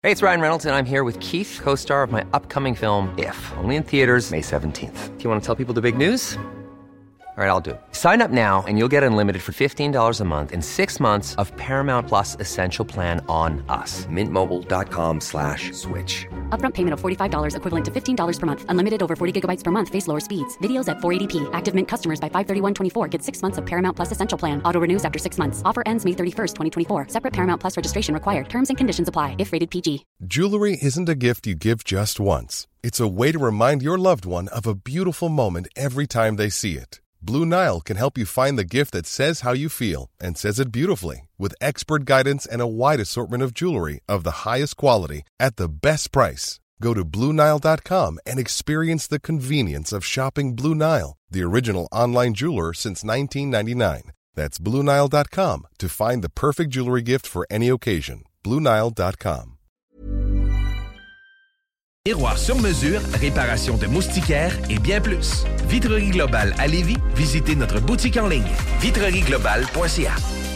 Hey, it's Ryan Reynolds, and I'm here with Keith, co-star of my upcoming film, If, only in theaters May 17th. Do you want to tell people the big news? All right, I'll do it. Sign up now and you'll get unlimited for $15 a month and 6 months of Paramount Plus Essential Plan on us. MintMobile.com/switch. Upfront payment of $45 equivalent to $15 per month. Unlimited over 40 gigabytes per month. Face lower speeds. Videos at 480p. Active Mint customers by 531.24 get 6 months of Paramount Plus Essential Plan. Auto renews after 6 months. Offer ends May 31st, 2024. Separate Paramount Plus registration required. Terms and conditions apply if rated PG. Jewelry isn't a gift you give just once. It's a way to remind your loved one of a beautiful moment every time they see it. Blue Nile can help you find the gift that says how you feel and says it beautifully, with expert guidance and a wide assortment of jewelry of the highest quality at the best price. Go to BlueNile.com and experience the convenience of shopping Blue Nile, the original online jeweler since 1999. That's BlueNile.com to find the perfect jewelry gift for any occasion. BlueNile.com. Miroir sur mesure, réparation de moustiquaires et bien plus. Vitrerie Globale à Lévis, visitez notre boutique en ligne. vitrerieglobale.ca.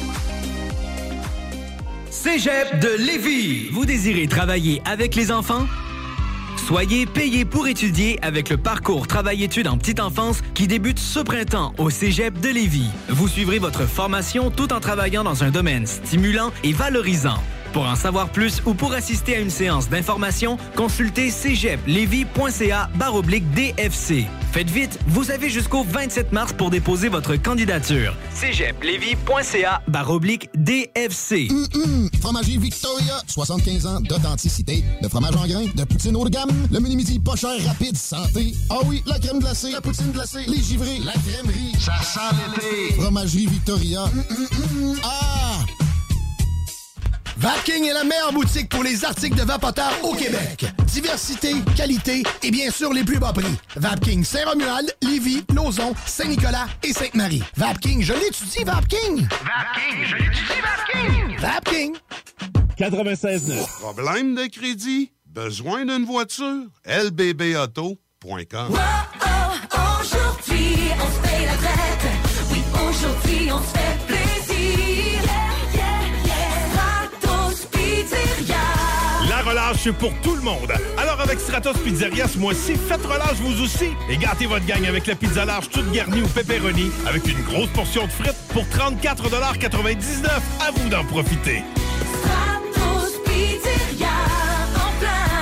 Cégep de Lévis. Vous désirez travailler avec les enfants? Soyez payé pour étudier avec le parcours Travail-études en petite enfance qui débute ce printemps au Cégep de Lévis. Vous suivrez votre formation tout en travaillant dans un domaine stimulant et valorisant. Pour en savoir plus ou pour assister à une séance d'information, consultez cégeplevis.ca/DFC. Faites vite, vous avez jusqu'au 27 mars pour déposer votre candidature. cégeplevis.ca/DFC. Fromagerie Victoria, 75 ans d'authenticité. De fromage en grains, de poutine haut de gamme, le mini-midi pas cher, rapide, santé. Ah oui, la crème glacée, la poutine glacée, les givrés, la crèmerie. Ça sent l'été. Fromagerie Victoria. Ah! Vapking est la meilleure boutique pour les articles de vapoteurs au Québec. Diversité, qualité et bien sûr les plus bas prix. Vapking Saint-Romuald, Lévis, Lauson, Saint-Nicolas et Sainte-Marie. Vapking, je l'étudie, Vapking! Vapking, je l'étudie, Vapking! Vapking! 96.9. Problème de crédit? Besoin d'une voiture? lbbauto.com. Aujourd'hui, on se paye la traite. Oui, aujourd'hui, on se fait plaisir. La relâche pour tout le monde. Alors avec Stratos Pizzeria ce mois-ci, faites relâche vous aussi et gâtez votre gang avec la pizza large toute garnie au pepperoni avec une grosse portion de frites pour 34,99 $. À vous d'en profiter. Stratos Pizzeria, en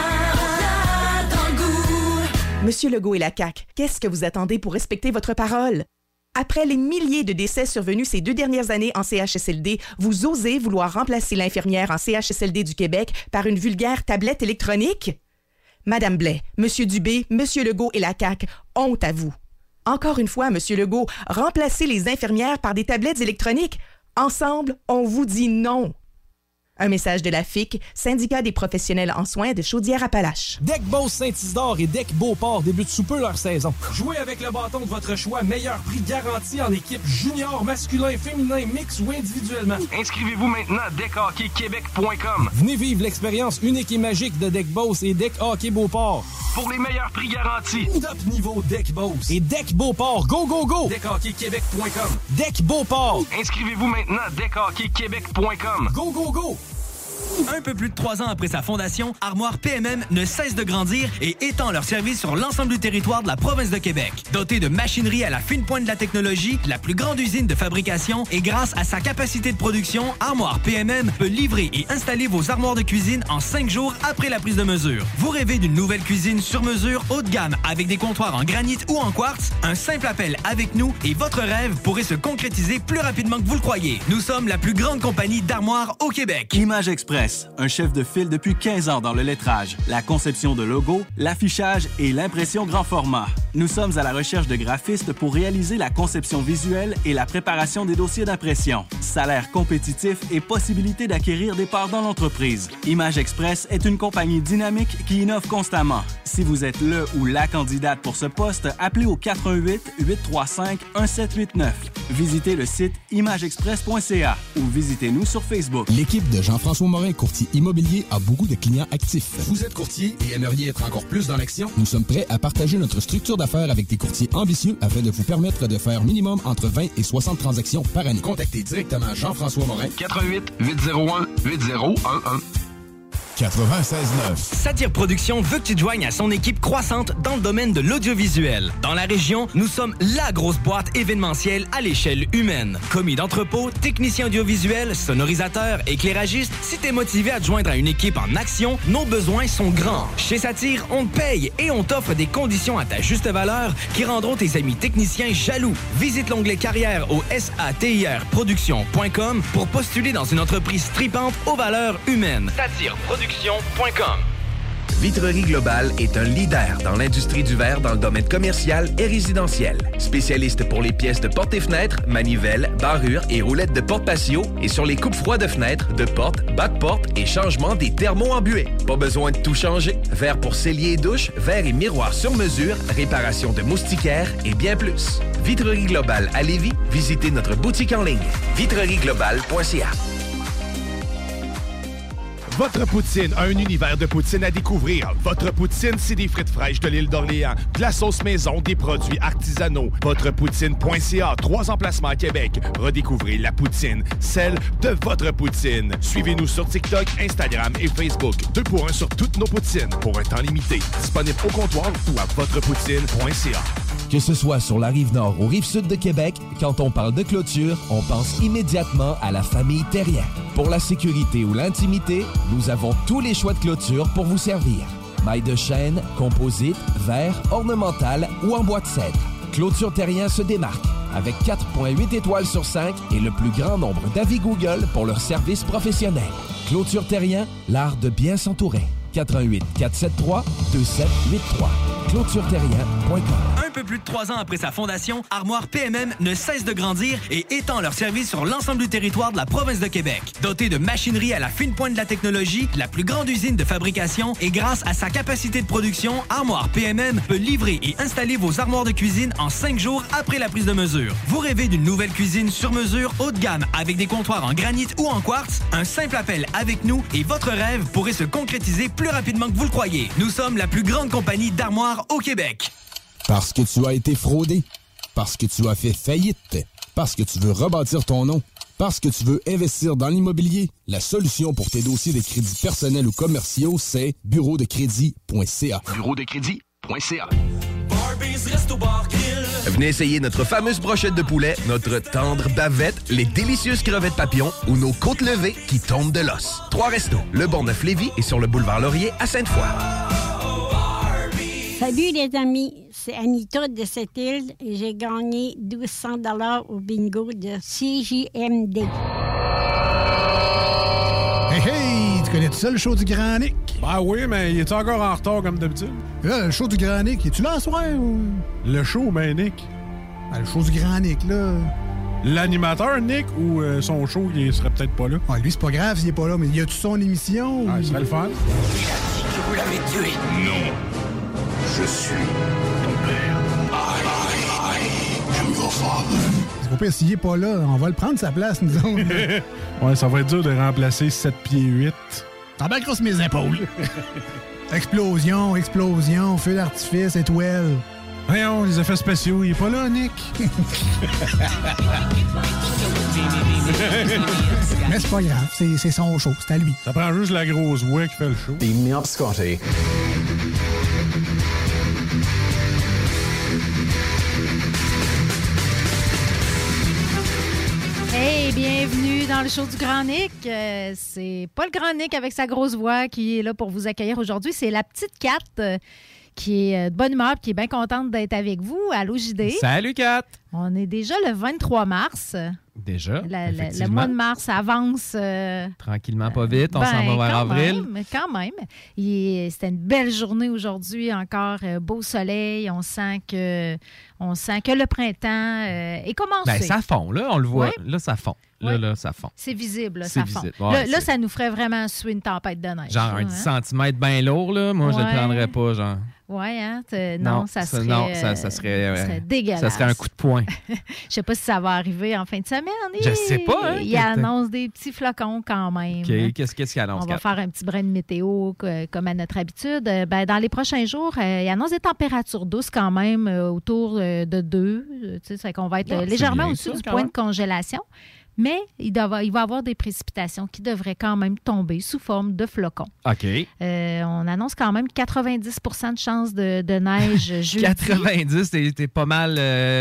plein dans le goût. Monsieur Legault et la CAQ, qu'est-ce que vous attendez pour respecter votre parole? Après les milliers de décès survenus ces 2 dernières années en CHSLD, vous osez vouloir remplacer l'infirmière en CHSLD du Québec par une vulgaire tablette électronique? Madame Blais, Monsieur Dubé, Monsieur Legault et la CAQ, honte à vous. Encore une fois, Monsieur Legault, remplacez les infirmières par des tablettes électroniques. Ensemble, on vous dit non. Un message de la FIC, syndicat des professionnels en soins de Chaudière-Appalaches. Deck Boss Saint-Isidore et Deck Beauport débutent sous peu leur saison. Jouez avec le bâton de votre choix, meilleur prix garanti en équipe junior, masculin, féminin, mix ou individuellement. Inscrivez-vous maintenant à deckhockeyquebec.com. Venez vivre l'expérience unique et magique de Deck Boss et Deck Hockey Beauport. Pour les meilleurs prix garantis. Top niveau Deck Boss et Deck Beauport. Go, go, go! Deckhockeyquebec.com. Deck Beauport. Inscrivez-vous maintenant à deckhockeyquebec.com. Go, go, go! Un peu plus de 3 ans après sa fondation, Armoire PMM ne cesse de grandir et étend leur service sur l'ensemble du territoire de la province de Québec. Dotée de machinerie à la fine pointe de la technologie, la plus grande usine de fabrication et grâce à sa capacité de production, Armoire PMM peut livrer et installer vos armoires de cuisine en 5 jours après la prise de mesure. Vous rêvez d'une nouvelle cuisine sur mesure haut de gamme avec des comptoirs en granit ou en quartz? Un simple appel avec nous et votre rêve pourrait se concrétiser plus rapidement que vous le croyez. Nous sommes la plus grande compagnie d'armoires au Québec. Image Express, un chef de file depuis 15 ans dans le lettrage, la conception de logos, l'affichage et l'impression grand format. Nous sommes à la recherche de graphistes pour réaliser la conception visuelle et la préparation des dossiers d'impression. Salaire compétitif et possibilité d'acquérir des parts dans l'entreprise. Image Express est une compagnie dynamique qui innove constamment. Si vous êtes le ou la candidate pour ce poste, appelez au 418-835-1789. Visitez le site imageexpress.ca ou visitez-nous sur Facebook. L'équipe de Jean-François Morin, courtier immobilier, a beaucoup de clients actifs. Vous êtes courtier et aimeriez être encore plus dans l'action? Nous sommes prêts à partager notre structure d'affaires avec des courtiers ambitieux afin de vous permettre de faire minimum entre 20 et 60 transactions par année. Contactez directement Jean-François Morin. 88 801 8011. 96.9. Satire Productions veut que tu te joignes à son équipe croissante dans le domaine de l'audiovisuel. Dans la région, nous sommes la grosse boîte événementielle à l'échelle humaine. Commis d'entrepôt, technicien audiovisuel, sonorisateur, éclairagiste, si t'es motivé à te joindre à une équipe en action, nos besoins sont grands. Chez Satire, on te paye et on t'offre des conditions à ta juste valeur qui rendront tes amis techniciens jaloux. Visite l'onglet carrière au satirproduction.com pour postuler dans une entreprise tripante aux valeurs humaines. Satireproduction.com. Vitrerie Globale est un leader dans l'industrie du verre dans le domaine commercial et résidentiel. Spécialiste pour les pièces de portes et fenêtres, manivelles, barrures et roulettes de porte patio et sur les coupes froides de fenêtres, de portes, bas de porte et changement des thermos embués. Pas besoin de tout changer. Verre pour cellier et douche, verre et miroirs sur mesure, réparation de moustiquaires et bien plus. Vitrerie Globale à Lévis, visitez notre boutique en ligne. vitrerieglobale.ca. Votre poutine a un univers de poutine à découvrir. Votre poutine, c'est des frites fraîches de l'île d'Orléans, de la sauce maison, des produits artisanaux. Votrepoutine.ca, 3 emplacements à Québec. Redécouvrez la poutine, celle de votre poutine. Suivez-nous sur TikTok, Instagram et Facebook. 2 pour 1 sur toutes nos poutines, pour un temps limité. Disponible au comptoir ou à votrepoutine.ca. Que ce soit sur la Rive-Nord ou Rive-Sud de Québec, quand on parle de clôture, on pense immédiatement à la famille Terrien. Pour la sécurité ou l'intimité, nous avons tous les choix de clôture pour vous servir. Mailles de chêne, composite, verre, ornemental ou en bois de cèdre. Clôture Terrien se démarque avec 4,8 étoiles sur 5 et le plus grand nombre d'avis Google pour leur service professionnel. Clôture Terrien, l'art de bien s'entourer. 88 473 2783. ClôtureTerrien.com. Un peu plus de 3 ans après sa fondation, Armoire PMM ne cesse de grandir et étend leur service sur l'ensemble du territoire de la province de Québec. Dotée de machinerie à la fine pointe de la technologie, la plus grande usine de fabrication et grâce à sa capacité de production, Armoire PMM peut livrer et installer vos armoires de cuisine en 5 jours après la prise de mesure. Vous rêvez d'une nouvelle cuisine sur mesure haut de gamme avec des comptoirs en granit ou en quartz? Un simple appel avec nous et votre rêve pourrait se concrétiser plus rapidement que vous le croyez. Nous sommes la plus grande compagnie d'armoires au Québec. Parce que tu as été fraudé. Parce que tu as fait faillite. Parce que tu veux rebâtir ton nom. Parce que tu veux investir dans l'immobilier. La solution pour tes dossiers de crédits personnels ou commerciaux, c'est bureaudecrédit.ca. Bureaudecrédit.ca. Venez essayer notre fameuse brochette de poulet, notre tendre bavette, les délicieuses crevettes papillons ou nos côtes levées qui tombent de l'os. 3 restos, le Bonneuf-Lévis et sur le boulevard Laurier à Sainte-Foy. Salut les amis, c'est Anita de cette île et j'ai gagné 1200 $ au bingo de CJMD. Hey, hey! Tu connais tout ça, le show du Grand Nick? Ben oui, mais il est encore en retard comme d'habitude? Là, le show du Grand Nick, es-tu là à soir? Ou... Le show, ben Nick. Ben, le show du Grand Nick, là... L'animateur, Nick, ou son show, il serait peut-être pas là? Ouais, lui, c'est pas grave s'il est pas là, mais y a-tu son émission? Ah, ce serait le fun. Il a dit que vous l'avez tué. Non. Je suis ton père. I am your father. Au pire, s'il est pas là, on va le prendre sa place, nous autres. Ouais, ça va être dur de remplacer 7 pieds 8. T'en bats grosse mes épaules. Explosion, feu d'artifice, étoile. Voyons, les effets spéciaux, il est pas là, Nick. Mais c'est pas grave, c'est son show, c'est à lui. Ça prend juste la grosse voix qui fait le show. Beam me up, Scotty. Hey, bienvenue dans le show du Grand Nick. C'est pas le Grand Nick avec sa grosse voix qui est là pour vous accueillir aujourd'hui. C'est la petite Kat qui est de bonne humeur et qui est bien contente d'être avec vous. Allô, JD. Salut, Kat. On est déjà le 23 mars. Déjà, le mois de mars avance... tranquillement, pas vite. On s'en va vers avril. Quand même. C'était une belle journée aujourd'hui. Encore beau soleil. On sent que le printemps est commencé. Ben, ça fond, là. On le voit. Ouais. Là, ça fond. Là, ça fond. C'est visible, ça fond. Ouais, là, ça nous ferait vraiment suer une tempête de neige. Genre un 10 cm bien lourd, là. Moi, je le prendrais pas, genre. Oui, hein? Ça serait dégueulasse. Ça serait un coup de poing. Je sais pas si ça va arriver en fin de semaine. Je sais pas. Hein? Il annonce des petits flocons quand même. OK. Qu'est-ce qu'il annonce? On va faire un petit brin de météo comme à notre habitude. Dans les prochains jours, il annonce des températures douces quand même autour de 2. C'est qu'on va être légèrement au-dessus du point de congélation. Mais il va y avoir des précipitations qui devraient quand même tomber sous forme de flocons. OK. On annonce quand même 90 de chances de neige jeudi. 90, t'es pas mal...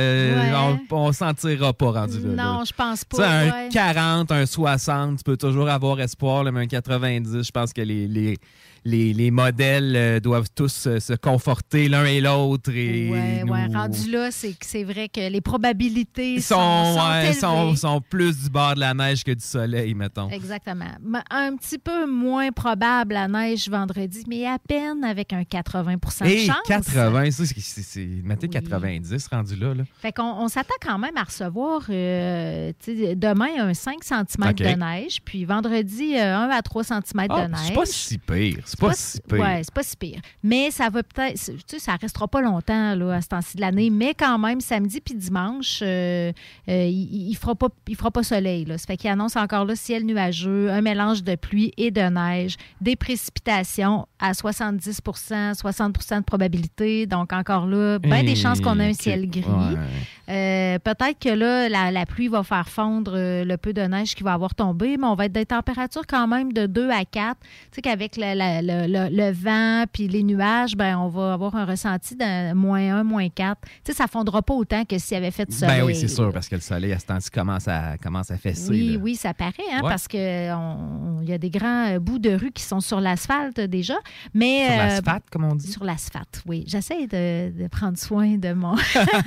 on s'en tirera pas rendu là. Non, là. Je pense pas. T'sais, un 40, un 60, tu peux toujours avoir espoir, là, mais un 90, je pense que les modèles doivent tous se conforter l'un et l'autre. Rendu là, c'est vrai que les probabilités sont élevées. Sont plus du bord de la neige que du soleil, mettons. Exactement. Un petit peu moins probable la neige vendredi, mais à peine avec un 80 de chance. 80, ça, c'est mettez 90 rendu là. Fait qu'on s'attend quand même à recevoir demain un 5 cm de neige, puis vendredi 1 à 3 cm de neige. C'est pas si pire. C'est pas si pire. Mais ça va peut-être... ça restera pas longtemps là, à ce temps-ci de l'année, mais quand même, samedi puis dimanche, il fera pas soleil. Là. Ça fait qu'il annonce encore là ciel nuageux, un mélange de pluie et de neige, des précipitations à 70 60 de probabilité. Donc, encore là, bien des chances qu'on ait un ciel gris. Ouais. Peut-être que là, la pluie va faire fondre le peu de neige qui va avoir tombé, mais on va être des températures quand même de 2 à 4. Tu sais qu'avec le vent puis les nuages, ben on va avoir un ressenti de -1, -4. Tu sais, ça ne fondra pas autant que s'il y avait fait du soleil. Ben oui, c'est sûr, parce que le soleil, à ce temps-ci, commence à fesser. Oui, ça paraît, parce qu'il y a des grands bouts de rue qui sont sur l'asphalte déjà. Mais, sur l'asphalte, comme on dit? Sur l'asphalte, oui. J'essaie de prendre soin de mon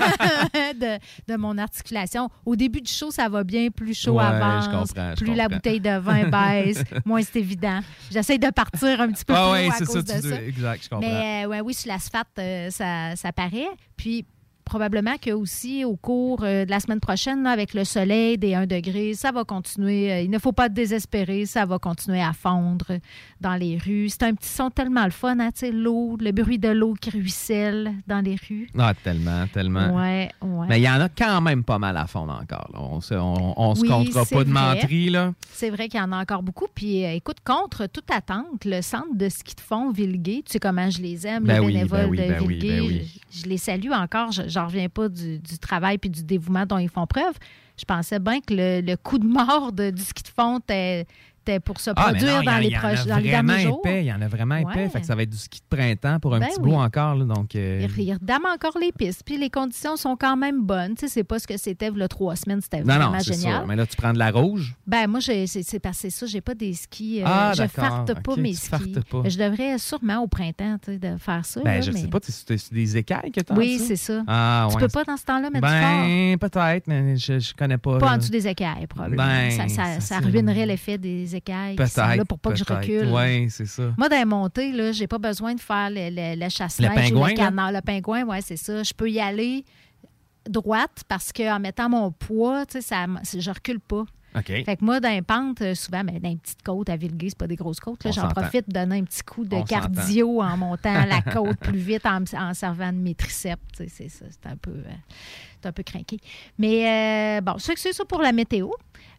de mon articulation. Au début du show, ça va bien. Plus chaud avance, je comprends. La bouteille de vin baisse, moins c'est évident. J'essaie de partir un petit peu plus haut à cause de ça. Exact, je comprends. Mais oui, sur l'asphalte, ça paraît. Puis, probablement que aussi au cours de la semaine prochaine, là, avec le soleil, des 1 degré, ça va continuer. Il ne faut pas désespérer, ça va continuer à fondre dans les rues. C'est un petit son tellement le fun, hein, tu sais, l'eau, le bruit de l'eau qui ruisselle dans les rues. Ah, tellement. Ouais. Mais il y en a quand même pas mal à fondre encore. Là. On se comptera pas de menterie, là. C'est vrai qu'il y en a encore beaucoup. Puis, écoute, contre toute attente, le centre de ski de fond Villegué, tu sais comment je les aime, les bénévoles de Villegué. Je les salue encore. J'en reviens pas du travail puis du dévouement dont ils font preuve. Je pensais bien que le coup de mort du ski de fond était pour se produire dans les derniers jours. Il y en a vraiment épais. Fait que ça va être du ski de printemps pour un petit bout encore. Là, donc, Il redame encore les pistes. Puis les conditions sont quand même bonnes. Tu sais, c'est pas ce que c'était il y a 3 semaines. C'était vraiment génial. Sûr. Mais là, tu prends de la rouge? Ben moi, c'est passé ça. J'ai pas des skis. Je farte pas mes skis. Je devrais sûrement au printemps de faire ça. Ben, je sais pas. C'est des écailles que tu as? Oui, c'est ça. Tu peux pas dans ce temps-là mettre du fort? Peut-être, mais je connais pas. Pas en dessous des écailles, probablement. Ça ruinerait l'effet des écailles qui sont là pour pas que je recule. Oui, c'est ça. Moi, dans les montées, là, j'ai pas besoin de faire le chasse-neige. Le pingouin, le canard. Le pingouin, oui, c'est ça. Je peux y aller droite parce qu'en mettant mon poids, tu sais, je recule pas. Okay. Fait que moi, dans les pentes, souvent, dans les petites côtes à Villegué, c'est pas des grosses côtes. Là, j'en profite de donner un petit coup de cardio en montant la côte plus vite en servant de mes triceps. C'est ça, c'est un peu craqué. Mais bon, c'est ça pour la météo.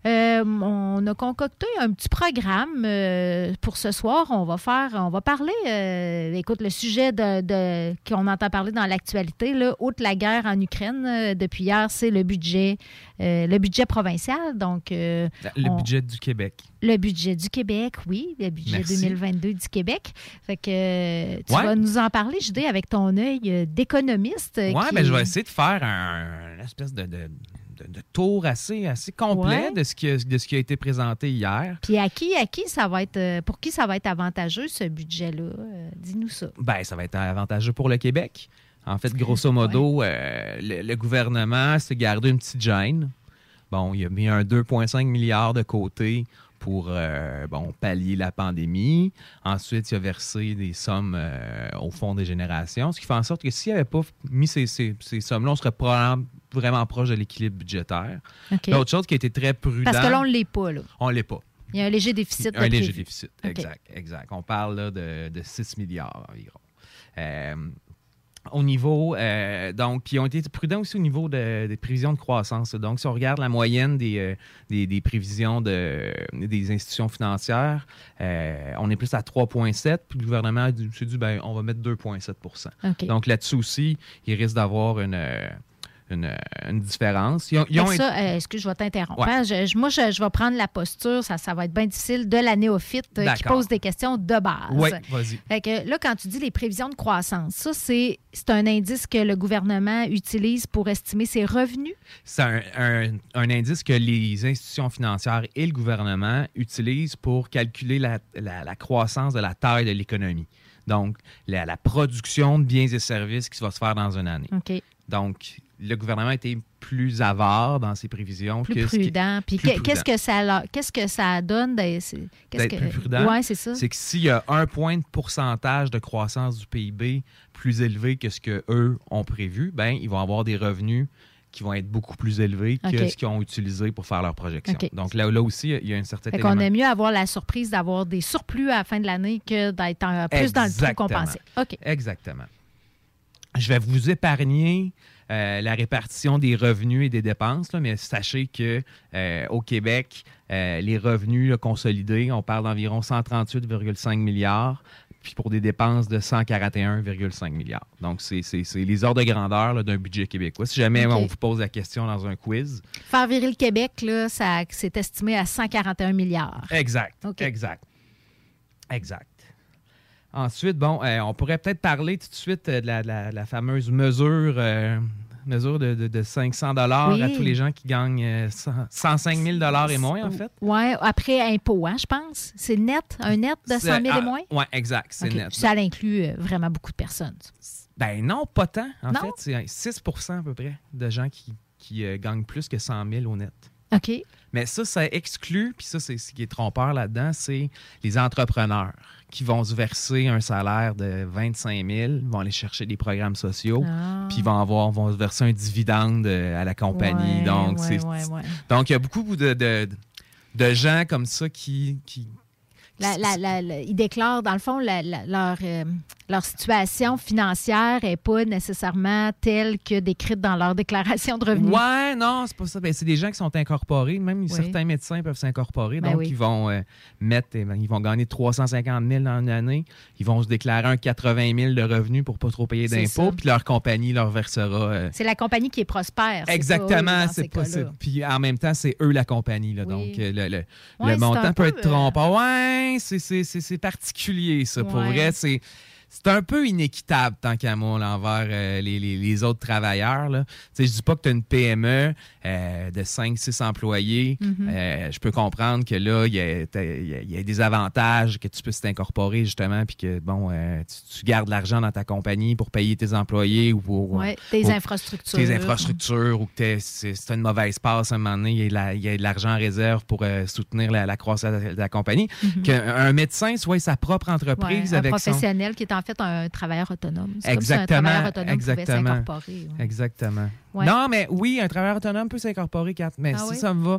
On a concocté un petit programme pour ce soir. On va parler, écoute, le sujet qu'on entend parler dans l'actualité, là, outre la guerre en Ukraine, depuis hier, c'est le budget provincial. Donc, le budget du Québec. Le budget du Québec, oui. Le budget 2022 du Québec. Fait que tu vas nous en parler, Judée, avec ton œil d'économiste. Oui, mais je vais essayer de faire une espèce de tour assez complet de ce qui a été présenté hier. Puis à qui ça va être, pour qui ça va être avantageux, ce budget-là? Dis-nous ça. Bien, ça va être avantageux pour le Québec. En fait, grosso modo, le gouvernement s'est gardé une petite gêne. Bon, il a mis un 2,5 milliards de côté pour pallier la pandémie. Ensuite, il a versé des sommes au Fonds des générations, ce qui fait en sorte que s'il n'avait pas mis ces sommes-là, on serait probablement vraiment proche de l'équilibre budgétaire. Okay. L'autre chose qui a été très prudente... Parce que là, on ne l'est pas. Là. On ne l'est pas. Il y a un léger déficit. Un léger déficit, exact. On parle là, de 6 milliards environ. Au niveau, donc, ils ont été prudents aussi au niveau des prévisions de croissance. Donc, si on regarde la moyenne des prévisions des institutions financières, on est plus à 3,7, puis le gouvernement s'est dit, on va mettre 2,7 %. Okay. Donc, là-dessus aussi, il risque d'avoir une différence. Ils ont excuse, je vais t'interrompre. Ouais. Hein. Je vais prendre la posture, ça va être bien difficile, de la néophyte qui pose des questions de base. Oui, vas-y. Fait que là, quand tu dis les prévisions de croissance, ça, c'est un indice que le gouvernement utilise pour estimer ses revenus? C'est un indice que les institutions financières et le gouvernement utilisent pour calculer la croissance de la taille de l'économie. Donc, la production de biens et services qui va se faire dans une année. OK. Donc, le gouvernement a été plus avare dans ses prévisions. Plus prudent. Puis qu'est-ce que ça donne d'être plus prudent? Oui, c'est ça. C'est que s'il y a un point de pourcentage de croissance du PIB plus élevé que ce qu'eux ont prévu, ben ils vont avoir des revenus qui vont être beaucoup plus élevés que ce qu'ils ont utilisé pour faire leur projection. Okay. Donc là aussi, il y a un certain élément. On aime mieux avoir la surprise d'avoir des surplus à la fin de l'année que d'être plus dans le trou qu'on pensait. Okay. Exactement. Je vais vous épargner la répartition des revenus et des dépenses, là, mais sachez que au Québec, les revenus consolidés, on parle d'environ 138,5 milliards, puis pour des dépenses de 141,5 milliards. Donc, c'est les ordres de grandeur là, d'un budget québécois. Si jamais on vous pose la question dans un quiz. Faire virer le Québec, là, c'est estimé à 141 milliards. Exact. Okay. Exact. Ensuite, on pourrait peut-être parler tout de suite de la fameuse mesure de 500 $ à tous les gens qui gagnent 105 000 $ et moins, en fait. Oui, après impôt, je pense. C'est net, un net de 100 000 et moins? Oui, exact, c'est net. Ça inclut vraiment beaucoup de personnes. Ben non, pas tant. En fait, c'est 6 % à peu près de gens qui gagnent plus que 100 000 au net. OK. Mais ça exclut, puis ça, c'est ce qui est trompeur là-dedans, c'est les entrepreneurs qui vont se verser un salaire de 25 000, vont aller chercher des programmes sociaux, puis vont se verser un dividende à la compagnie. Donc, donc, il y a beaucoup de gens comme ça qui ils déclarent, dans le fond, leur situation financière n'est pas nécessairement telle que décrite dans leur déclaration de revenus. Oui, non, c'est pas ça. Ben, c'est des gens qui sont incorporés. Même certains médecins peuvent s'incorporer. Donc, ils vont ils vont gagner 350 000 dans une année. Ils vont se déclarer un 80 000 de revenus pour ne pas trop payer d'impôts. Puis leur compagnie leur versera... C'est la compagnie qui est prospère. Exactement. C'est pas ça. Puis en même temps, c'est eux la compagnie. Là. Donc, le montant peut être trompeur. Oui, c'est particulier, ça. Pour vrai, c'est un peu inéquitable, tant qu'à moi, envers les autres travailleurs. Là. Je dis pas que tu as une PME de 5-6 employés. Je peux comprendre que là, il y a des avantages que tu puisses t'incorporer, justement, puis que, tu gardes l'argent dans ta compagnie pour payer tes employés ou pour... tes infrastructures. Tes infrastructures, ou que c'est une mauvaise passe à un moment donné, il y a de l'argent en réserve pour soutenir la croissance de la compagnie. Qu'un médecin soit sa propre entreprise avec son... Un professionnel qui est en fait un travailleur autonome. C'est exactement, comme si un travailleur autonome pouvait s'incorporer. Exactement. Ouais. Non, mais oui, un travailleur autonome peut s'incorporer, Kat, mais ça me va.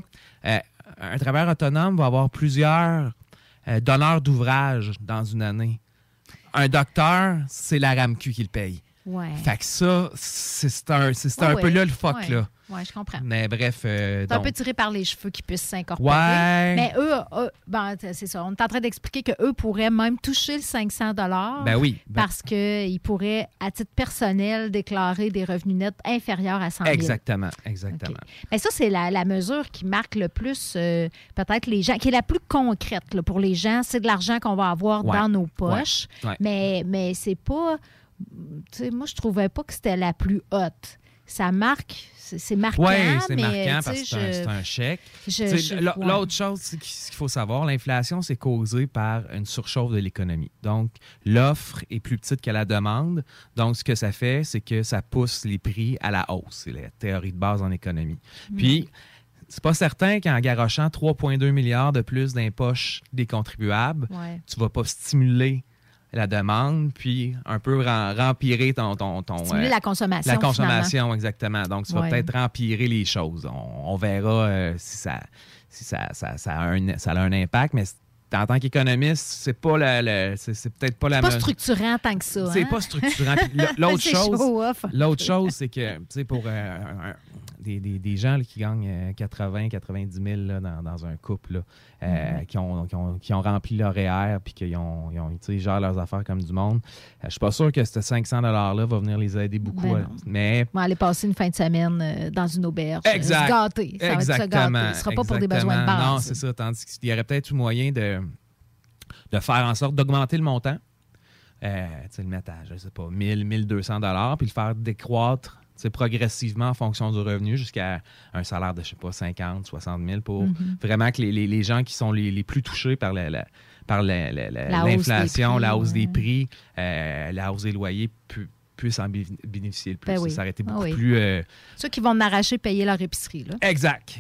Un travailleur autonome va avoir plusieurs donneurs d'ouvrage dans une année. Un docteur, c'est la RAMQ qui le paye. Ouais. Fait que ça, c'est un peu là le fuck, là. Oui, je comprends. Mais bref. C'est un peu tiré par les cheveux qu'ils puissent s'incorporer. Ouais. Mais eux c'est ça. On est en train d'expliquer qu'eux pourraient même toucher le 500 $. Ben oui. Parce qu'ils pourraient, à titre personnel, déclarer des revenus nets inférieurs à 100 000. Exactement. Okay. Mais ça, c'est la mesure qui marque le plus, peut-être, les gens, qui est la plus concrète là, pour les gens. C'est de l'argent qu'on va avoir dans nos poches. Ouais. Mais c'est pas... moi, je trouvais pas que c'était la plus haute. Ça marque... C'est marquant, c'est marquant parce que c'est un chèque. L'autre chose qu'il faut savoir, l'inflation, c'est causé par une surchauffe de l'économie. Donc, l'offre est plus petite que la demande. Donc, ce que ça fait, c'est que ça pousse les prix à la hausse. C'est la théorie de base en économie. Puis, c'est pas certain qu'en garochant 3,2 milliards de plus d'impoches des contribuables, tu vas pas stimuler la demande, puis un peu rempirer ton stimuler la consommation. La consommation, exactement. Donc, tu vas peut-être rempirer les choses. On verra si ça a un impact, mais en tant qu'économiste, c'est pas c'est peut-être pas la même. C'est pas structurant tant que ça. C'est pas structurant. L'autre chose, c'est que, tu sais, pour des gens là, qui gagnent 80-90 000 là, dans un couple, là, qui ont rempli leur REER puis qui gèrent leurs affaires comme du monde. Je suis pas sûr que ce 500 $-là va venir les aider beaucoup. Mais on va aller passer une fin de semaine dans une auberge. Exact. Se gâter. Ça va être se gâter. Ce ne sera pas pour des besoins de base. Non, c'est ça. Tandis qu'il y aurait peut-être moyen de faire en sorte d'augmenter le montant. Le mettre à, je sais pas, 1000, 1200 $, puis le faire décroître progressivement en fonction du revenu jusqu'à un salaire de, je sais pas, 50, 60 000 pour vraiment que les gens qui sont les plus touchés par l'inflation, la hausse des prix, la hausse des loyers puissent en bénéficier le plus. Ben oui. Ça aurait été beaucoup plus... Ceux qui vont en arracher payer leur épicerie. Là. Exact.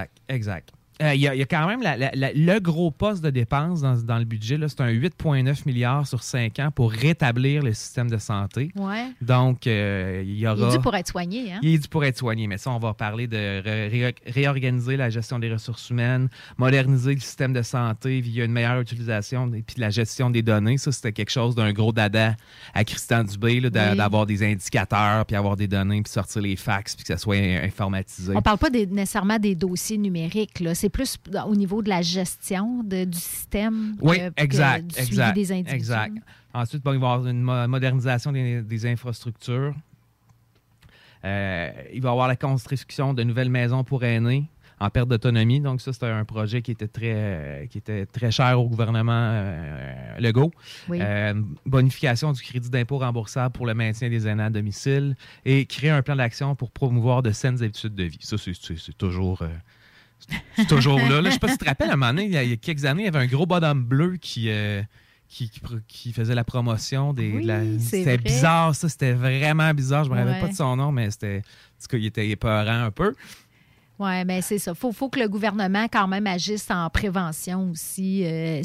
Il y a quand même le gros poste de dépenses dans le budget. Là, c'est un 8,9 milliards sur 5 ans pour rétablir le système de santé. Ouais. Donc, il y aura... Il est dû pour être soigné. Hein? Il est dû pour être soigné. Mais ça, on va parler de réorganiser la gestion des ressources humaines, moderniser le système de santé via une meilleure utilisation et puis la gestion des données. Ça, c'était quelque chose d'un gros dada à Christian Dubé, là, d'avoir des indicateurs, puis avoir des données, puis sortir les fax, puis que ça soit informatisé. On ne parle pas nécessairement des dossiers numériques. Là. C'est plus au niveau de la gestion du système du suivi des individus. Exact. Ensuite, il va y avoir une modernisation des infrastructures. Il va y avoir la construction de nouvelles maisons pour aînés en perte d'autonomie. Donc ça, c'était un projet qui était très cher au gouvernement Legault. Oui. Bonification du crédit d'impôt remboursable pour le maintien des aînés à domicile et créer un plan d'action pour promouvoir de saines habitudes de vie. Ça, c'est toujours... C'est toujours là. Je ne sais pas si tu te rappelles, à un moment donné, il y a quelques années, il y avait un gros bonhomme bleu qui faisait la promotion c'était bizarre, ça. C'était vraiment bizarre. Je ne me rappelle pas de son nom, mais c'était... En tout cas, il était épeurant un peu. Oui, mais c'est ça. Faut que le gouvernement, quand même, agisse en prévention aussi.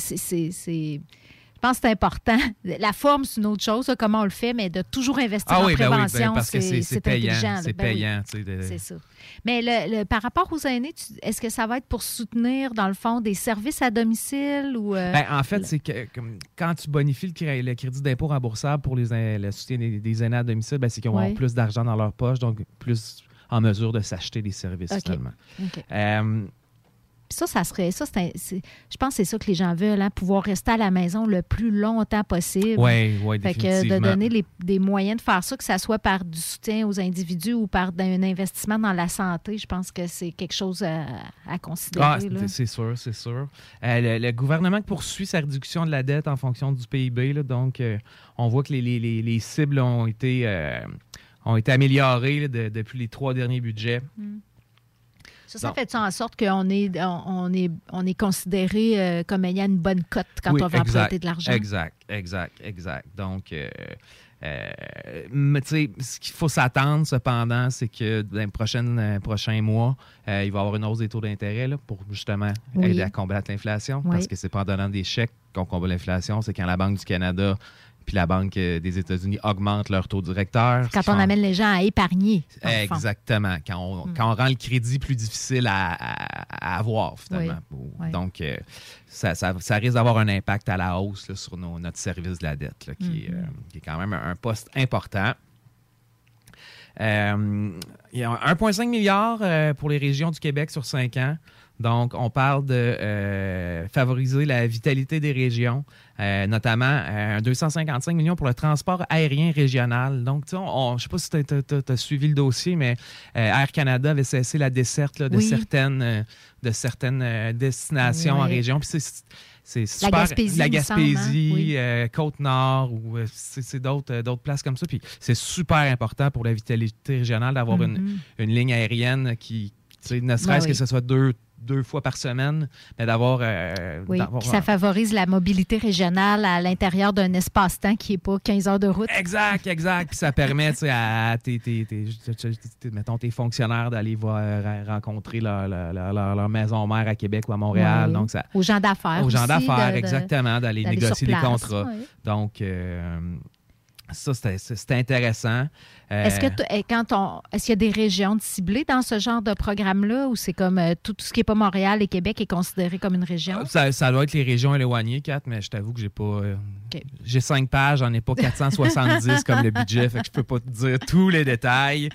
Je pense que c'est important. La forme, c'est une autre chose, là, comment on le fait, mais de toujours investir en prévention, parce que c'est payant. Intelligent. C'est payant. C'est ça. Mais par rapport aux aînés, est-ce que ça va être pour soutenir, dans le fond, des services à domicile? Ou, en fait, c'est que quand tu bonifies le crédit d'impôt remboursable pour le soutien des aînés à domicile, c'est qu'ils vont avoir plus d'argent dans leur poche, donc plus en mesure de s'acheter des services, finalement. Okay. Ça serait... je pense que c'est ça que les gens veulent, hein, pouvoir rester à la maison le plus longtemps possible. Oui, fait que de donner des moyens de faire ça, que ça soit par du soutien aux individus ou par un investissement dans la santé, je pense que c'est quelque chose à considérer. C'est sûr. Le gouvernement poursuit sa réduction de la dette en fonction du PIB. Là, donc, on voit que les cibles ont été améliorées là, depuis les 3 derniers budgets. Ça fait en sorte qu'on est considéré comme ayant une bonne cote quand on va emprunter de l'argent? Exact. Donc, ce qu'il faut s'attendre, cependant, c'est que dans les prochains mois, il va y avoir une hausse des taux d'intérêt là, pour justement aider à combattre l'inflation. Parce que c'est pas en donnant des chèques qu'on combat l'inflation, c'est quand la Banque du Canada puis la Banque des États-Unis augmente leur taux directeur. Quand on amène les gens à épargner. Exactement. Quand on rend le crédit plus difficile à avoir, finalement. Oui. Donc, ça risque d'avoir un impact à la hausse là, sur notre service de la dette, là, qui est quand même un poste important. Il y a 1,5 milliard pour les régions du Québec sur 5 ans. Donc, on parle de favoriser la vitalité des régions, notamment 255 millions pour le transport aérien régional. Donc, je ne sais pas si tu as suivi le dossier, mais Air Canada avait cessé la desserte là, de certaines destinations en région. Puis c'est super. La Gaspésie, Côte-Nord, ou c'est d'autres places comme ça. Puis c'est super important pour la vitalité régionale d'avoir une ligne aérienne qui, ne serait-ce que ce soit deux fois par semaine, mais d'avoir... ça favorise la mobilité régionale à l'intérieur d'un espace-temps qui n'est pas 15 heures de route. Exact. Puis ça permet à mettons, tes fonctionnaires d'aller rencontrer leur maison mère à Québec ou à Montréal. Donc ça, aux gens d'affaires exactement, d'aller négocier des contrats. Oui. Donc... Ça, c'était intéressant. Est-ce qu'il y a des régions ciblées dans ce genre de programme-là ou c'est comme tout ce qui n'est pas Montréal et Québec est considéré comme une région? Ça doit être les régions éloignées, Kat, mais je t'avoue que j'ai pas... J'ai 5 pages, j'en ai pas 470 comme le budget, fait que je peux pas te dire tous les détails.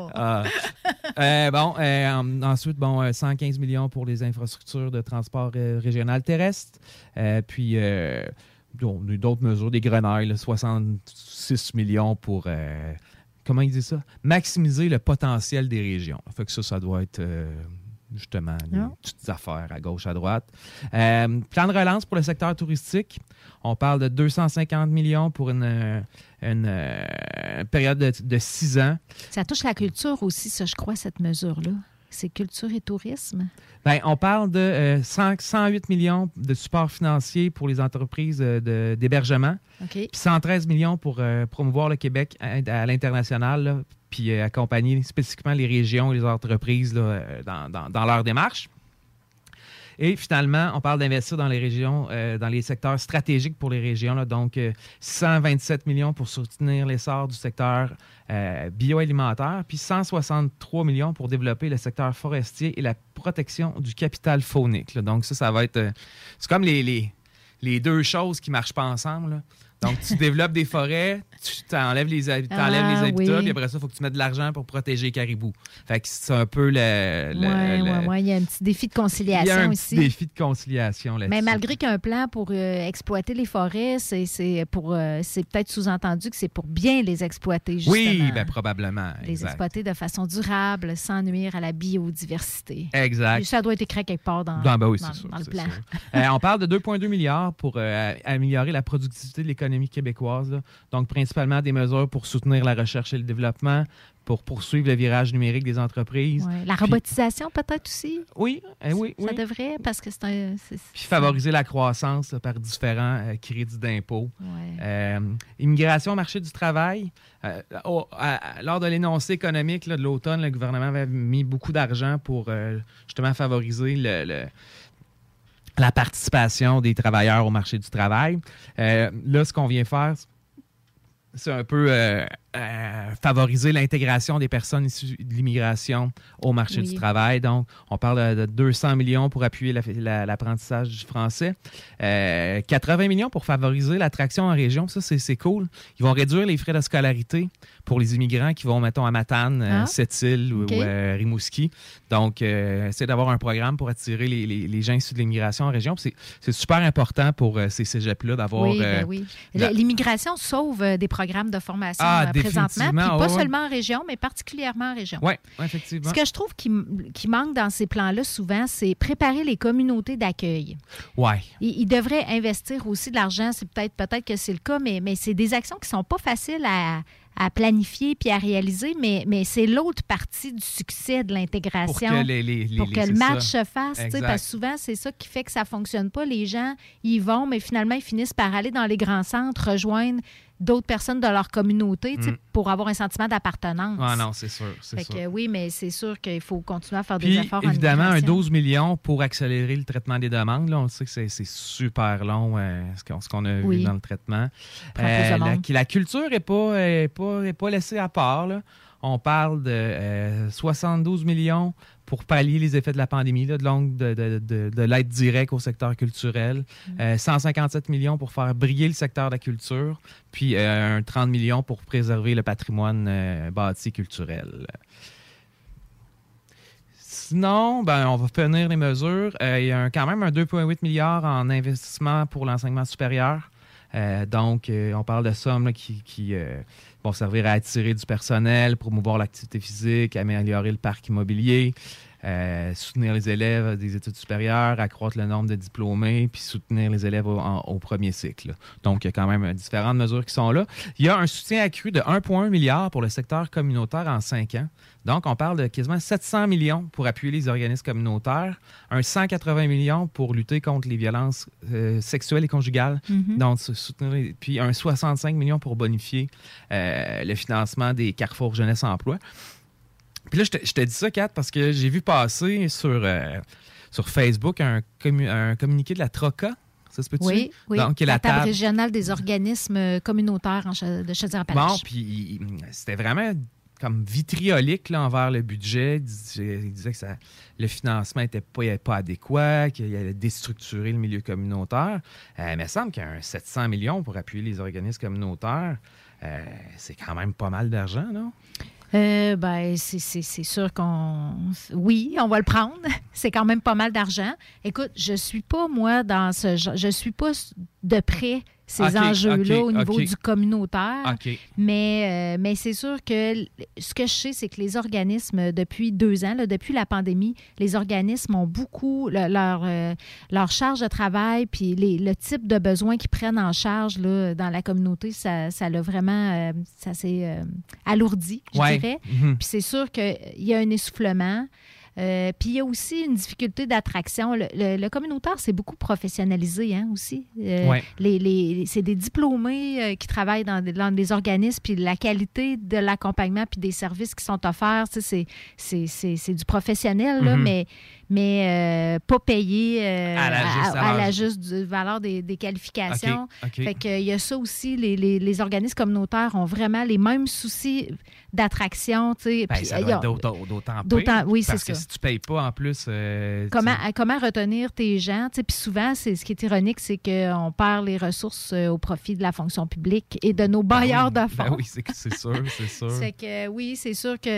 Ensuite, 115 millions pour les infrastructures de transport régional terrestre. Puis... d'autres mesures, des grenailles, là, 66 millions pour, comment il dit ça? Maximiser le potentiel des régions. Fait que ça doit être justement des petites affaires à gauche, à droite. Plan de relance pour le secteur touristique. On parle de 250 millions pour une période de 6 ans. Ça touche la culture aussi, ça, je crois, cette mesure-là. C'est culture et tourisme? Bien, on parle de 108 millions de support financier pour les entreprises d'hébergement. Puis 113 millions pour promouvoir le Québec à l'international, là, puis accompagner spécifiquement les régions et les entreprises là, dans leur démarche. Et finalement, on parle d'investir dans les régions, dans les secteurs stratégiques pour les régions. Là, donc, 127 millions pour soutenir l'essor du secteur bioalimentaire, puis 163 millions pour développer le secteur forestier et la protection du capital faunique. Là. Donc, ça va être... c'est comme les deux choses qui ne marchent pas ensemble. Là. Donc, tu développes des forêts, tu enlèves les habitats, puis après ça, il faut que tu mettes de l'argent pour protéger les caribous. Fait que c'est un peu il y a un petit défi de conciliation aussi. Il y a un petit défi de conciliation là-dessus. Mais malgré qu'un plan pour exploiter les forêts, c'est peut-être sous-entendu que c'est pour bien les exploiter, justement. Oui, bien probablement. Les exploiter de façon durable, sans nuire à la biodiversité. Exact. Et ça doit être écrit quelque part dans le plan. On parle de 2,2 milliards pour améliorer la productivité de l'économie québécoise. Là. Donc, principalement des mesures pour soutenir la recherche et le développement, pour poursuivre le virage numérique des entreprises. Ouais. La robotisation peut-être aussi? Oui. Ça devrait, parce que Puis favoriser la croissance là, par différents crédits d'impôt. Ouais. Immigration au marché du travail. Lors de l'énoncé économique là, de l'automne, le gouvernement avait mis beaucoup d'argent pour justement favoriser la participation des travailleurs au marché du travail. Là, ce qu'on vient faire, c'est un peu favoriser l'intégration des personnes issues de l'immigration au marché du travail. Donc, on parle de 200 millions pour appuyer l'apprentissage du français. 80 millions pour favoriser l'attraction en région. Ça, c'est cool. Ils vont réduire les frais de scolarité pour les immigrants qui vont, mettons, à Matane, Sept-Îles ou Rimouski. Donc, c'est d'avoir un programme pour attirer les gens issus de l'immigration en région. C'est super important pour ces cégeps-là d'avoir... Oui. L'immigration sauve des programmes de formation présentement, puis pas seulement en région, mais particulièrement en région. Oui, effectivement. Ce que je trouve qui manque dans ces plans-là souvent, c'est préparer les communautés d'accueil. Oui. Ils devraient investir aussi de l'argent, c'est peut-être que c'est le cas, mais c'est des actions qui ne sont pas faciles à planifier puis à réaliser, mais c'est l'autre partie du succès de l'intégration. Pour que le match se fasse. Parce que souvent, c'est ça qui fait que ça ne fonctionne pas. Les gens, ils vont, mais finalement, ils finissent par aller dans les grands centres, rejoindre d'autres personnes de leur communauté pour avoir un sentiment d'appartenance. Ah non, c'est sûr. Oui, mais c'est sûr qu'il faut continuer à faire des efforts en évidemment, un immigration. 12 millions pour accélérer le traitement des demandes. Là, on sait que c'est super long, ce qu'on a vu dans le traitement. La culture n'est pas laissée à part. Là. On parle de 72 millions pour pallier les effets de la pandémie, là, de l'aide directe au secteur culturel. 157 millions pour faire briller le secteur de la culture, puis 30 millions pour préserver le patrimoine bâti culturel. Sinon, on va finir les mesures. Il y a quand même un 2,8 milliards en investissement pour l'enseignement supérieur. Donc, on parle de sommes là, qui vont servir à attirer du personnel, promouvoir l'activité physique, améliorer le parc immobilier, soutenir les élèves des études supérieures, accroître le nombre de diplômés, puis soutenir les élèves au premier cycle. Là. Donc, il y a quand même différentes mesures qui sont là. Il y a un soutien accru de 1,1 milliard pour le secteur communautaire en 5 ans. Donc, on parle de quasiment 700 millions pour appuyer les organismes communautaires, un 180 millions pour lutter contre les violences sexuelles et conjugales, donc soutenir, puis un 65 millions pour bonifier le financement des Carrefour Jeunesse Emploi. Puis là, je te dis ça, Kat, parce que j'ai vu passer sur Facebook un communiqué de la Troca. Ça se peut-tu? Oui, oui. Donc, la table régionale des organismes communautaires de Chaudière-Appalaches. Bon, puis c'était vraiment comme vitriolique là, envers le budget. Il disait que le financement n'était pas adéquat, qu'il allait déstructurer le milieu communautaire. Mais il me semble qu'il y a un 700 millions pour appuyer les organismes communautaires. C'est quand même pas mal d'argent, non? C'est sûr oui, on va le prendre. C'est quand même pas mal d'argent. Écoute, je suis pas, moi, dans ce genre... Je suis pas de près ces enjeux-là au niveau du communautaire. Mais c'est sûr que ce que je sais, c'est que les organismes, depuis 2 ans, là, depuis la pandémie, les organismes ont beaucoup leur charge de travail, puis le type de besoins qu'ils prennent en charge là, dans la communauté, ça l'a vraiment... ça s'est alourdi, je dirais. Mm-hmm. Puis c'est sûr qu'il y a un essoufflement. Puis il y a aussi une difficulté d'attraction. Le communautaire, c'est beaucoup professionnalisé aussi. C'est des diplômés qui travaillent dans des organismes, puis la qualité de l'accompagnement puis des services qui sont offerts, c'est du professionnel, là, mais pas payé à la juste valeur des qualifications. Fait qu'il y a ça aussi. Les organismes communautaires ont vraiment les mêmes soucis d'attraction. Ça doit être d'autant oui, c'est parce ça. Que si tu ne payes pas, en plus... Comment retenir tes gens? Puis souvent, ce qui est ironique, c'est qu'on perd les ressources au profit de la fonction publique et de nos bailleurs de fonds. Oui, c'est sûr, c'est sûr. C'est que oui, c'est sûr que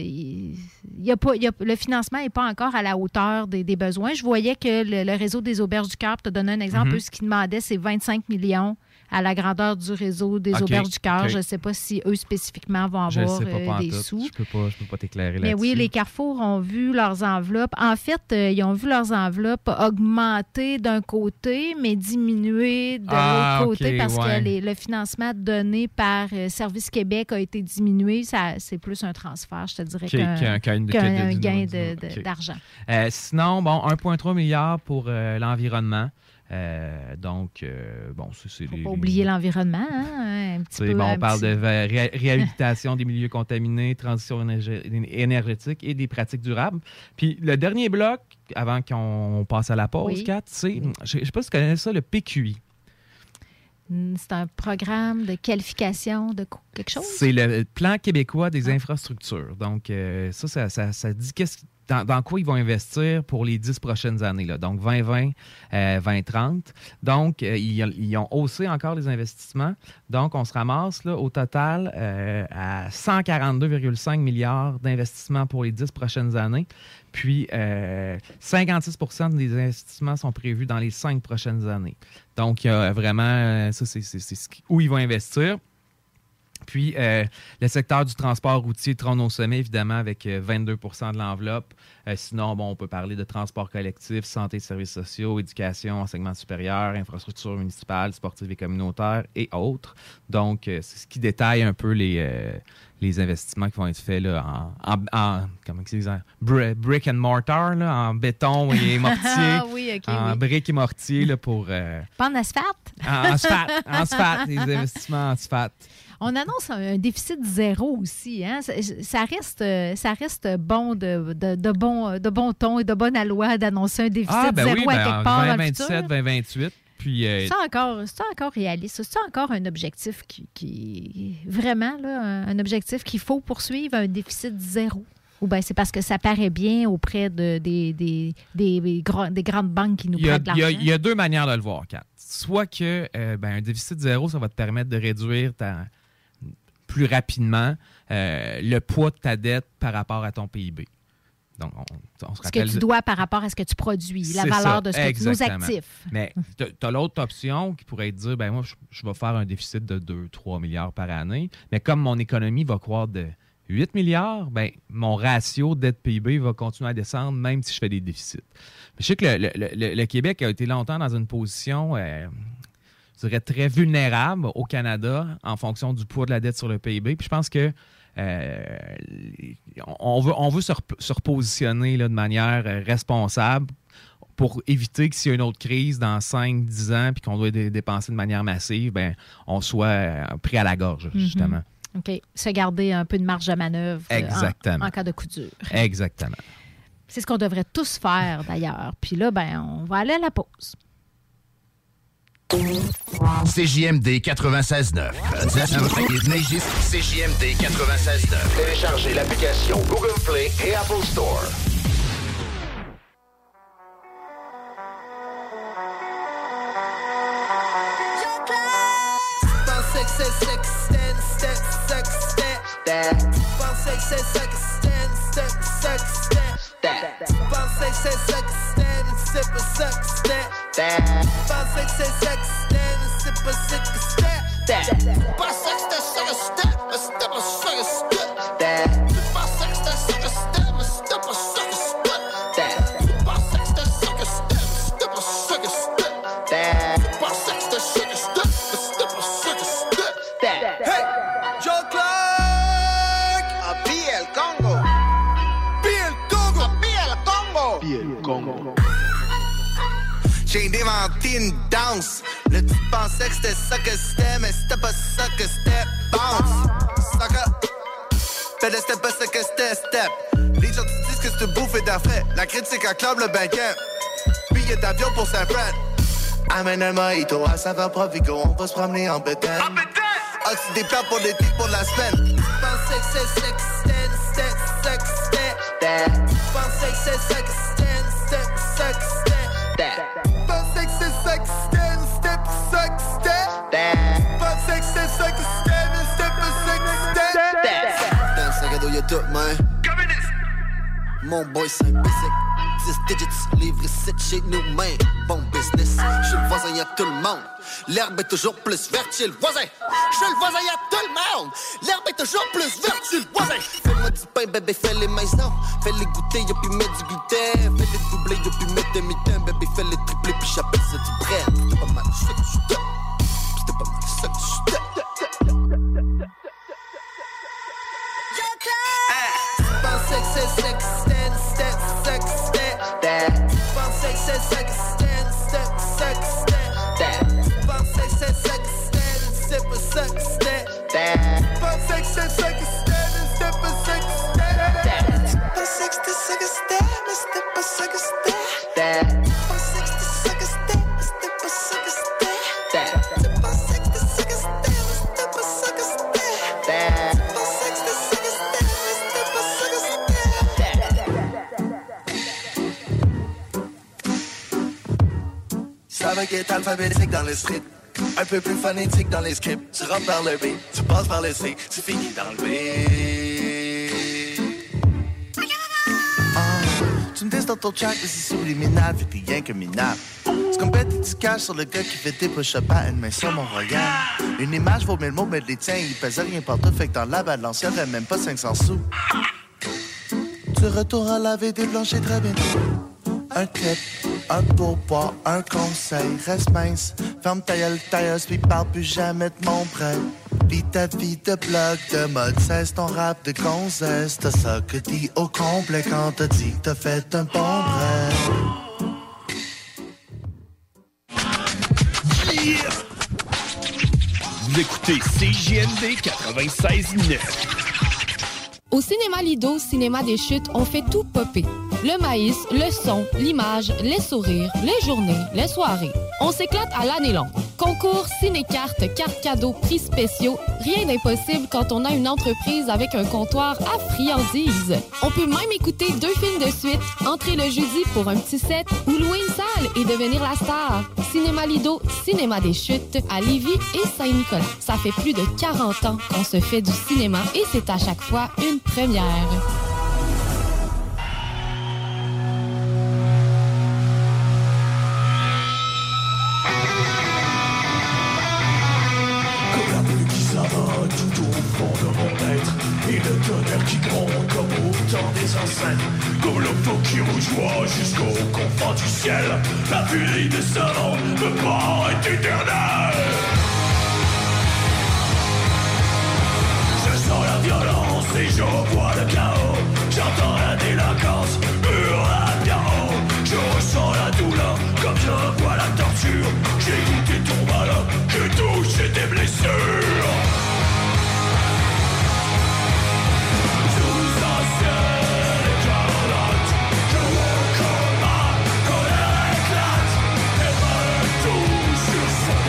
le financement n'est pas encore à la hauteur des besoins. Je voyais que le réseau des Auberges du Cœur, pour te donner un exemple, ce qu'ils demandaient, c'est 25 millions à la grandeur du réseau des Auberges du Cœur. Je ne sais pas si eux spécifiquement vont avoir des sous. Je peux pas t'éclairer là-dessus. Mais oui, les Carrefours ont vu leurs enveloppes. En fait, ils ont vu leurs enveloppes augmenter d'un côté, mais diminuer de l'autre côté parce que le financement donné par Service Québec a été diminué. C'est plus un transfert, je te dirais, qu'un gain d'argent. Sinon, 1,3 milliard pour l'environnement. Faut pas oublier l'environnement, un petit peu. On parle de réhabilitation des milieux contaminés, transition énergétique et des pratiques durables. Puis le dernier bloc, avant qu'on passe à la pause, Kat, c'est, je ne sais pas si tu connais ça, le PQI. C'est un programme de qualification de quelque chose? C'est le Plan québécois des infrastructures. Donc, ça dit dans quoi ils vont investir pour les 10 prochaines années. Là. Donc, 2020, 2030. Donc, ils ont haussé encore les investissements. Donc, on se ramasse là, au total à 142,5 milliards d'investissements pour les 10 prochaines années. Puis, 56 % des investissements sont prévus dans les 5 prochaines années. Donc, il y a vraiment... ça, c'est où ils vont investir. Puis, le secteur du transport routier trône au sommet, évidemment, avec 22 % de l'enveloppe. Sinon, on peut parler de transport collectif, santé et services sociaux, éducation, enseignement supérieur, infrastructures municipales, sportives et communautaires et autres. Donc, c'est ce qui détaille un peu les investissements qui vont être faits là, comment ils disent, brick and mortar, là, en béton et mortier. En briques et mortier là, pour... Pas en asphalte? En asphalte, les investissements en asphalte. On annonce un déficit zéro aussi. Hein? Ça reste bon de bon ton et de bonne aloi d'annoncer un déficit zéro à quelque part dans le futur. 2027, 2028. Puis, c'est encore réaliste. C'est encore un objectif qui vraiment là, un objectif qu'il faut poursuivre, un déficit zéro. Ou bien c'est parce que ça paraît bien auprès des grandes banques qui nous prêtent de l'argent? Il y a 2 manières de le voir, Kat. Soit que un déficit zéro, ça va te permettre de réduire plus rapidement le poids de ta dette par rapport à ton PIB. Donc, on se rappelle... Ce que tu dois par rapport à ce que tu produis, la valeur de nos actifs. Mais tu as l'autre option qui pourrait te dire, moi, je vais faire un déficit de 2-3 milliards par année, mais comme mon économie va croître de 8 milliards, mon ratio dette-PIB va continuer à descendre même si je fais des déficits. Mais je sais que le Québec a été longtemps dans une position, je dirais, très vulnérable au Canada en fonction du poids de la dette sur le PIB. Puis je pense que on veut se repositionner là, de manière responsable pour éviter que s'il y a une autre crise dans 5-10 ans puis qu'on doit dépenser de manière massive, on soit pris à la gorge, justement. OK. Se garder un peu de marge de manœuvre en cas de coup dur. Exactement. C'est ce qu'on devrait tous faire, d'ailleurs. Puis là, on va aller à la pause. CJMD 96.9. CJMD 96.9. Téléchargez l'application Google Play et Apple Store. J'ai inventé une danse. Là, tu pensais que c'était ça que c'était, mais c'était pas ça que c'était. Bounce, sucker. Fais le step pas ça que c'était, step. Les gens te disent que c'est bouffe et d'affaires. La critique acclame le banquet. Billet d'avion pour Saint-Fran. Amène un mojito à saveur Provigo. On va se promener en bétail. As-tu des plans pour l'été, pour la semaine? Pensais que c'est ça que c'était, ça que c'était. Pensais que c'est ça que c'était, ça que c'était. Pensais que c'est ça que c'était, c'était pas ça que c'était. Pensais que c'est ça que c'était, mais c'était pas ça que c'était. Dans le sac à dos y'a tout, man. Mon boy c'est un basic. 10 digits, livre ici chez nous, man. Bon business, chez le voisin y'a tout le monde. L'herbe est toujours plus verte chez le voisin. Chez le voisin y'a tout le monde. L'herbe est toujours plus verte chez le voisin. Fais-moi du pain, bébé, fais-les maisons. Fais-les goûter, y'a puis mettre du gluten. Fais-les doubler, y'a puis mettre demi-temps. Bébé, fais-les tripler, puis j'appelle ça du bread. C'était pas mal ça que j'étais. C'était pas mal ça que j'étais. Pensais que c'est ça que c'était, ça que c'était. Pensais que c'est ça que c'était, ça que c'était. Pensais que c'est ça que c'était, c'est pas ça que c'était. Pensais que c'est ça que c'était, c'est pas ça que c'était. Pensais que c'était ça que c'était, mais c'était pas ça que c'était. Pensais que c'était ça que c'était, mais c'était pas ça que c'était. Pensais que c'était ça que c'était, mais c'était pas ça que c'était. Pensais que c'était ça que c'était, mais c'était pas ça que c'était. Savais qu'il est alphabétique dans les streets. Un peu plus phonétique dans les scripts. Tu rentres par le B, tu passes par le C, tu finis dans le B. Tu me dis dans ton track, mais c'est subliminal, fait que t'es rien que minable. Tu compètes et tu caches sur le gars qui fait des push-ups à une main sur mon royal. Une image vaut 1000 mots, mais les tiens, ils pèsent rien partout, fait que dans la balance, y'aurait même pas 500 sous. Tu retournes à laver des planchers très bientôt. Un tip, un pourboire, un conseil, reste mince. Ferme ta gueule, tailleuse, puis parle plus jamais de mon prêt. Vis ta vie de blog, de mode, cesse ton rap de gonzesse. T'as ça que dit au complet quand t'as dit que t'as fait un bon bref. Yeah! Vous écoutez CJMD 96.9. Au Cinéma Lido, Cinéma des Chutes, on fait tout popper. Le maïs, le son, l'image, les sourires, les journées, les soirées. On s'éclate à l'année longue. Concours, ciné-cartes, cartes cadeaux, prix spéciaux, rien d'impossible quand on a une entreprise avec un comptoir à friandises. On peut même écouter 2 films de suite, entrer le jeudi pour un petit set ou louer une salle et devenir la star. Cinéma Lido, Cinéma des Chutes, à Lévis et Saint-Nicolas. Ça fait plus de 40 ans qu'on se fait du cinéma et c'est à chaque fois une première. Tout au fond de mon être, et le tonnerre qui gronde comme au temps des ancêtres, comme le feu qui rougeoie jusqu'au confins du ciel. La furie de ce monde me paraît éternelle. Je sens la violence et je vois le chaos. J'entends la délinquance hurler bien haut. Je ressens la douleur comme je vois la torture. J'ai goûté ton malheur, j'ai touché tes blessures. Sur son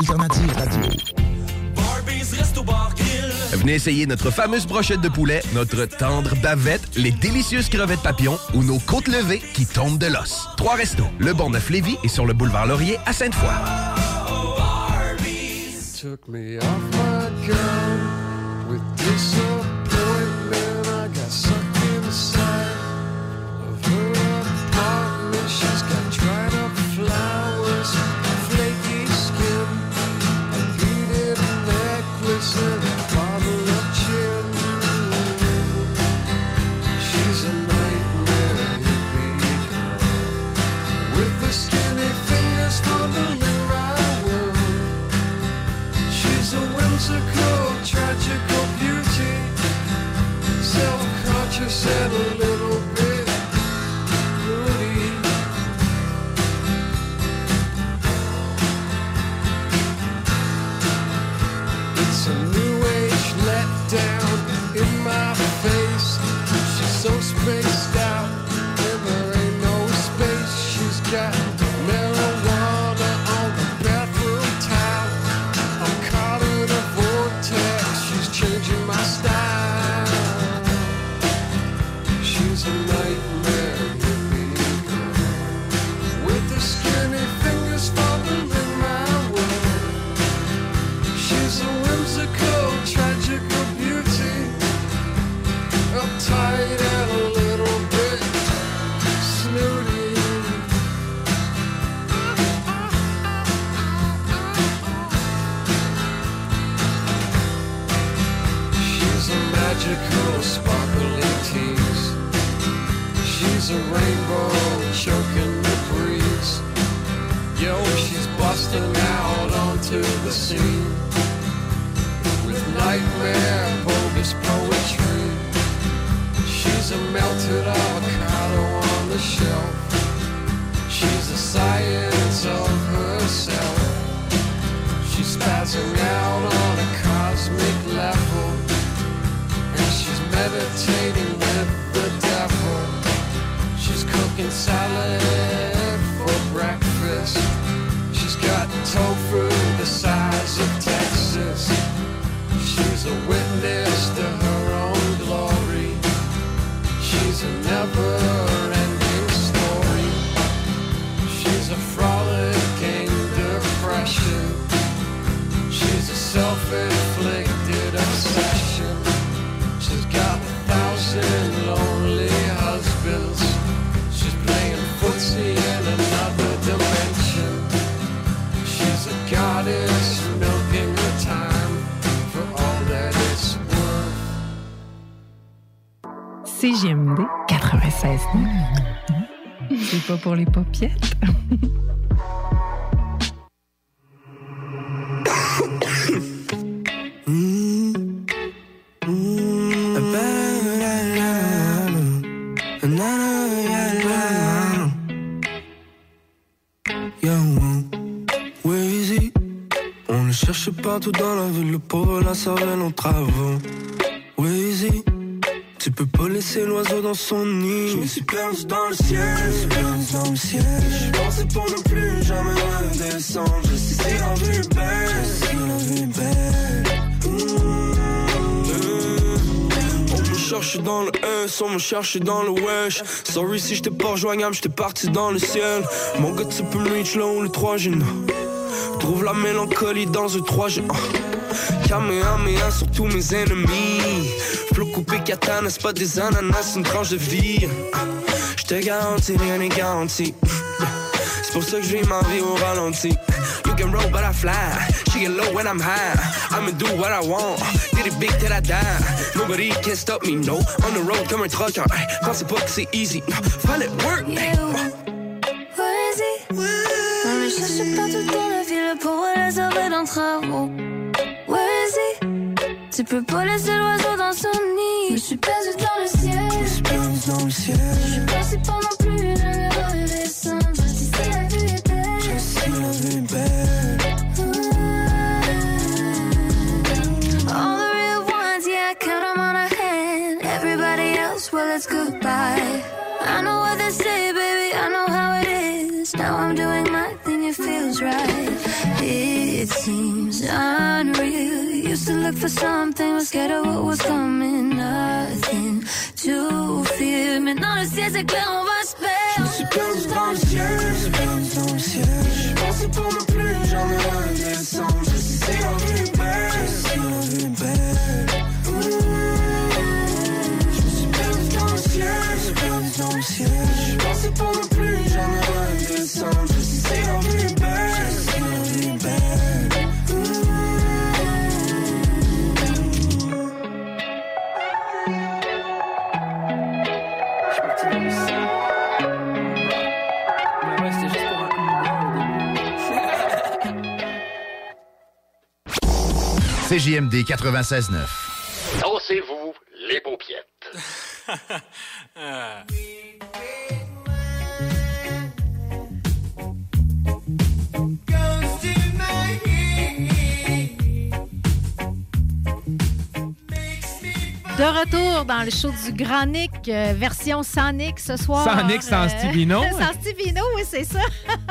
Alternative Radio. Venez essayer notre fameuse brochette de poulet, notre tendre bavette, les délicieuses crevettes papillons ou nos côtes levées qui tombent de l'os. 3 restos, le Bonneuf-Lévis et sur le boulevard Laurier à Sainte-Foy. Took me off my gun with disappointment. I got sucked inside of her apartment. She's got dried up flowers, flaky skin, a beaded necklace and a bottle of gin. She's a nightmare hippie girl with the skinny fingers fumbling my world. She's a whimsical, tragical beauty, self-conscious and a little bit moody. It's a new age letdown in my face. She's so spaced out and there ain't no space. She's got marijuana on the bathroom tile. I'm caught in a vortex. She's changing my style. She's a nightmare hippie girl with the skinny fingers fumbling in my world. She's a whimsical, tragical beauty, uptight and a little bit snooty. She's a magical, sparkling tease. She's a rainbow choking the breeze. Yo, she's busting out onto the scene with nightmare, bogus poetry. She's a melted avocado on the shelf. She's the science of herself. She's spazzing out on a cosmic level, and she's meditating with the devil. She's cooking salad for breakfast. She's got tofu the size of Texas. She's a witness to her own glory. She's a never-ending story. She's a frolicking depression. She's a self-inflicted obsession. She's got 1,000 lonely husbands. She's playing footsie in another dimension. She's a goddess milking her time for all that it's worth. CJMD 96. C'est pas pour les paupiettes. On le cherche partout dans la ville, le pauvre la cervelle en travaux. Weezy, tu peux pas laisser l'oiseau dans son nid. Je me suis perdu dans le ciel, je pensais pour ne plus jamais redescendre. Je sais si la vie est belle, On me cherche dans le S, on me cherche dans le wesh. Sorry si j'étais pas rejoignable, j'étais parti dans le ciel. Mon gars tu peux me reach là où le 3G. Trouve la mélancolie dans un 3G. Kamehameha sur tous mes ennemis. Flow coupé katana, c'est pas des ananas, c'est une tranche de vie. J'te garantis, rien n'est garanti. C'est pour ça que je vis ma vie au ralenti. You can roll but I fly. She get low when I'm high. I'ma do what I want. Did it big till I die. Nobody can stop me, no. On the road comme un trucker. Pensez pas que c'est easy. No, fallait work. On le cherche partout dans la ville pour la sauver dans travaux. Where is he? Tu peux pas laisser l'oiseau dans son nid. Je suis perdu dans le ciel. Je suis passé pas non plus jamais redescendre. Je sais si la vue est belle. All the real ones, yeah, I count them on a hand. Everybody else, well, it's goodbye. I know what they say, baby, I know how it is. Now I'm doing my thing, it feels right. It seems unreal. Used to look for something, was scared of what was coming. Nothing to fear. Maintenant le ciel c'est clair, on va se perdre. Je me suis perdu dans le ciel, je me suis perdu dans le ciel. Je pensais pour ne plus jamais redescendre. Je sais si la vie est belle, je sais si la vie est belle. Je me suis perdu dans le ciel, je me suis perdu dans le ciel. Je pensais pour ne plus jamais redescendre. Je sais si la vie est belle, je sais si la vie est belle. CJMD 96.9. Dansez-vous les paupiettes. De retour dans le show du Grand Nick, version sans Nick ce soir. Sans Nick, sans Stevino. Sans Stevino, oui, c'est ça.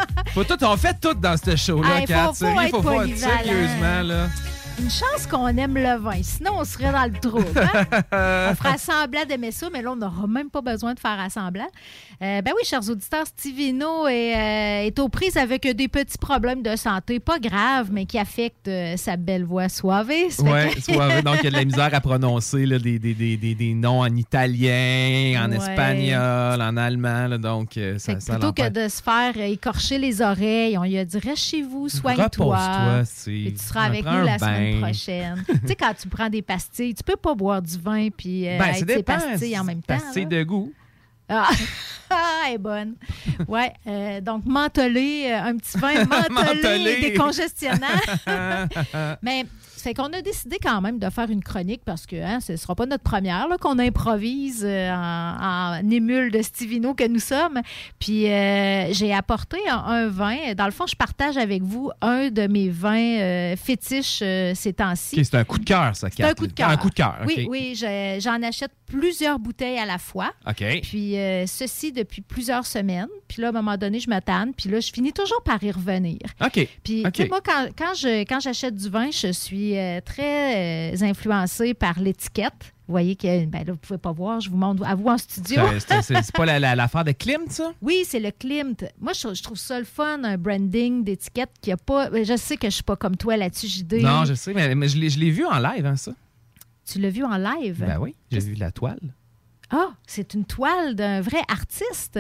On fait tout dans ce show-là, hey, Kat. Il faut sérieusement, là. Une chance qu'on aime le vin, sinon on serait dans le trouble. Hein? On ferait semblant d'aimer ça, mais là, on n'aura même pas besoin de faire semblant. Ben oui, chers auditeurs, Stevino est aux prises avec des petits problèmes de santé, pas graves, mais qui affectent sa belle voix suavée. Oui, suavée. Donc, il y a de la misère à prononcer là, des noms en italien, en espagnol, en allemand. Là, donc, ça plutôt que de se faire écorcher les oreilles, on lui a dit « Reste chez vous, soigne-toi. » Et tu seras avec nous la semaine prochaine. Tu sais, quand tu prends des pastilles, tu peux pas boire du vin puis être tes pastilles en même temps. Pastilles de goût. Ah, elle est bonne. Ouais, donc mentholé, un petit vin mentholé, décongestionnant. Mais fait qu'on a décidé quand même de faire une chronique parce que ce ne sera pas notre première là, qu'on improvise en émule de Stevino que nous sommes. Puis j'ai apporté un vin. Dans le fond, je partage avec vous un de mes vins fétiches ces temps-ci. Okay, c'est un coup de cœur, ça, Kat. C'est un coup de cœur. Un coup de cœur, okay. Oui, j'en achète plusieurs bouteilles à la fois. OK. Puis ceci depuis plusieurs semaines. Puis là, à un moment donné, je me tanne. Puis là, je finis toujours par y revenir. OK. Puis moi, quand j'achète du vin, je suis très influencée par l'étiquette. Vous voyez que, là, vous ne pouvez pas voir, je vous montre à vous en studio. C'est pas l'affaire de Klimt, ça? Oui, c'est le Klimt. Moi, je trouve ça le fun, un branding d'étiquette qui a pas... Je sais que je suis pas comme toi là-dessus, JD. Non, je sais, mais je l'ai vu en live, hein, ça. Tu l'as vu en live? Ben oui, j'ai vu la toile. Ah, c'est une toile d'un vrai artiste.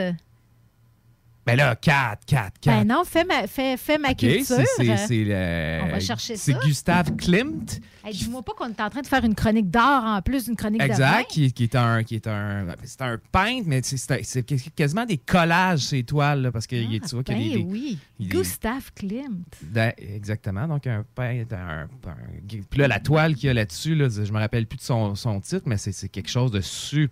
Ben là, 4. Ben non, fais ma culture. On va chercher ça. C'est Gustave Klimt. Hey, dis-moi pas qu'on est en train de faire une chronique d'art en plus d'une chronique de vin. Exact, qui est un peintre, mais c'est quasiment des collages, ces toiles, là, parce que tu vois qu'il y a des... oui, Gustave Klimt. Exactement, donc un peintre... Puis là, la toile qu'il y a là-dessus, là, je me rappelle plus de son titre, mais c'est quelque chose de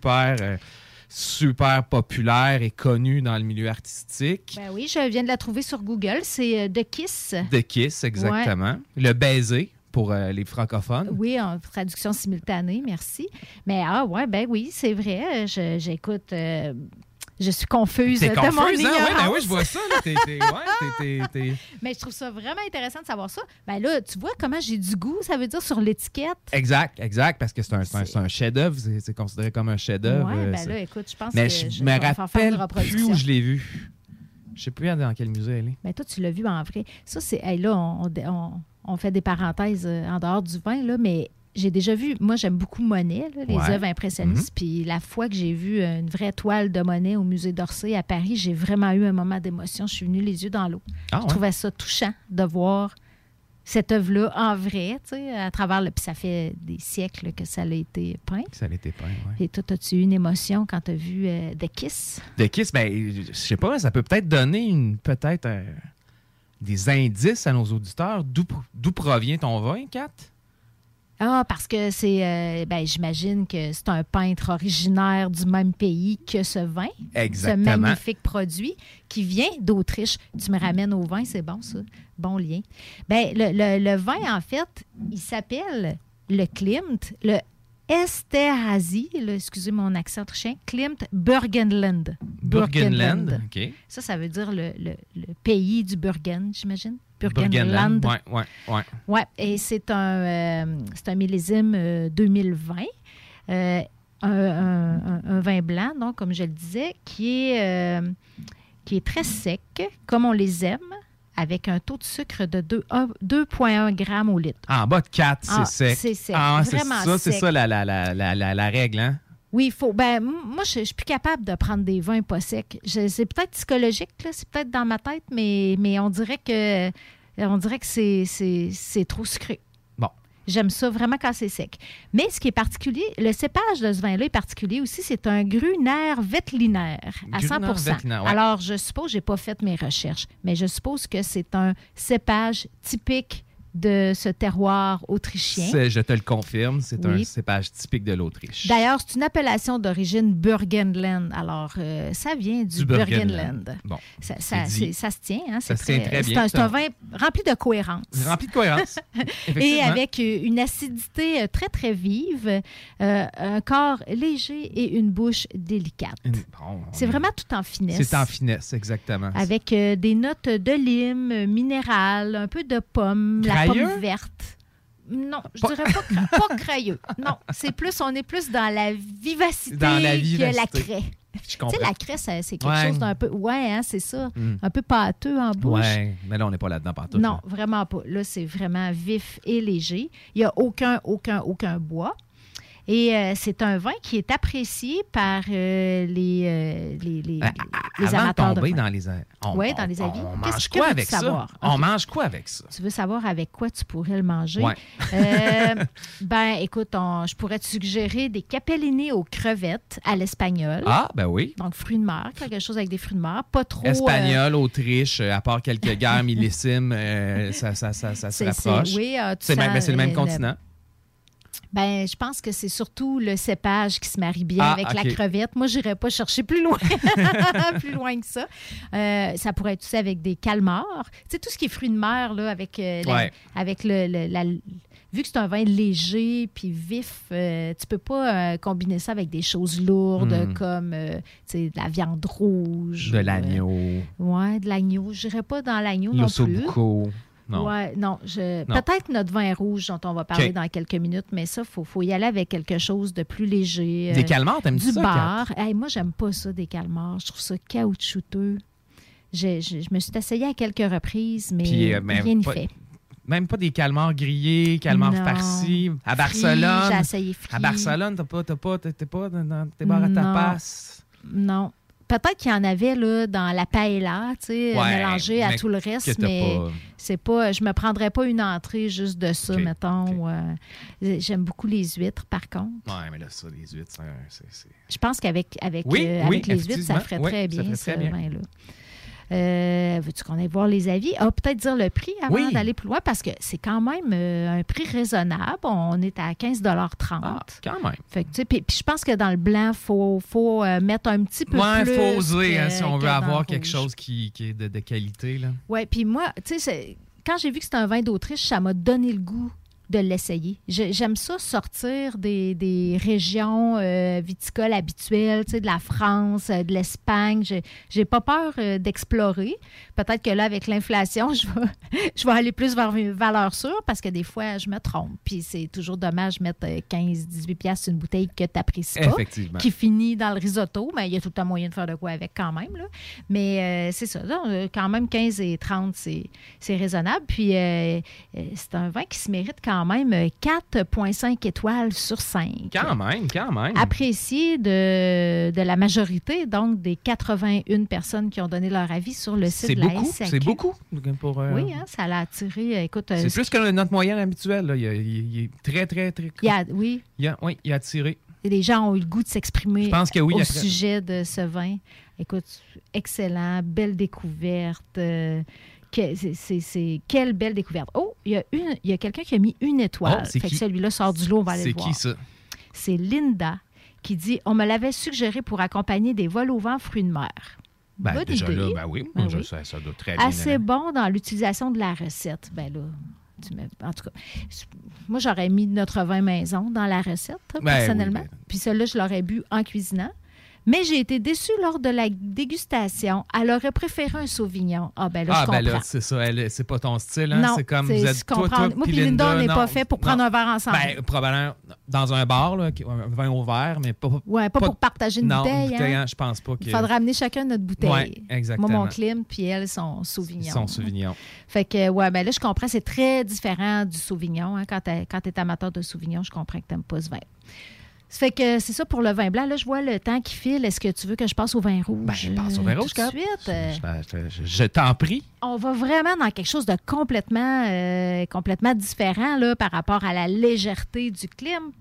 super populaire et connu dans le milieu artistique. Ben oui, je viens de la trouver sur Google. C'est The Kiss. The Kiss, exactement. Ouais. Le baiser pour les francophones. Oui, en traduction simultanée, merci. Mais ben oui, c'est vrai. J'écoute... Je suis confuse de mon ignorance. Ben oui, je vois ça. Mais je trouve ça vraiment intéressant de savoir ça. Ben là, tu vois comment j'ai du goût, ça veut dire sur l'étiquette. Exact, parce que c'est un chef-d'œuvre. C'est considéré comme un chef-d'œuvre. Oui, ben là, écoute, je pense mais que je me rappelle plus où je l'ai vu. Je sais plus dans quel musée elle est. Ben toi, tu l'as vu en vrai. Ça, c'est... Hey, là, on fait des parenthèses en dehors du vin, là, mais... J'ai déjà vu, moi j'aime beaucoup Monet, là, les œuvres impressionnistes, puis la fois que j'ai vu une vraie toile de Monet au musée d'Orsay à Paris, j'ai vraiment eu un moment d'émotion, je suis venue les yeux dans l'eau. Je trouvais ça touchant de voir cette œuvre-là en vrai, tu sais, à travers puis ça fait des siècles que ça a été peint. Ça a été peint, oui. Et toi, as-tu eu une émotion quand tu as vu The Kiss? The Kiss, je sais pas, ça peut peut-être donner des indices à nos auditeurs. D'où provient ton vin, Kat? Ah, parce que c'est... j'imagine que c'est un peintre originaire du même pays que ce vin. Exactement. Ce magnifique produit qui vient d'Autriche. Tu me ramènes au vin, c'est bon, ça. Bon lien. Le vin, en fait, il s'appelle le Klimt, le Esterhazy, excusez mon accent autrichien, Klimt Burgenland. Burgenland, OK. Ça veut dire le pays du Burgen, j'imagine. Burgenland. Oui. Ouais, et c'est un millésime 2020. Un vin blanc, donc, comme je le disais, qui est très sec, comme on les aime, avec un taux de sucre de 2,1 grammes au litre. En bas de 4, c'est sec. C'est sec, vraiment sec. C'est ça la règle, hein? Oui, il faut. Ben, moi, je suis plus capable de prendre des vins pas secs. C'est peut-être psychologique, là, c'est peut-être dans ma tête, mais on dirait que c'est trop sucré. Bon. J'aime ça vraiment quand c'est sec. Mais ce qui est particulier, le cépage de ce vin-là est particulier aussi, c'est un Gruner Veltliner à 100%. Ouais. Alors, je suppose, je n'ai pas fait mes recherches, mais je suppose que c'est un cépage typique de ce terroir autrichien. Je te le confirme, c'est Oui. un cépage typique de l'Autriche. D'ailleurs, c'est une appellation d'origine Burgenland. Alors, ça vient du Burgenland. Bon, ça se tient. Hein? Ça se tient très bien. C'est un vin rempli de cohérence. Rempli de cohérence, Et avec une acidité très, très vive, un corps léger et une bouche délicate. C'est vraiment tout en finesse. C'est en finesse, exactement. Avec des notes de lime, minérales, un peu de pomme, la pomme verte. Non, je dirais pas crayeux. Non, on est plus dans la vivacité, que la craie. Tu sais, la craie, c'est quelque chose d'un peu... Ouais, hein, c'est ça. Un peu pâteux en bouche. Ouais, mais là, on n'est pas là-dedans partout. Non, vraiment pas. Là, c'est vraiment vif et léger. Il n'y a aucun bois. Et c'est un vin qui est apprécié par les amateurs de vin. Dans les Oui, dans les avis. On mange quoi avec ça? On mange quoi avec ça? Tu veux savoir avec quoi tu pourrais le manger? Ouais. Écoute, je pourrais te suggérer des capellini aux crevettes à l'espagnol. Ah, ben oui. Donc, fruits de mer, quelque chose avec des fruits de mer. Pas trop... Espagnol, Autriche, à part quelques guerres millissimes, ça se rapproche. Oui, c'est le même continent. Ben, je pense que c'est surtout le cépage qui se marie bien avec la crevette. Moi, je n'irais pas chercher plus loin, plus loin que ça. Ça pourrait être aussi avec des calmars. Tu sais, tout ce qui est fruits de mer, là, avec vu que c'est un vin léger puis vif, tu peux pas combiner ça avec des choses lourdes comme de la viande rouge. De l'agneau. De l'agneau. Je n'irais pas dans l'agneau non plus. L'ossobuco. Non. Ouais, non. Peut-être notre vin rouge dont on va parler dans quelques minutes, mais ça, il faut y aller avec quelque chose de plus léger. Des calmars, t'aimes-tu ça? Du bar. Hey, moi, j'aime pas ça, des calmars. Je trouve ça caoutchouteux. Je me suis essayée à quelques reprises, mais rien n'y fait. Même pas des calmars grillés, calmars farcis. À Barcelone. J'ai essayé frit. À Barcelone, t'es pas dans tes bars à tapas. Non. Peut-être qu'il y en avait là, dans la paella, mélangée à tout le reste, mais c'est pas. Je me prendrais pas une entrée juste de ça, mettons. J'aime beaucoup les huîtres, par contre. Oui, mais là, ça, les huîtres, c'est... Je pense qu'avec les huîtres, ça ferait très bien, ce vin-là. Veux-tu qu'on aille voir les avis? Peut-être dire le prix avant d'aller plus loin, parce que c'est quand même un prix raisonnable. On est à 15,30 $. Quand même. Fait que, puis je pense que dans le blanc, il faut mettre un petit peu plus. Il faut oser si on veut avoir quelque chose qui est de qualité. Oui, puis moi, tu sais, quand j'ai vu que c'était un vin d'Autriche, ça m'a donné le goût de l'essayer. J'aime ça sortir des régions viticoles habituelles, tu sais, de la France, de l'Espagne. J'ai pas peur d'explorer. Peut-être que là, avec l'inflation, je vais aller plus vers mes valeurs sûres parce que des fois, je me trompe. Puis c'est toujours dommage de mettre 15-18 piastres sur une bouteille que tu n'apprécies pas, qui finit dans le risotto. Mais il y a tout un moyen de faire de quoi avec quand même. Là. Mais c'est ça. Là, quand même, 15 et 30, c'est raisonnable. Puis c'est un vin qui se mérite quand même 4,5 étoiles sur 5. Quand même. Apprécié de la majorité, donc des 81 personnes qui ont donné leur avis sur le site de la SAQ. C'est beaucoup. Oui, hein, ça l'a attiré. Écoute, c'est plus que notre moyenne habituelle. Là. Il est très, très, très... Il a attiré. Et les gens ont eu le goût de s'exprimer au sujet de ce vin. Écoute, excellent, belle découverte. Quelle belle découverte. Oh, il y a quelqu'un qui a mis une étoile. Fait que celui-là sort du lot, on va aller le voir. C'est qui, ça? C'est Linda qui dit « On me l'avait suggéré pour accompagner des vols au vent fruits de mer. » Bonne déjà idée. Là, ça doit très bien. Assez bon dans l'utilisation de la recette. Ben là, en tout cas, moi, j'aurais mis notre vin maison dans la recette, personnellement. Oui. Puis celui-là, je l'aurais bu en cuisinant. Mais j'ai été déçue lors de la dégustation. Elle aurait préféré un Sauvignon. Ah, ben là, je comprends. Ben là, c'est ça. C'est pas ton style. Hein? Non, c'est comme vous êtes toi moi puis Linda, on n'est pas fait pour prendre un verre ensemble. Ben, probablement dans un bar, là, un vin au verre, mais pas pour partager une bouteille. Une bouteille, hein? Je pense pas que... Il faudra amener chacun notre bouteille. Oui, exactement. Moi, mon Klim, puis elle, son Sauvignon. Son Sauvignon. Fait que, ben là, je comprends, c'est très différent du Sauvignon. Hein? Quand tu es amateur de Sauvignon, je comprends que tu n'aimes pas ce vin. Ça fait que c'est ça pour le vin blanc. Là, je vois le temps qui file. Est-ce que tu veux que je passe au vin rouge? Ben, passe au vin rouge, tout de suite. Je t'en prie. On va vraiment dans quelque chose de complètement différent là, par rapport à la légèreté du Klim.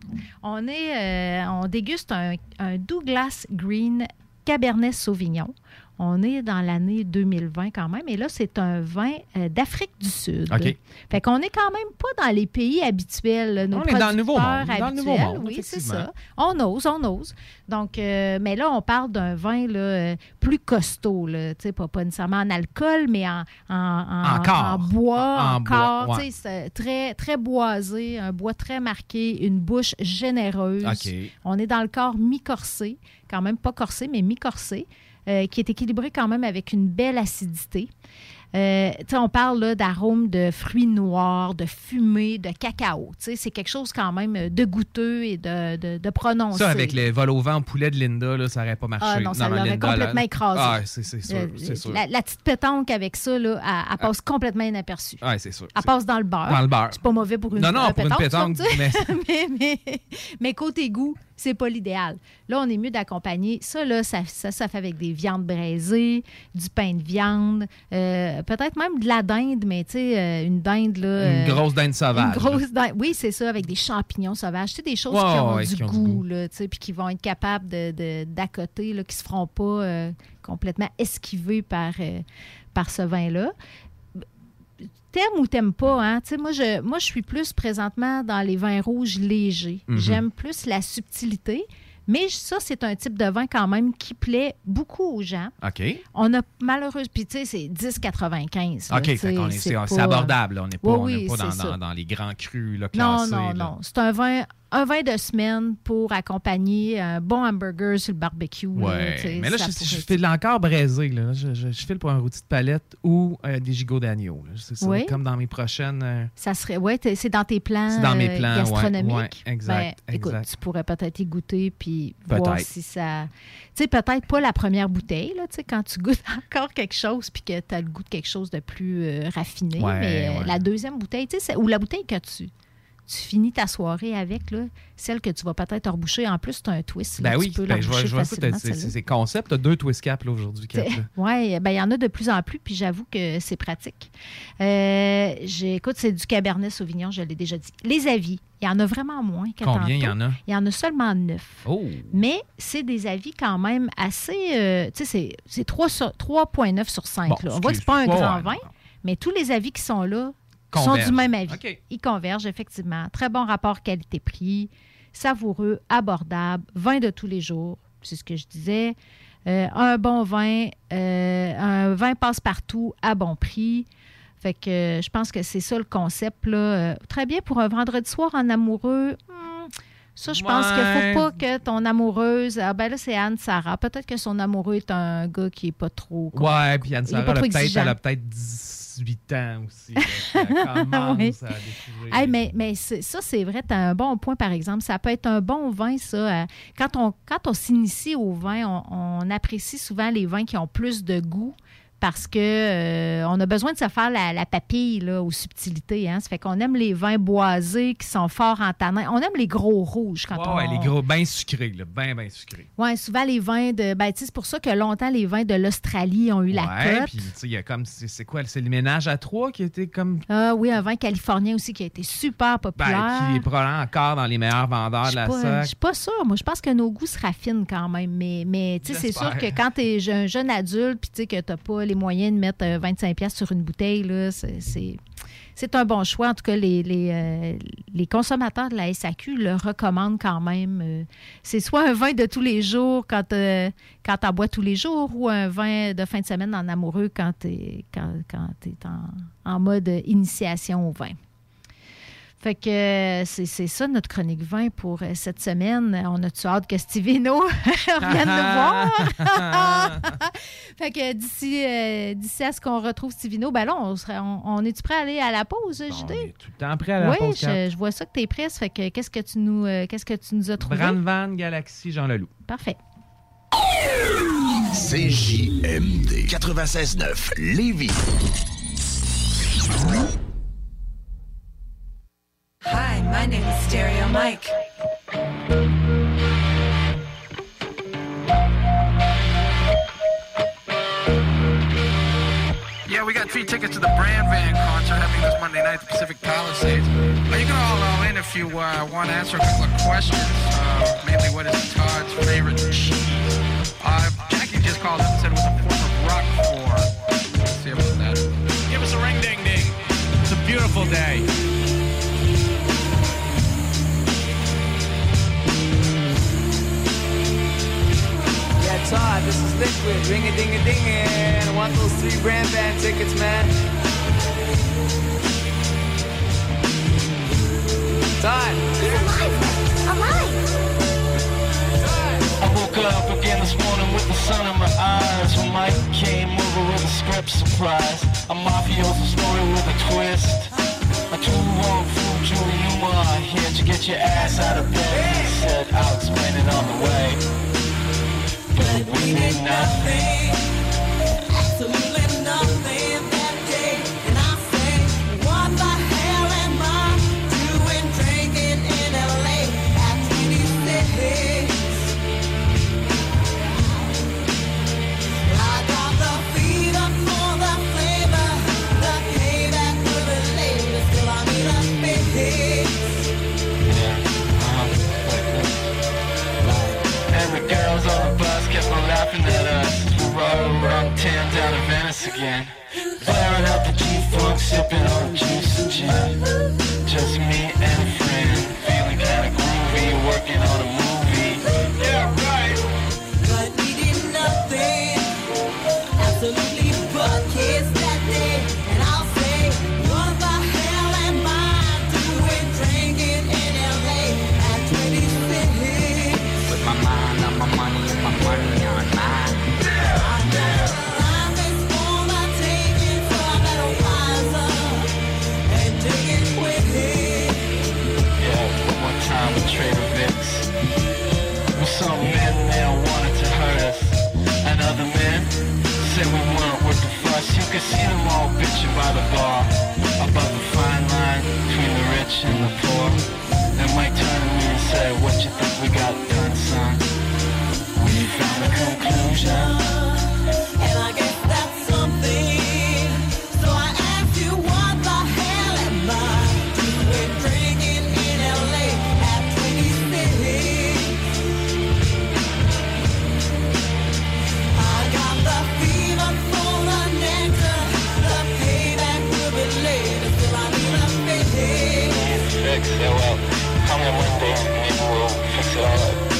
On déguste un Douglas Green Cabernet Sauvignon. On est dans l'année 2020 quand même. Et là, c'est un vin d'Afrique du Sud. OK. Fait qu'on est quand même pas dans les pays habituels. Nos on est dans le Nouveau Monde. Dans le Nouveau Monde, oui, c'est ça. On ose. Donc, mais là, on parle d'un vin là, plus costaud. Là, pas nécessairement en alcool, mais en bois, en corps. Ouais. C'est très, très boisé, un bois très marqué, une bouche généreuse. Okay. On est dans le corps mi-corsé, quand même pas corsé, mais mi-corsé. Qui est équilibré quand même avec une belle acidité. On parle là, d'arômes de fruits noirs, de fumée, de cacao. C'est quelque chose quand même de goûteux et de prononcé. Ça, avec les vols au vent en poulet de Linda, là, ça n'aurait pas marché. Ah non, ça l'aurait complètement écrasé. Ah, c'est sûr. La petite pétanque avec ça, là, elle passe complètement inaperçue. Ah, c'est sûr. Elle passe dans le beurre. Dans le beurre. C'est pas mauvais pour une pétanque. Pour une pétanque. Mais côté goût, c'est pas l'idéal. Là, on est mieux d'accompagner. Ça, là, ça fait avec des viandes braisées, du pain de viande, peut-être même de la dinde, mais tu sais, une dinde, là... Une grosse dinde sauvage. Une grosse dinde, oui, c'est ça, avec des champignons sauvages. Tu sais, des choses qui ont du goût, là, tu sais, puis qui vont être capables d'accoter, là, qui se feront pas complètement esquivés par ce vin-là. T'aimes ou t'aimes pas, hein? Tu sais, moi, je suis plus présentement dans les vins rouges légers. Mm-hmm. J'aime plus la subtilité. Mais ça, c'est un type de vin quand même qui plaît beaucoup aux gens. OK. On a malheureusement... Puis, tu sais, c'est 10,95. OK, c'est abordable. Là. On n'est pas dans dans les grands crus là, classés. Non. C'est un vin de semaine pour accompagner un bon hamburger sur le barbecue. Oui, mais là, je file encore braisé. Là. Je file pour un rôti de palette ou des gigots d'agneau. C'est ça, comme dans mes prochaines... Ça serait... Oui, c'est dans tes plans, gastronomiques. Oui, exact. Écoute, tu pourrais peut-être y goûter puis voir si ça... Tu sais, peut-être pas la première bouteille, là, tu sais, quand tu goûtes encore quelque chose puis que tu as le goût de quelque chose de plus raffiné. Mais la deuxième bouteille, tu sais, ou la bouteille que tu finis ta soirée avec, là, celle que tu vas peut-être reboucher. En plus, tu as un twist. Là, oui, je vois ça. C'est concept. Tu as 2 twist caps aujourd'hui. Oui, il y en a de plus en plus, puis j'avoue que c'est pratique. Écoute, c'est du Cabernet Sauvignon, je l'ai déjà dit. Les avis, il y en a vraiment moins que tantôt. Combien il y en a? Il y en a seulement 9. Oh. Mais c'est des avis quand même assez... tu sais, c'est 3,9 sur 5. Bon, là. On voit que ce n'est pas un grand vin, mais tous les avis qui sont là sont du même avis. Okay. Ils convergent, effectivement. Très bon rapport qualité-prix, savoureux, abordable, vin de tous les jours, c'est ce que je disais. Un bon vin, un vin passe-partout à bon prix. Fait que je pense que c'est ça le concept, là. Très bien pour un vendredi soir en amoureux. Ça, je pense qu'il ne faut pas que ton amoureuse... Ah ben là, c'est Anne-Sara. Peut-être que son amoureux est un gars qui n'est pas trop... Ouais, puis Anne-Sara, elle a peut-être 18 ans aussi. Elle commence à découvrir. Mais ça, c'est vrai. Tu as un bon point, par exemple. Ça peut être un bon vin, ça. Quand on s'initie au vin, on apprécie souvent les vins qui ont plus de goût. Parce que on a besoin de se faire la papille là, aux subtilités. Hein? Ça fait qu'on aime les vins boisés qui sont forts en tanin. On aime les gros rouges quand on... Oui, les gros, bien sucrés, bien sucrés. Oui, souvent les vins de... c'est pour ça que longtemps, les vins de l'Australie ont eu la cote. Puis, tu sais, il y a comme... C'est quoi? C'est le ménage à 3 qui était comme... Ah oui, un vin californien aussi qui a été super populaire. Qui est probablement encore dans les meilleurs vendeurs de la SAC. Je suis pas sûre. Moi, je pense que nos goûts se raffinent quand même. Mais tu sais, c'est sûr que quand tu es un jeune adulte puis tu sais que tu n'as pas les moyens de mettre 25$ sur une bouteille, là, c'est un bon choix. En tout cas, les consommateurs de la SAQ le recommandent quand même. C'est soit un vin de tous les jours quand tu en bois tous les jours ou un vin de fin de semaine en amoureux quand tu es en mode initiation au vin. Fait que c'est ça notre chronique vin pour cette semaine. On a-tu hâte que Stivino revienne nous voir? Fait que d'ici à ce qu'on retrouve Stivino, ben là, on est-tu prêt à aller à la pause, JD? On est tout le temps prêt à la pause. Oui, je vois ça que tu es prête. Fait que qu'est-ce que tu nous as trouvé? Brandvan Galaxy Jean Leloup. Parfait. CJMD 96.9 Lévis. Hi, my name is Stereo Mike. Yeah, we got free tickets to the Brand Van concert happening this Monday night at the Pacific Palisades. You can all in if you want to answer a couple of questions. Mainly, what is Todd's favorite cheese? Jackie just called up and said it was a form of Roquefort. Let's see about that. Give us a ring-ding-ding. It's a beautiful day. Todd, this is Liquid, ring-a-ding-a-dingin'. I want those 3 Brand Van tickets, man. Todd. Alive! I woke up again this morning with the sun in my eyes. When Mike came over with a script surprise. A mafioso story with a twist. A too-long fool, Julie Newmar, here to get your ass out of bed. He said, I'll explain it on the way. But we did nothing, absolutely nothing that day. And I say, what the hell am I doing drinking in LA at 26? I got the fever for the flavor, the payback will be later. Still I need a fix. And the girls on the bus kept on laughing at us. We rode around town down to Venice again. Blaring out the G-Funk, sipping on juice and gin. Just me and a friend, feeling kinda groovy, working on a movie. Yeah, right. But we did nothing, absolutely but kiss that day. And I'll say, what the hell am I doing drinking in LA at 26? With my mind on my money and my money on mine. Life is for the taking, so I better wise up and take it with it. Yeah, one more time with Trader Vic's. With some men there wanted to hurt us, and other men said we weren't worth the fuss. You could see them all bitching by the bar about the fine line between the rich and the poor. And Mike turned to me and said, what you think we got done, son? We found a conclusion, and I guess that's something. So I asked you, what the hell am I doing drinking in LA at 26? I got the fever for the nectar, the payback will be later. Still I need a fix. Fix, yeah, well, come here one day and maybe we'll fix it all up.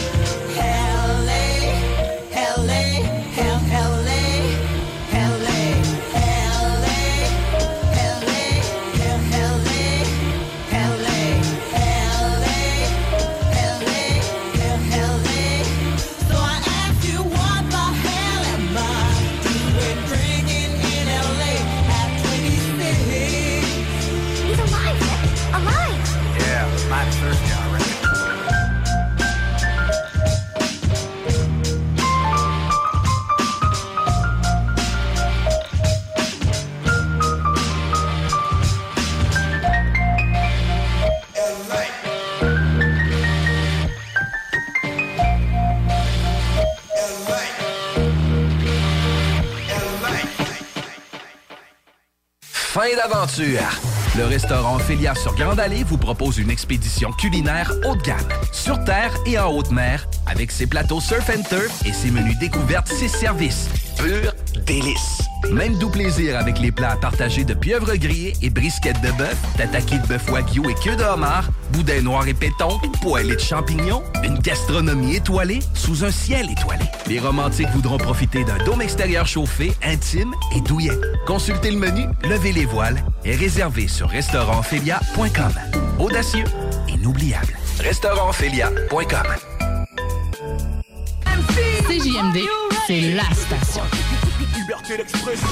Fin d'aventure! Le restaurant Félia sur Grande Allée vous propose une expédition culinaire haut de gamme, sur terre et en haute mer, avec ses plateaux surf and turf et ses menus découvertes 6 services. Pur délice! Même doux plaisir avec les plats partagés de pieuvres grillées et brisquettes de bœuf, tataki de bœuf wagyu et queue de homard, boudin noir et péton, poêlée de champignons, une gastronomie étoilée sous un ciel étoilé. Les romantiques voudront profiter d'un dôme extérieur chauffé, intime et douillet. Consultez le menu, levez les voiles et réservez sur restaurantphilia.com. Audacieux, inoubliable. restaurantphilia.com. CJMD, c'est la station. Liberté d'expression.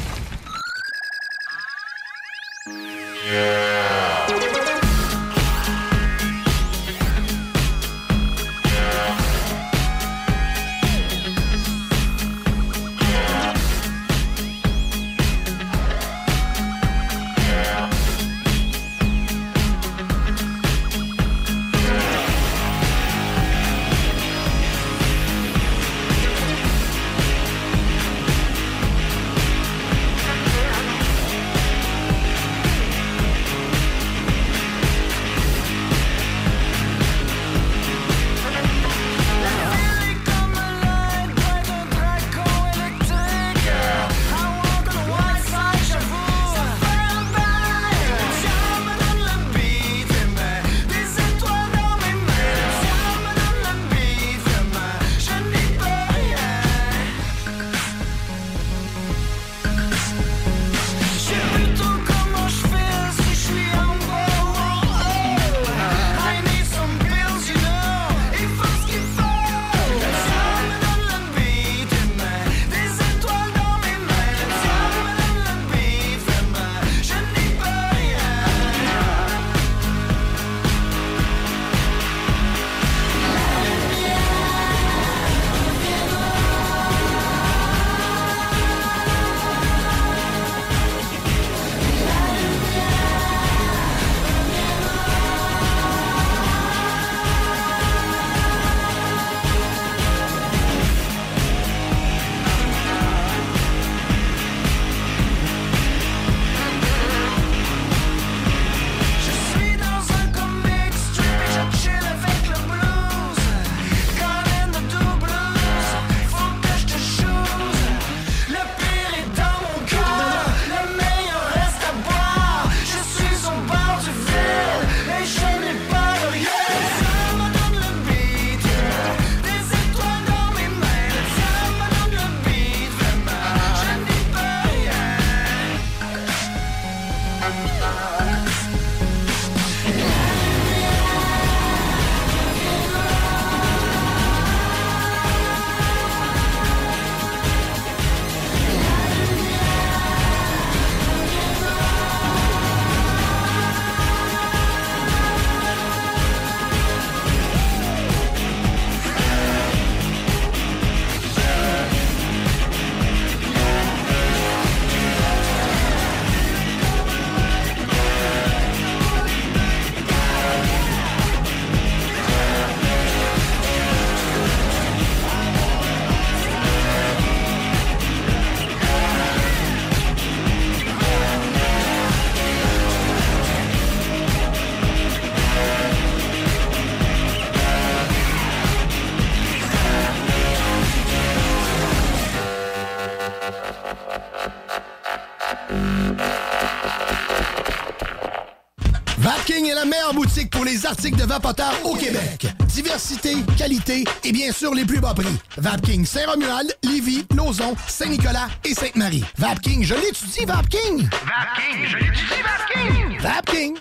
Vapking est la meilleure boutique pour les articles de vapoteurs au Québec. Diversité, qualité et bien sûr les plus bas prix. Vapking Saint-Romuald, Lévis, Lauson, Saint-Nicolas et Sainte-Marie. Vapking, je l'étudie, Vapking! Vapking, je l'étudie, Vapking! Vapking!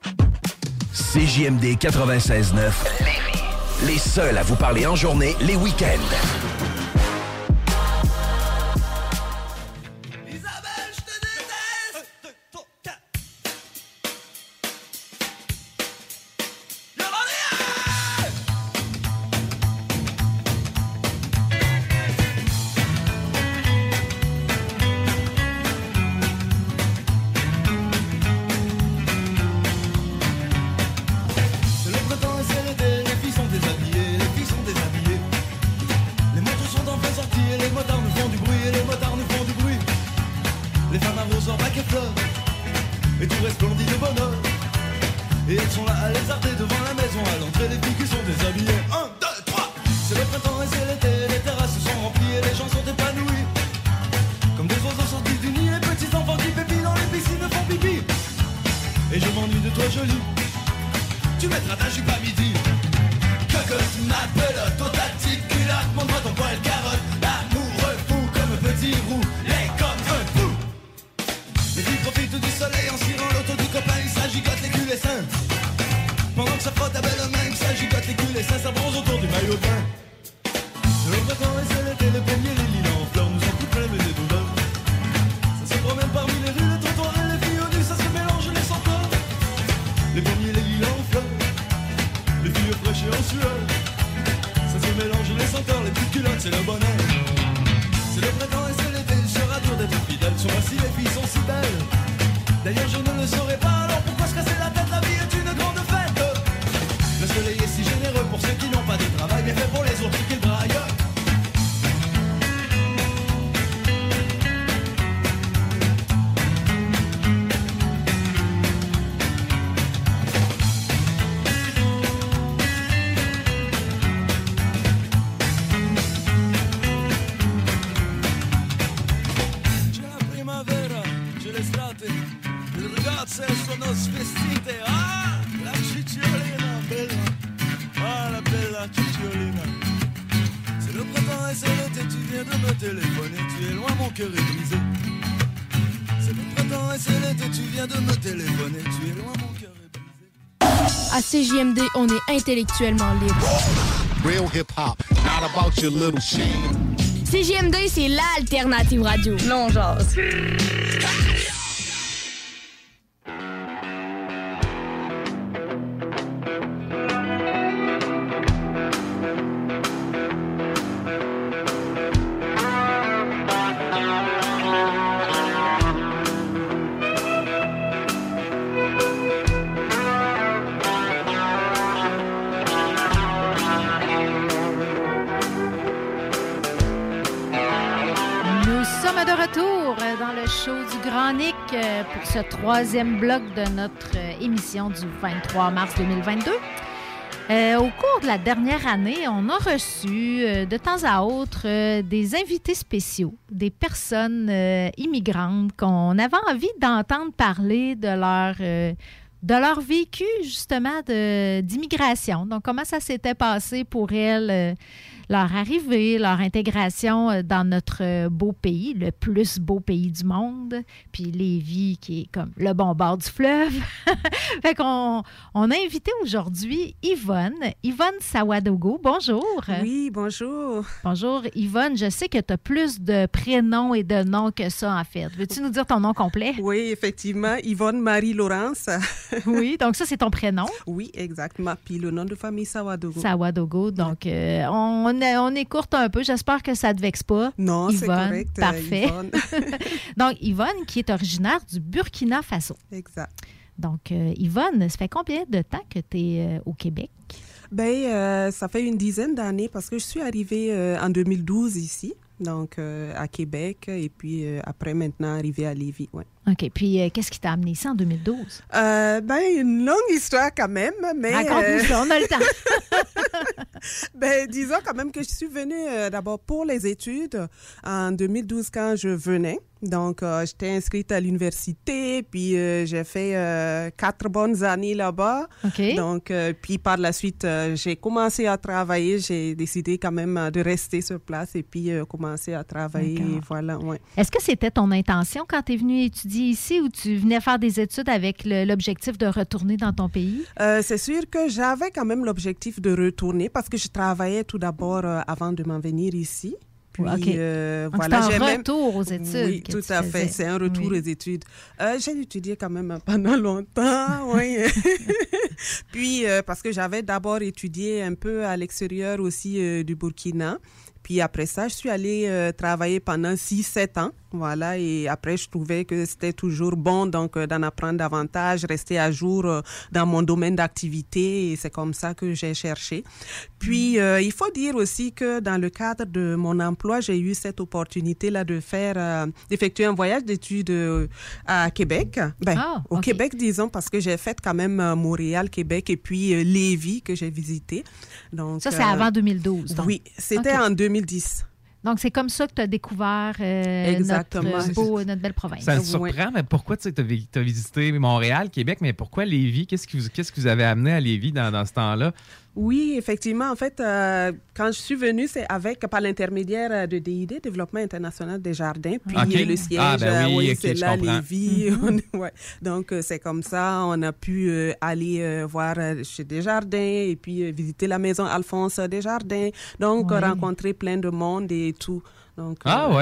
CJMD 96.9 Lévis. Les seuls à vous parler en journée, les week-ends. C'est le printemps et c'est l'été, les filles sont déshabillées, les filles sont déshabillées. mettras ta jupe à midi. Cocotte, ma pelote, ton ta petite culotte, montre-moi ton poil carotte. Amoureux fou comme un petit roux, les comme un fou. Les filles profitent du soleil en cirant l'auto du copain, il s'agigote les culs et seins. Pendant que ça frotte à belle main, il s'agigote les culs et seins, ça bronze autour du maillot de bain. Le printemps et c'est l'été, le pommier, les lilas en fleurs nous ont tout plein les douleurs. Ça se promène parmi les rues, les trottoirs et les filles au nu, ça se mélange les senteurs. Les pommiers, les lilas en fleurs, les filles fraîches et en sueur. Ça se mélange les senteurs, les petites culottes, c'est le bonheur. C'est le printemps et c'est l'été, il sera dur d'être fidèle. Sur si les filles sont si belles. D'ailleurs je ne le saurais pas, alors pourquoi se casser la tête? La vie est une grande fête. Le soleil est si généreux pour ceux qui n'ont pas de travail, bien fait pour les autres qui le braillent. Sono svestite, ah, la cicciolina bella, ah la bella cicciolina. C'est le printemps et c'est l'été, tu viens de me téléphoner, tu es loin, mon cœur est brisé. C'est le printemps et c'est l'été, tu viens de me téléphoner, tu es loin, mon cœur est brisé. À CJMD, on est intellectuellement libre. Real hip-hop, not about your little shit. CJMD, c'est l'alternative radio. Non, genre. Pour ce troisième bloc de notre émission du 23 mars 2022. Au cours de la dernière année, on a reçu de temps à autre des invités spéciaux, des personnes immigrantes qu'on avait envie d'entendre parler de leur vécu justement d'immigration. Donc, comment ça s'était passé pour elles, leur arrivée, leur intégration dans notre beau pays, le plus beau pays du monde, puis Lévis qui est comme le bon bord du fleuve. Fait qu'on a invité aujourd'hui Yvonne Sawadogo. Bonjour. Oui, bonjour. Bonjour Yvonne, je sais que tu as plus de prénoms et de noms que ça en fait. Veux-tu nous dire ton nom complet? Oui, effectivement, Yvonne Marie-Laurence. Oui, donc ça c'est ton prénom? Oui, exactement. Puis le nom de famille Sawadogo. Sawadogo, donc on écourte un peu. J'espère que ça ne te vexe pas. Non, Yvonne, c'est correct. Parfait. Yvonne. Donc, Yvonne, qui est originaire du Burkina Faso. Exact. Donc, Yvonne, ça fait combien de temps que tu es au Québec? Bien, ça fait une dizaine d'années parce que je suis arrivée en 2012 ici, donc à Québec, et puis après, maintenant, arrivée à Lévis, ouais. OK. Puis, qu'est-ce qui t'a amené ici en 2012? Ben, une longue histoire quand même, mais... Raconte-nous ça, on a le temps. Ben, disons quand même que je suis venue d'abord pour les études en 2012 quand je venais. Donc, j'étais inscrite à l'université, puis j'ai fait 4 bonnes années là-bas. OK. Donc, puis par la suite, j'ai commencé à travailler. J'ai décidé quand même de rester sur place et puis commencer à travailler. Voilà, ouais. Est-ce que c'était ton intention quand tu es venue étudier ici ou tu venais faire des études avec l'objectif de retourner dans ton pays? C'est sûr que j'avais quand même l'objectif de retourner parce que je travaillais tout d'abord avant de m'en venir ici. Puis, Donc, voilà, c'est un retour aux études. Oui, tout à fait. C'est un retour aux études. J'ai étudié quand même pendant longtemps, oui. Puis, parce que j'avais d'abord étudié un peu à l'extérieur aussi du Burkina. Puis après ça, je suis allée travailler pendant 6-7 ans. Voilà, et après, je trouvais que c'était toujours bon donc d'en apprendre davantage, rester à jour dans mon domaine d'activité, et c'est comme ça que j'ai cherché. Puis, il faut dire aussi que dans le cadre de mon emploi, j'ai eu cette opportunité-là de d'effectuer un voyage d'études à Québec. Au Québec, disons, parce que j'ai fait quand même Montréal, Québec, et puis Lévis que j'ai visité. Donc, ça, c'est avant 2012. Donc. Oui, c'était en 2010. Donc, c'est comme ça que tu as découvert notre belle province. Ça me surprend, mais pourquoi tu as visité Montréal, Québec, mais pourquoi Lévis? Qu'est-ce qui vous avez amené à Lévis dans ce temps-là? Oui, effectivement. En fait, quand je suis venue, c'est par l'intermédiaire de DID, Développement international des jardins, puis le siège, c'est là, Lévis. Donc, c'est comme ça, on a pu aller voir chez Desjardins et puis visiter la maison Alphonse Desjardins. Donc, rencontrer plein de monde et tout. Donc,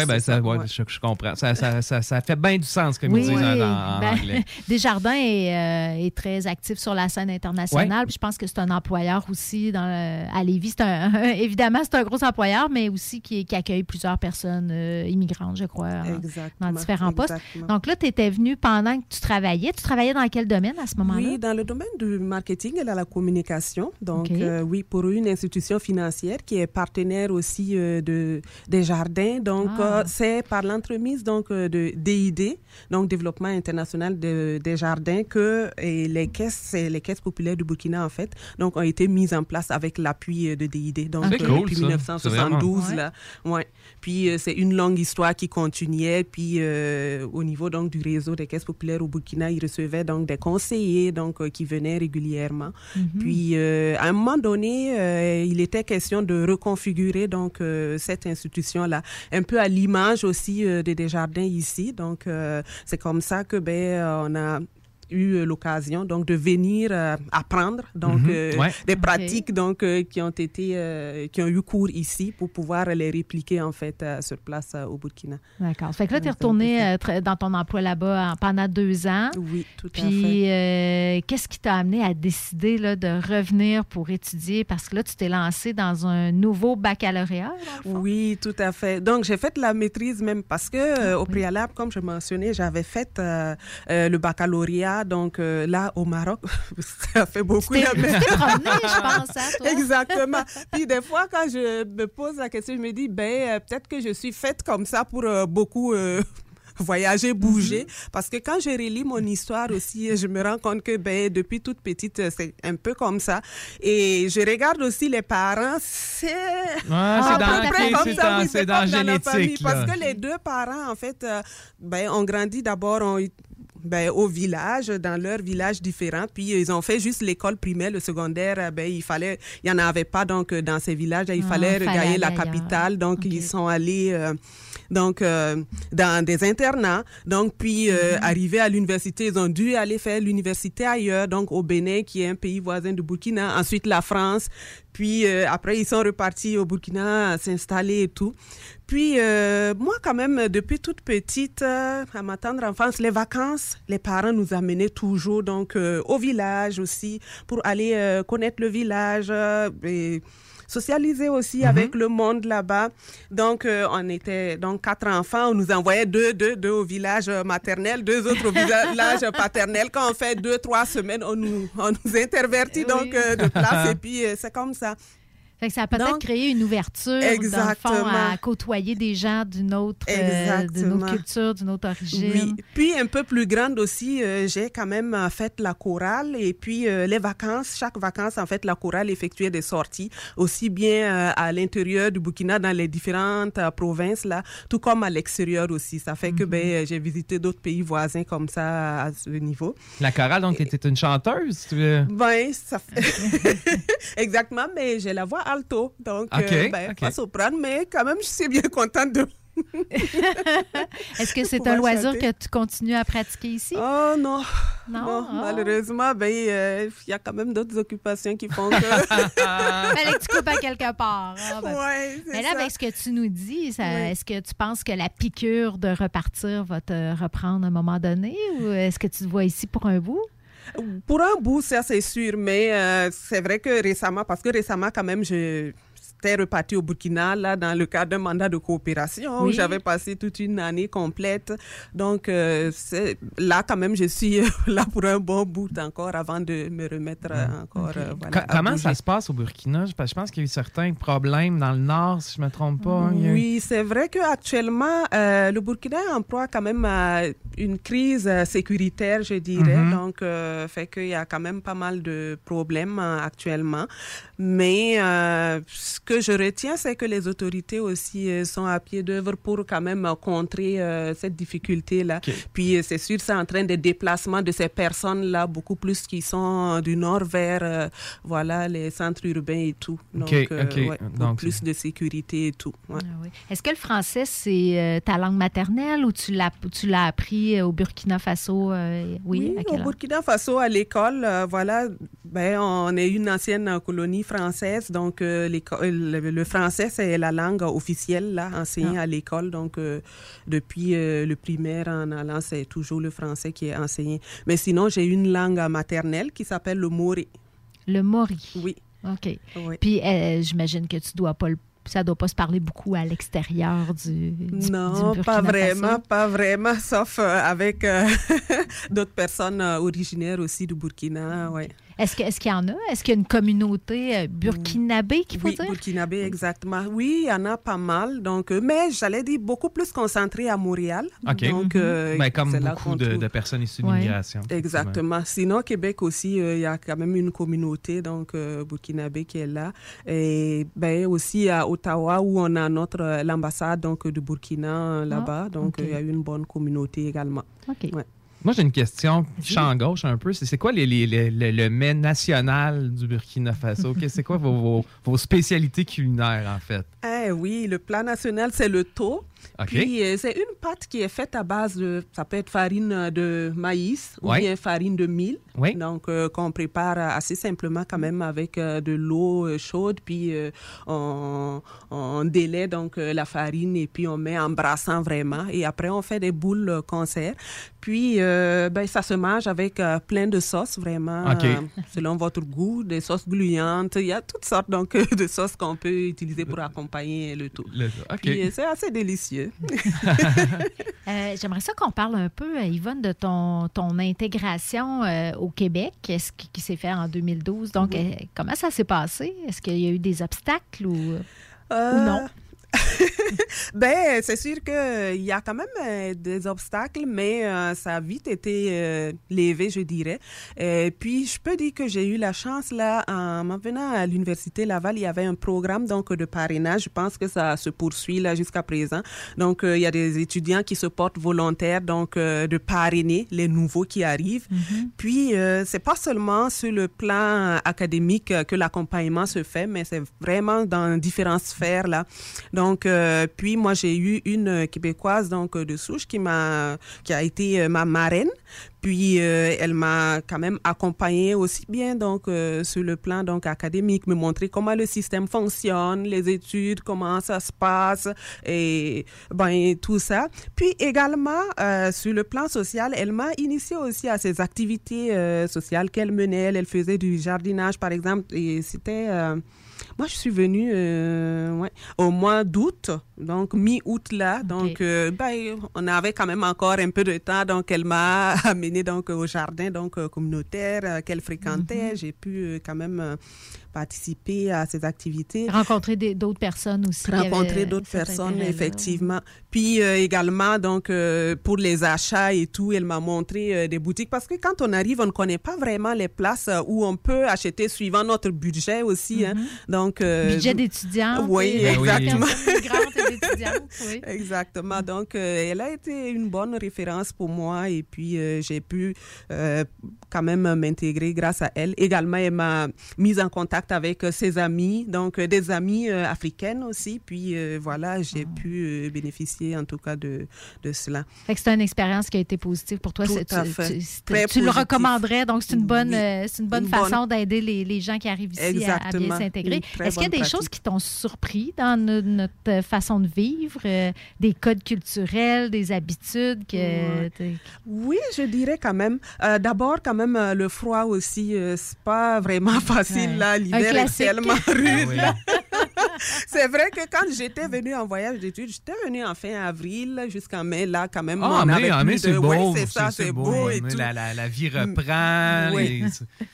je comprends. Ça fait bien du sens, comme ils disent en anglais. Desjardins est très actif sur la scène internationale. Je pense que c'est un employeur aussi à Lévis. Évidemment, c'est un gros employeur, mais aussi qui accueille plusieurs personnes immigrantes, je crois, dans différents postes. Donc là, tu étais venu pendant que tu travaillais. Tu travaillais dans quel domaine à ce moment-là? Oui, dans le domaine du marketing et de la communication. Donc, pour une institution financière qui est partenaire aussi de Desjardins. Donc, c'est par l'entremise de DID, donc Développement international des jardins, que les caisses populaires du Burkina, en fait, donc, ont été mises en place avec l'appui de DID. Donc, depuis 1972, là. Ouais. Puis, c'est une longue histoire qui continuait. Puis, au niveau donc du réseau des caisses populaires au Burkina, ils recevaient donc des conseillers donc qui venaient régulièrement. Puis, à un moment donné, il était question de reconfigurer donc cette institution-là, un peu à l'image aussi des Desjardins ici. Donc, c'est comme ça que on a eu l'occasion donc de venir apprendre donc des pratiques donc qui ont eu cours ici pour pouvoir les répliquer en fait sur place au Burkina. D'accord. Fait que là tu es retourné dans ton emploi là-bas pendant 2 ans. Oui, tout à fait. Puis qu'est-ce qui t'a amené à décider là, de revenir pour étudier, parce que là tu t'es lancé dans un nouveau baccalauréat? Oui, tout à fait. Donc j'ai fait la maîtrise même parce que au préalable, comme je mentionnais, j'avais fait le baccalauréat. Donc là, au Maroc, ça fait beaucoup. Tu t'es promené, je pense, hein, toi? Exactement. Puis des fois, quand je me pose la question, je me dis, peut-être que je suis faite comme ça pour beaucoup voyager, bouger. Parce que quand je relis mon histoire aussi, je me rends compte que depuis toute petite, c'est un peu comme ça. Et je regarde aussi les parents, c'est dans génétique. Parce que les 2 parents, en fait, ont grandi d'abord au village, dans leur village différent. Puis, ils ont fait juste l'école primaire, le secondaire. Il y en avait pas, donc, dans ces villages. Il fallait regagner la capitale. Donc, ils sont allés, dans des internats. Donc, puis, arrivés à l'université, ils ont dû aller faire l'université ailleurs, donc, au Bénin, qui est un pays voisin du Burkina. Ensuite, la France. Puis, après, ils sont repartis au Burkina s'installer et tout. Puis, moi, quand même, depuis toute petite, à ma tendre enfance, les vacances, les parents nous amenaient toujours donc au village aussi pour aller connaître le village et socialiser aussi avec le monde là-bas. Donc, on était donc 4 enfants. On nous envoyait deux au village maternel, 2 autres au village paternel. Quand on fait 2-3 semaines, on nous intervertit donc de place. Et puis, c'est comme ça. Fait que ça a peut-être créé une ouverture, dans le fond, à côtoyer des gens d'une autre culture, d'une autre origine. Oui. Puis, un peu plus grande aussi, j'ai quand même fait la chorale. Et puis, les vacances, chaque vacances, en fait, la chorale effectuait des sorties, aussi bien à l'intérieur du Burkina, dans les différentes provinces, là, tout comme à l'extérieur aussi. Ça fait que j'ai visité d'autres pays voisins comme ça, à ce niveau. La chorale, donc, était une chanteuse? Oui, ça fait... Exactement, mais j'ai la voix alto, donc pas soprano, mais quand même, je suis bien contente de... Est-ce que c'est un loisir que tu continues à pratiquer ici? Oh non. Malheureusement, il y a quand même d'autres occupations qui font que... Fallait que tu coupes à quelque part. Mais là, ça. avec ce que tu nous dis, est-ce que tu penses que la piqûre de repartir va te reprendre à un moment donné, ou est-ce que tu te vois ici pour un bout? Pour un bout, ça c'est sûr, mais c'est vrai que récemment, quand même, j'étais repartie au Burkina, là, dans le cadre d'un mandat de coopération, où j'avais passé toute une année complète. Donc, là, quand même, je suis là pour un bon bout encore avant de me remettre encore. Comment ça se passe au Burkina? Je pense qu'il y a eu certains problèmes dans le nord, si je ne me trompe pas. Oui, c'est vrai qu'actuellement, le Burkina est en proie quand même à une crise sécuritaire, je dirais. Donc, fait qu'il y a quand même pas mal de problèmes actuellement. Mais ce que je retiens, c'est que les autorités aussi sont à pied d'œuvre pour quand même contrer cette difficulté-là. Okay. Puis c'est sûr, c'est en train de déplacement de ces personnes-là, beaucoup plus qui sont du nord vers voilà, les centres urbains et tout. Donc, ouais, donc plus de sécurité et tout. Ouais. Ah oui. Est-ce que le français, c'est ta langue maternelle ou tu l'as appris au Burkina Faso? Oui, au Burkina Faso, à l'école, voilà, ben, on est une ancienne colonie française, donc le français, c'est la langue officielle là, enseignée à l'école. Donc, depuis le primaire en allant, c'est toujours le français qui est enseigné. Mais sinon, j'ai une langue maternelle qui s'appelle le mori. Le mori? Oui. OK. Oui. Puis, j'imagine que ça ne doit pas se parler beaucoup à l'extérieur du Non, du pas vraiment, sauf avec d'autres personnes originaires aussi du Burkina, oui. Est-ce qu'il y en a? Est-ce qu'il y a une communauté burkinabé qu'il faut dire? Oui, burkinabé, exactement. Oui, il y en a pas mal. Donc, mais j'allais dire beaucoup plus concentré à Montréal. OK. Donc, comme beaucoup de personnes issues de l'immigration. Exactement. Sinon, au Québec aussi, il y a quand même une communauté donc burkinabé qui est là. Et ben, aussi à Ottawa, où on a l'ambassade donc, du Burkina là-bas. Donc, il y a une bonne communauté également. OK. Ouais. Moi, j'ai une question, champ gauche un peu. C'est quoi le mets national du Burkina Faso? C'est quoi vos spécialités culinaires, en fait? Oui, le plat national, c'est le thau. Okay. Puis, c'est une pâte qui est faite à base de, ça peut être farine de maïs ou bien farine de mil. Oui. Donc, qu'on prépare assez simplement quand même avec de l'eau chaude. Puis, on délaie donc la farine et puis on met en brassant vraiment. Et après, on fait des boules concert. Puis, ben, ça se mange avec plein de sauces vraiment, selon votre goût, des sauces gluantes. Il y a toutes sortes donc, de sauces qu'on peut utiliser pour accompagner le tout. Puis, c'est assez délicieux. J'aimerais ça qu'on parle un peu, Yvonne, de ton intégration au Québec, qui s'est fait en 2012. Donc, comment ça s'est passé? Est-ce qu'il y a eu des obstacles ou non? Ben, c'est sûr qu'il y a quand même des obstacles, mais ça a vite été levé, je dirais. Et puis, je peux dire que j'ai eu la chance, là, en venant à l'Université Laval, il y avait un programme donc, de parrainage. Je pense que ça se poursuit là jusqu'à présent. Donc, il y a des étudiants qui se portent volontaires donc, de parrainer les nouveaux qui arrivent. Mm-hmm. Puis, c'est pas seulement sur le plan académique que l'accompagnement se fait, mais c'est vraiment dans différentes sphères, là. Donc, puis moi, j'ai eu une Québécoise donc de souche qui a été ma marraine. Puis, elle m'a quand même accompagnée aussi bien donc sur le plan donc académique, me montrer comment le système fonctionne, les études, comment ça se passe et ben tout ça. Puis également sur le plan social, elle m'a initiée aussi à ces activités sociales qu'elle menait. Elle faisait du jardinage par exemple et c'était moi, je suis venue au mois d'août, donc mi-août là. Donc, on avait quand même encore un peu de temps. Donc, elle m'a amenée donc, au jardin donc, communautaire qu'elle fréquentait. Mm-hmm. J'ai pu quand même participer à ces activités. Rencontrer d'autres personnes aussi. Rencontrer d'autres personnes, effectivement. Puis également, donc, pour les achats et tout, elle m'a montré des boutiques. Parce que quand on arrive, on ne connaît pas vraiment les places où on peut acheter suivant notre budget aussi. Hein. Donc, budget d'étudiante. Oui, exactement. Oui. Exactement. Donc, elle a été une bonne référence pour moi et puis j'ai pu quand même m'intégrer grâce à elle. Également, elle m'a mise en contact avec ses amis, donc des amies africaines aussi. Puis voilà, j'ai pu bénéficier en tout cas de cela. Fait que c'est une expérience qui a été positive pour toi. Tout à fait. Tu le recommanderais, donc c'est une bonne façon d'aider les gens qui arrivent ici à bien s'intégrer. Est-ce qu'il y a des choses qui t'ont surpris dans notre façon de vivre, des codes culturels, des habitudes? Oui, je dirais quand même. D'abord, quand même, le froid aussi, c'est pas vraiment facile là. L'hiver est tellement rude. C'est vrai que quand j'étais venue en voyage d'études, j'étais venue en fin avril jusqu'en mai. Là, quand même, on avait plus c'est beau. Oui, c'est ça, c'est beau. Et tout. La vie reprend. Oui.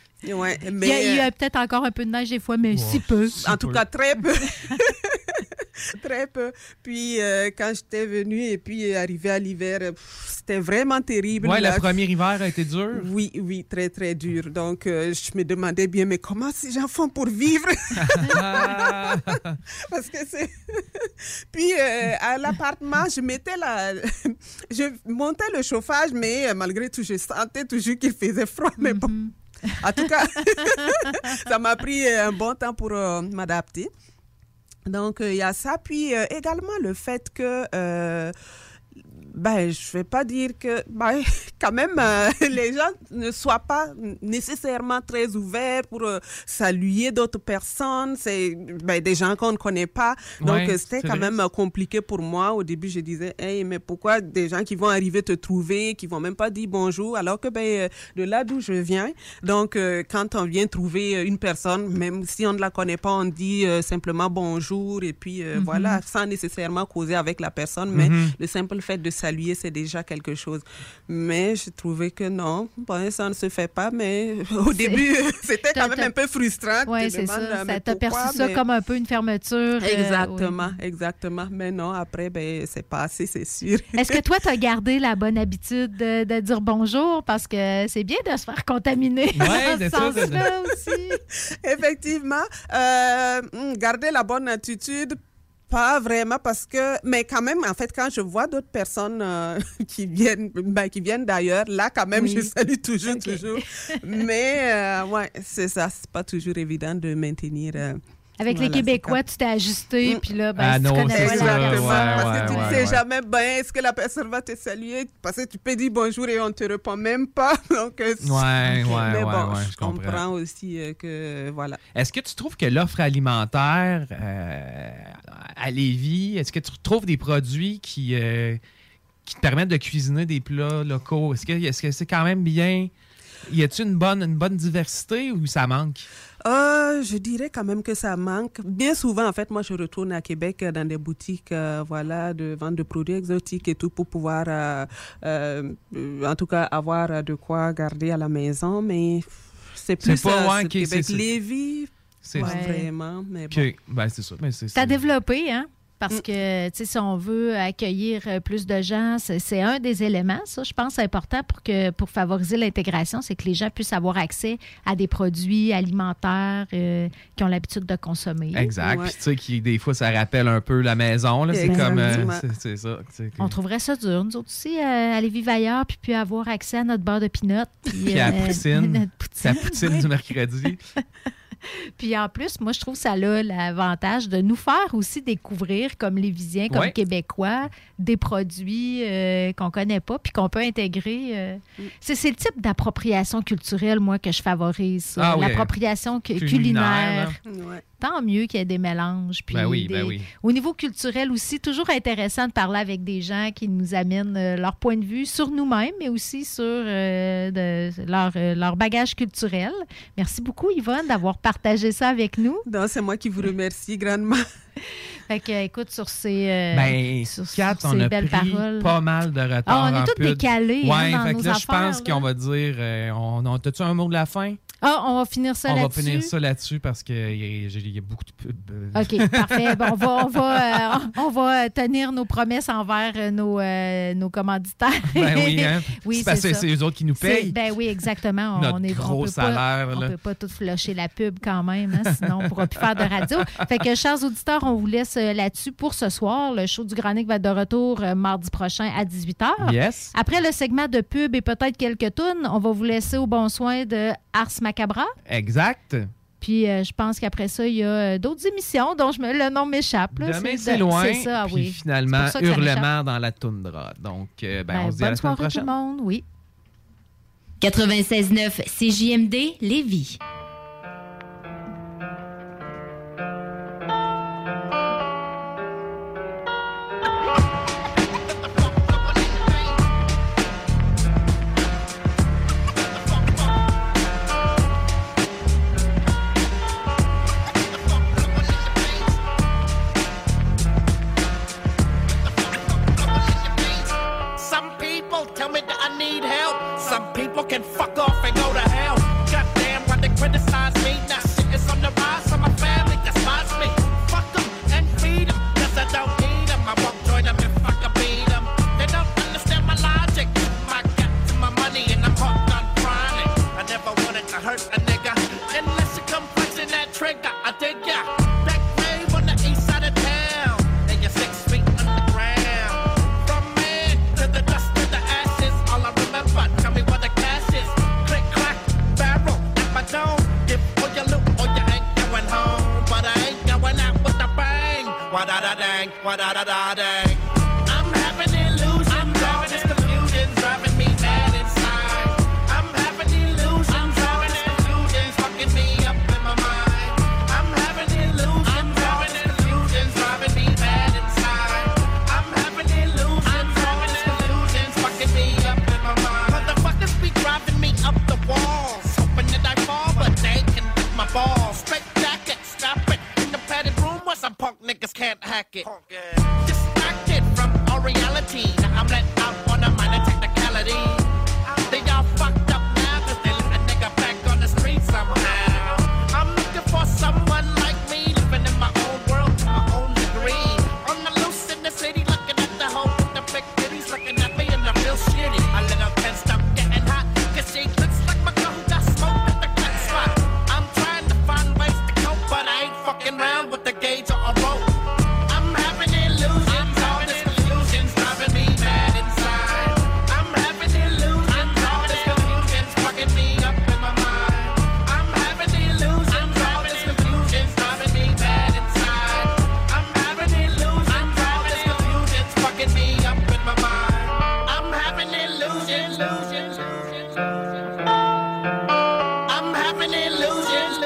Ouais, mais il y a peut-être encore un peu de neige des fois, mais si peu. En tout cas, très peu. Très peu. Puis, quand j'étais venue et puis arrivée à l'hiver, c'était vraiment terrible. Oui, le premier hiver a été dur. Oui, très, très dur. Donc, je me demandais bien, mais comment ces gens font pour vivre? Parce que c'est... Puis, à l'appartement, je montais le chauffage, mais malgré tout, je sentais toujours qu'il faisait froid. Mais bon, en tout cas, ça m'a pris un bon temps pour m'adapter. Donc, il y a ça. Puis, également, le fait que... je vais pas dire que, quand même, les gens ne soient pas nécessairement très ouverts pour saluer d'autres personnes. C'est des gens qu'on ne connaît pas. Donc, c'était quand même compliqué pour moi. Au début, je disais, hey, mais pourquoi des gens qui vont arriver te trouver, qui vont même pas dire bonjour, alors que, de là d'où je viens. Donc, quand on vient trouver une personne, même si on ne la connaît pas, on dit simplement bonjour et puis voilà, sans nécessairement causer avec la personne, mais le simple fait de saluer, c'est déjà quelque chose. Mais je trouvais que non, ça ne se fait pas, mais au début, c'était quand même un peu frustrant. Oui, c'est ça. Ça t'a perçu ça comme un peu une fermeture. Exactement. Mais non, après, c'est passé, c'est sûr. Est-ce que toi, tu as gardé la bonne habitude de dire bonjour? Parce que c'est bien de se faire contaminer dans ce sens-là aussi. Effectivement. Garder la bonne attitude, pas vraiment mais quand même, en fait, quand je vois d'autres personnes qui viennent d'ailleurs, là, quand même, je salue toujours. Mais, c'est ça, c'est pas toujours évident de maintenir... Avec les Québécois, tu t'es ajusté, puis là, si tu connais pas la personne. Parce que tu ne sais jamais, est-ce que la personne va te saluer? Parce que tu peux dire bonjour et on ne te répond même pas. Donc, je comprends aussi que, voilà. Est-ce que tu trouves que l'offre alimentaire à Lévis, est-ce que tu trouves des produits qui te permettent de cuisiner des plats locaux? Est-ce que c'est quand même bien? Y a-t-il une bonne diversité ou ça manque? Je dirais quand même que ça manque. Bien souvent, en fait, moi, je retourne à Québec dans des boutiques de vente de produits exotiques et tout pour pouvoir, en tout cas, avoir de quoi garder à la maison. Mais c'est plus Québec. Lévis, vraiment. Mais bon. C'est ça. T'as développé, hein? Parce que, si on veut accueillir plus de gens, c'est un des éléments, ça, je pense, important pour favoriser l'intégration, c'est que les gens puissent avoir accès à des produits alimentaires qui ont l'habitude de consommer. Exact. Puis, des fois, ça rappelle un peu la maison. Là. C'est comme... c'est ça. On trouverait ça dur, nous autres aussi, aller vivre ailleurs puis avoir accès à notre beurre de pinot. Puis à la poutine. La poutine du mercredi. Puis en plus, moi, je trouve que ça a l'avantage de nous faire aussi découvrir, comme Lévisiens, comme Québécois, des produits qu'on ne connaît pas puis qu'on peut intégrer. C'est le type d'appropriation culturelle, moi, que je favorise. L'appropriation culinaire. Tant mieux qu'il y ait des mélanges. Puis au niveau culturel aussi, toujours intéressant de parler avec des gens qui nous amènent leur point de vue sur nous-mêmes, mais aussi sur leur bagage culturel. Merci beaucoup, Yvonne, d'avoir partagé ça avec nous. Non, c'est moi qui vous remercie grandement. Fait que, écoute, sur ces, on a belles pris paroles. Pas mal de retard. On est tous décalés dans fait nos que là, affaires. Je pense qu'on va dire... T'as-tu un mot de la fin? On va finir ça là-dessus. On va finir ça là-dessus parce qu'il y a beaucoup de pubs. OK, parfait. Bon, on va tenir nos promesses envers nos commanditaires. Oui, c'est parce que c'est eux autres qui nous payent. Oui, exactement. Notre gros salaire. On ne peut pas tout flusher la pub quand même, sinon on ne pourra plus faire de radio. Fait que, chers auditeurs, on vous laisse là-dessus pour ce soir. Le show du Grand Nick va être de retour mardi prochain à 18h. Yes. Après le segment de pub et peut-être quelques tunes, on va vous laisser au bon soin de Ars Macabra. Exact. Puis je pense qu'après ça, il y a d'autres émissions dont le nom m'échappe. Là. Demain, c'est loin. C'est ça, puis finalement, Hurlement dans la toundra. Donc, on se dit à la semaine prochaine. Tout le monde, oui. 96.9 CJMD Lévis. Can fuck off and go to hell. Goddamn, why they credit Wa-da-da-dang, wa-da-da-da-dang. I'm having illusions, all this confusion's driving me mad inside. I'm having illusions, all this confusion's fucking me up in my mind. I'm having illusions, all this confusion's driving me mad inside. I'm having illusions, all this confusion's fucking me up in my mind. Motherfuckers be driving me up the walls, hoping that I fall, but they can hit my balls. Straight jacket, stop it. In the padded room where some punk niggas can't hack it. Distracted from all reality. Now I'm let out on a minor technicality. They all fucked up now cause they let a nigga back on the street somehow. I'm looking for someone like me, living in my own world to my own degree. On the loose in the city, looking at the whole with the big titties, looking at me and I feel shitty. A little tense, stop getting hot, cause she looks like my girl who got smoked at the cut spot. I'm trying to find ways to cope, but I ain't fucking around with the gauge or a rope. I'm having illusions, all this confusion's driving me mad inside. I'm having illusions, all this confusion's fucking me up in my mind. I'm having illusions, all this confusion's driving me mad inside. I'm having illusions, all this confusion's fucking me up in my mind. I'm having illusions, I'm having illusions,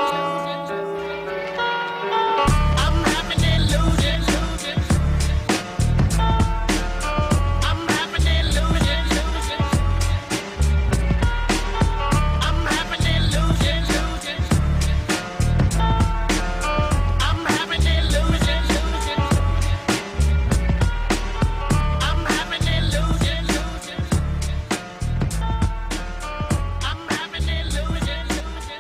I'm having illusions, I'm having illusions, I'm having illusions, I'm having illusions, I'm having illusions, I'm having illusions.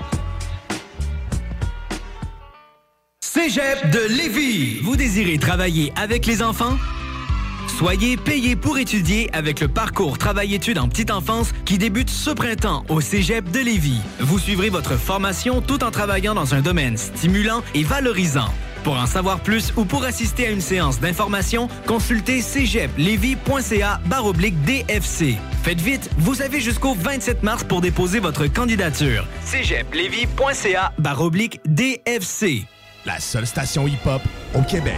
Cégep de Lévis. Vous désirez travailler avec les enfants? Soyez payé pour étudier avec le parcours Travail-études en petite enfance qui débute ce printemps au Cégep de Lévis. Vous suivrez votre formation tout en travaillant dans un domaine stimulant et valorisant. Pour en savoir plus ou pour assister à une séance d'information, consultez cégeplevis.ca/DFC. Faites vite, vous avez jusqu'au 27 mars pour déposer votre candidature. cégeplevis.ca/DFC. La seule station hip-hop au Québec.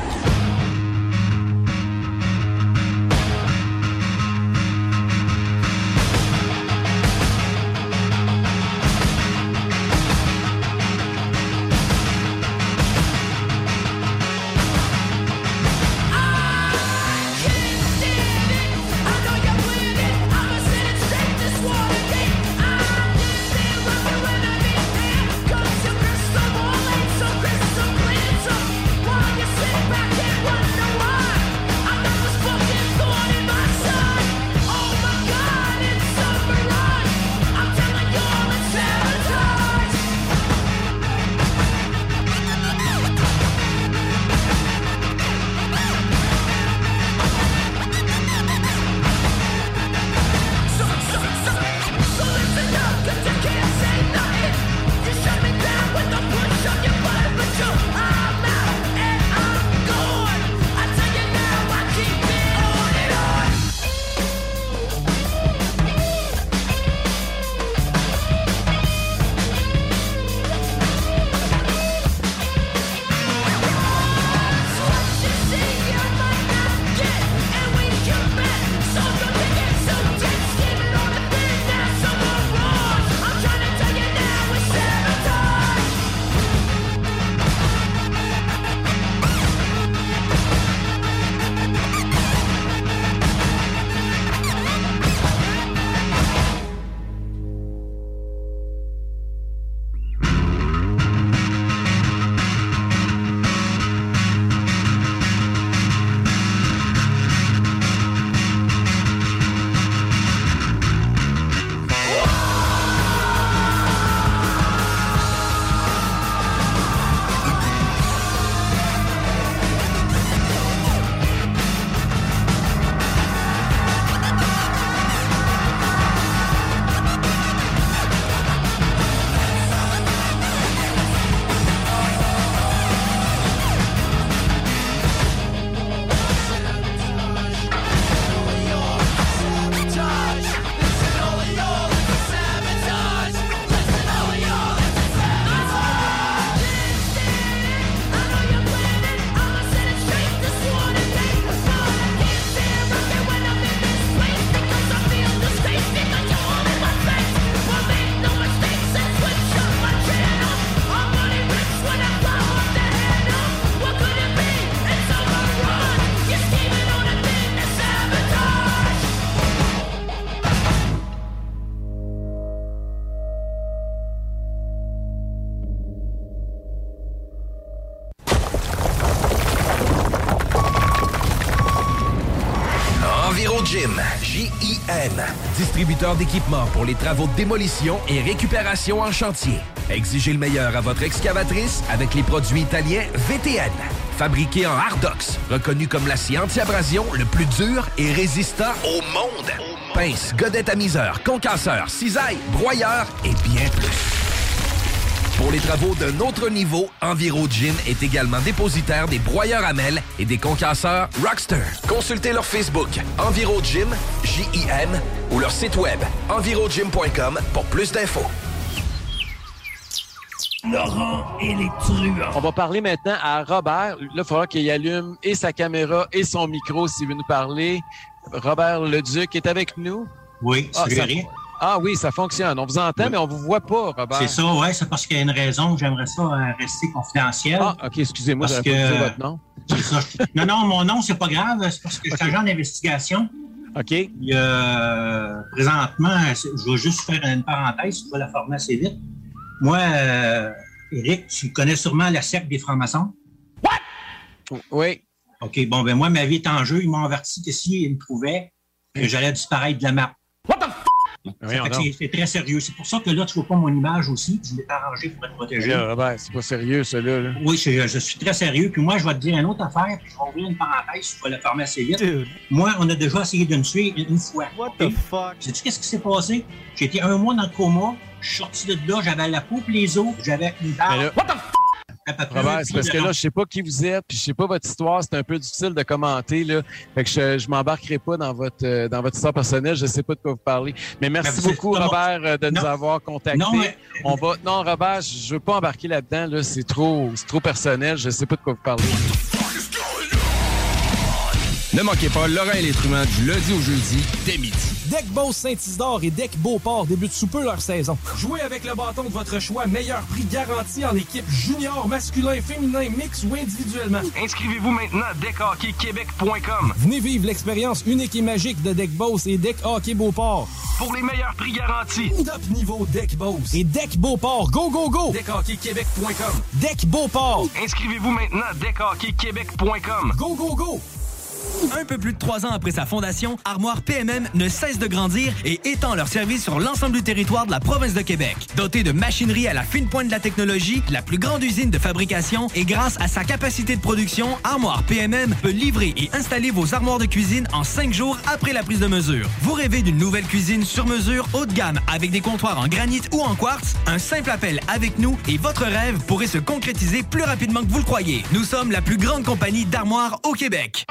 Back in Gym, J-I-M. Distributeur d'équipements pour les travaux de démolition et récupération en chantier. Exigez le meilleur à votre excavatrice avec les produits italiens VTN. Fabriqué en Hardox, reconnu comme l'acier anti-abrasion le plus dur et résistant au monde. Pince, godette à miseur, concasseur, cisaille, broyeur et bien plus. Pour les travaux d'un autre niveau, Enviro Gym est également dépositaire des broyeurs à mêles et des concasseurs Rockster. Consultez leur Facebook Enviro Gym, J-I-M, ou leur site web envirogym.com pour plus d'infos. Laurent et les truands. On va parler maintenant à Robert. Là, il faudra qu'il allume et sa caméra et son micro s'il veut nous parler. Robert Leduc est avec nous. Oui, c'est oui, ça fonctionne. On vous entend, mais on vous voit pas, Robert. C'est ça, oui. C'est parce qu'il y a une raison. J'aimerais ça rester confidentiel. Ah, OK, excusez-moi, j'avais pas dit votre nom. C'est ça. Non, mon nom, c'est pas grave. C'est parce que je suis agent d'investigation. OK. Présentement, je vais juste faire une parenthèse. Tu vas la former assez vite. Moi, Éric, tu connais sûrement la secte des francs-maçons? What? Oui. OK, bon, ben moi, ma vie est en jeu. Ils m'ont averti que s'ils me trouvaient, que j'allais disparaître de la map. What the f***? C'est très sérieux. C'est pour ça que là, tu vois pas mon image aussi. Je l'ai arrangé pour être protégé. Robert, c'est pas sérieux, ça, là. Oui, je suis très sérieux. Puis moi, je vais te dire une autre affaire. Puis je vais ouvrir une parenthèse. Je vais la fermer assez vite. Dude. Moi, on a déjà essayé de me tuer une fois. What the fuck? Sais-tu qu'est-ce qui s'est passé? J'ai été 1 mois dans le coma. Je suis sorti de là. J'avais la peau et les os. J'avais une barbe. What the f***? Robert, c'est parce que là, je sais pas qui vous êtes, puis je sais pas votre histoire, c'est un peu difficile de commenter, là. Fait que je m'embarquerai pas dans votre histoire personnelle, je sais pas de quoi vous parlez. Mais merci beaucoup, Robert, de nous avoir contactés. Non, Robert, je veux pas embarquer là-dedans, là. C'est trop personnel, je sais pas de quoi vous parlez. Ne manquez pas Laurent et les truands du lundi au jeudi, dès midi. Deck Boss Saint-Isidore et Deck Beauport débutent sous peu leur saison. Jouez avec le bâton de votre choix, meilleur prix garanti en équipe junior, masculin, féminin, mix ou individuellement. Inscrivez-vous maintenant à deckhockeyquebec.com. Venez vivre l'expérience unique et magique de Deck Boss et Deck Hockey Beauport. Pour les meilleurs prix garantis. Top niveau Deck Boss et Deck Beauport. Go, go, go! Deckhockeyquebec.com. Deck Beauport. Inscrivez-vous maintenant à deckhockeyquebec.com. Go, go, go! Un peu plus de 3 ans après sa fondation, Armoire PMM ne cesse de grandir et étend leur service sur l'ensemble du territoire de la province de Québec. Dotée de machinerie à la fine pointe de la technologie, la plus grande usine de fabrication et grâce à sa capacité de production, Armoire PMM peut livrer et installer vos armoires de cuisine en 5 jours après la prise de mesure. Vous rêvez d'une nouvelle cuisine sur mesure haut de gamme avec des comptoirs en granit ou en quartz? Un simple appel avec nous et votre rêve pourrait se concrétiser plus rapidement que vous le croyez. Nous sommes la plus grande compagnie d'armoires au Québec.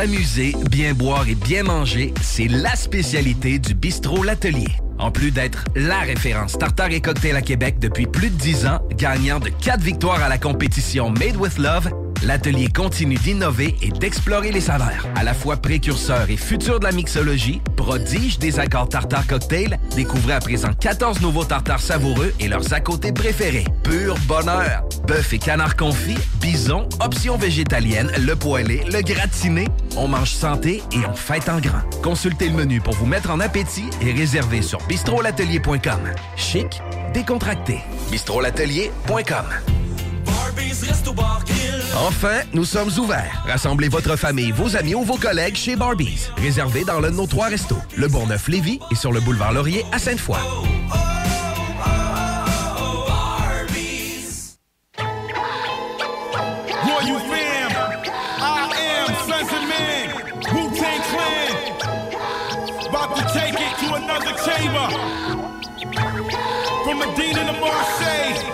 s'amuser, bien boire et bien manger, c'est la spécialité du Bistrot L'Atelier. En plus d'être la référence tartare et cocktail à Québec depuis plus de 10 ans, gagnant de 4 victoires à la compétition Made with Love, l'Atelier continue d'innover et d'explorer les saveurs. À la fois précurseur et futur de la mixologie, prodige des accords tartare cocktail, découvrez à présent 14 nouveaux tartares savoureux et leurs à côté préférés. Pur bonheur! Bœuf et canard confit, bison, options végétaliennes, le poêlé, le gratiné. On mange santé et on fête en grand. Consultez le menu pour vous mettre en appétit et réservez sur bistrolatelier.com. Chic, décontracté. bistrolatelier.com. Enfin, nous sommes ouverts. Rassemblez votre famille, vos amis ou vos collègues chez Barbies. Réservé dans l'un de nos 3 restos, le Bourgneuf-Lévis et sur le boulevard Laurier à Sainte-Foy. Royal fam, I am Sons of Man, Wu-Tang Clan. About to take it to another chamber. From Medina to Marseille.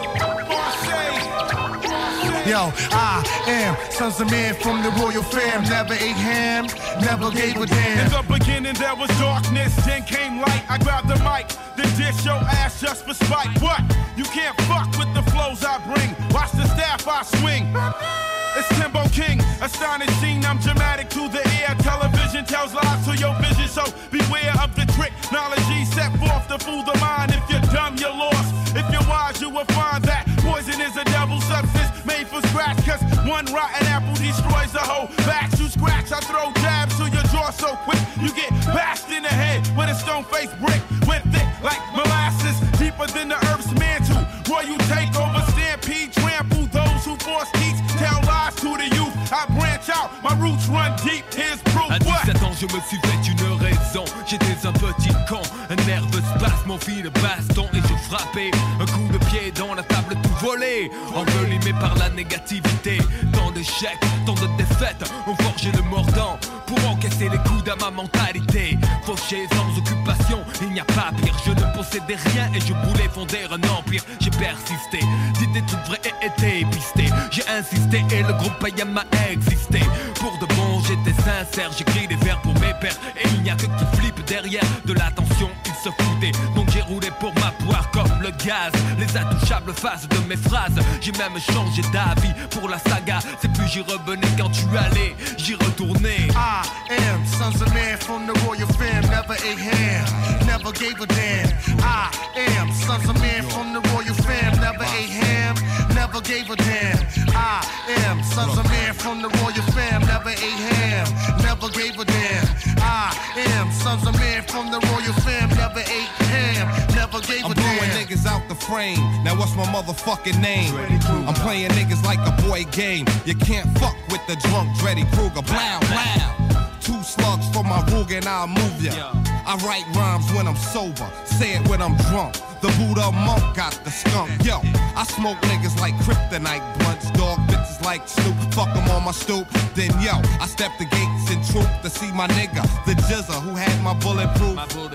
Yo, I am Sons of Man from the Royal Fam. Never ate ham, never gave a damn. In the beginning there was darkness, then came light. I grabbed the mic, then dish your ass just for spite. What? You can't fuck with the flows I bring. Watch the staff I swing. It's Timbo King, astonishing, I'm dramatic to the ear. Television tells lies to your vision, so beware of the trick. Knowledge set forth to fool the mind. If you're dumb, you're lost. If you're wise, you will find that poison is a double substance made for scratch. Cause one rotten apple destroys the whole batch. You scratch, I throw jabs to your jaw so quick. You get bashed in the head with a stone-faced brick. Went thick like molasses, deeper than the earth's mantle. Royal takeover, stampede, trample those who force teach. Tell lies to the youth, I branch out, my roots run deep, here's proof. À 17 ans, je me suis fait une raison. J'étais un petit con, un nerveux spasme, mon fil de baston. Et je frappais un coup de pied dans la table tout volé. Envelimé par la négativité. Tant d'échecs, tant de défaites ont forgé le mordant pour encaisser les coups à ma mentalité. Fauché sans occupation, il n'y a pas pire. Je ne possédais rien et je voulais fonder un empire. J'ai persisté, dit des trucs vrais et été pisté. J'ai insisté et le groupe Ayam a existé. Pour de bon, j'étais sincère, j'écris des vers pour mes pères. Et il n'y a que qui flippe derrière de l'attention, ils se foutaient. Donc j'ai roulé pour ma poire comme le gaz. Les intouchables faces de mes phrases. J'ai même changé d'avis pour la saga. C'est plus j'y revenais quand tu allais, j'y retournais. I am Sons of Man from the Royal Fam. Never ate ham, never gave a damn. I am Sons of Man from the Royal Fam. Never ate ham, never gave a damn. I am Sons of Man from the Royal Fam. Never ate ham, never gave a damn. I am Sons of Man from the Royal Fam. Never ate ham, never gave a damn. I'm blowing niggas out the frame. Now what's my motherfucking name? I'm playing niggas like a boy game. You can't fuck with the drunk Dreddy Kruger. Blow, blow. 2 slugs for my Ruger and I'll move ya. I write rhymes when I'm sober, say it when I'm drunk. The Buddha monk got the skunk. Yo, I smoke niggas like kryptonite blunts. Dog bitches like Snoop, fuck them on my stoop. Then yo, I step the gates in troop to see my nigga, the Jizza who had my bulletproof.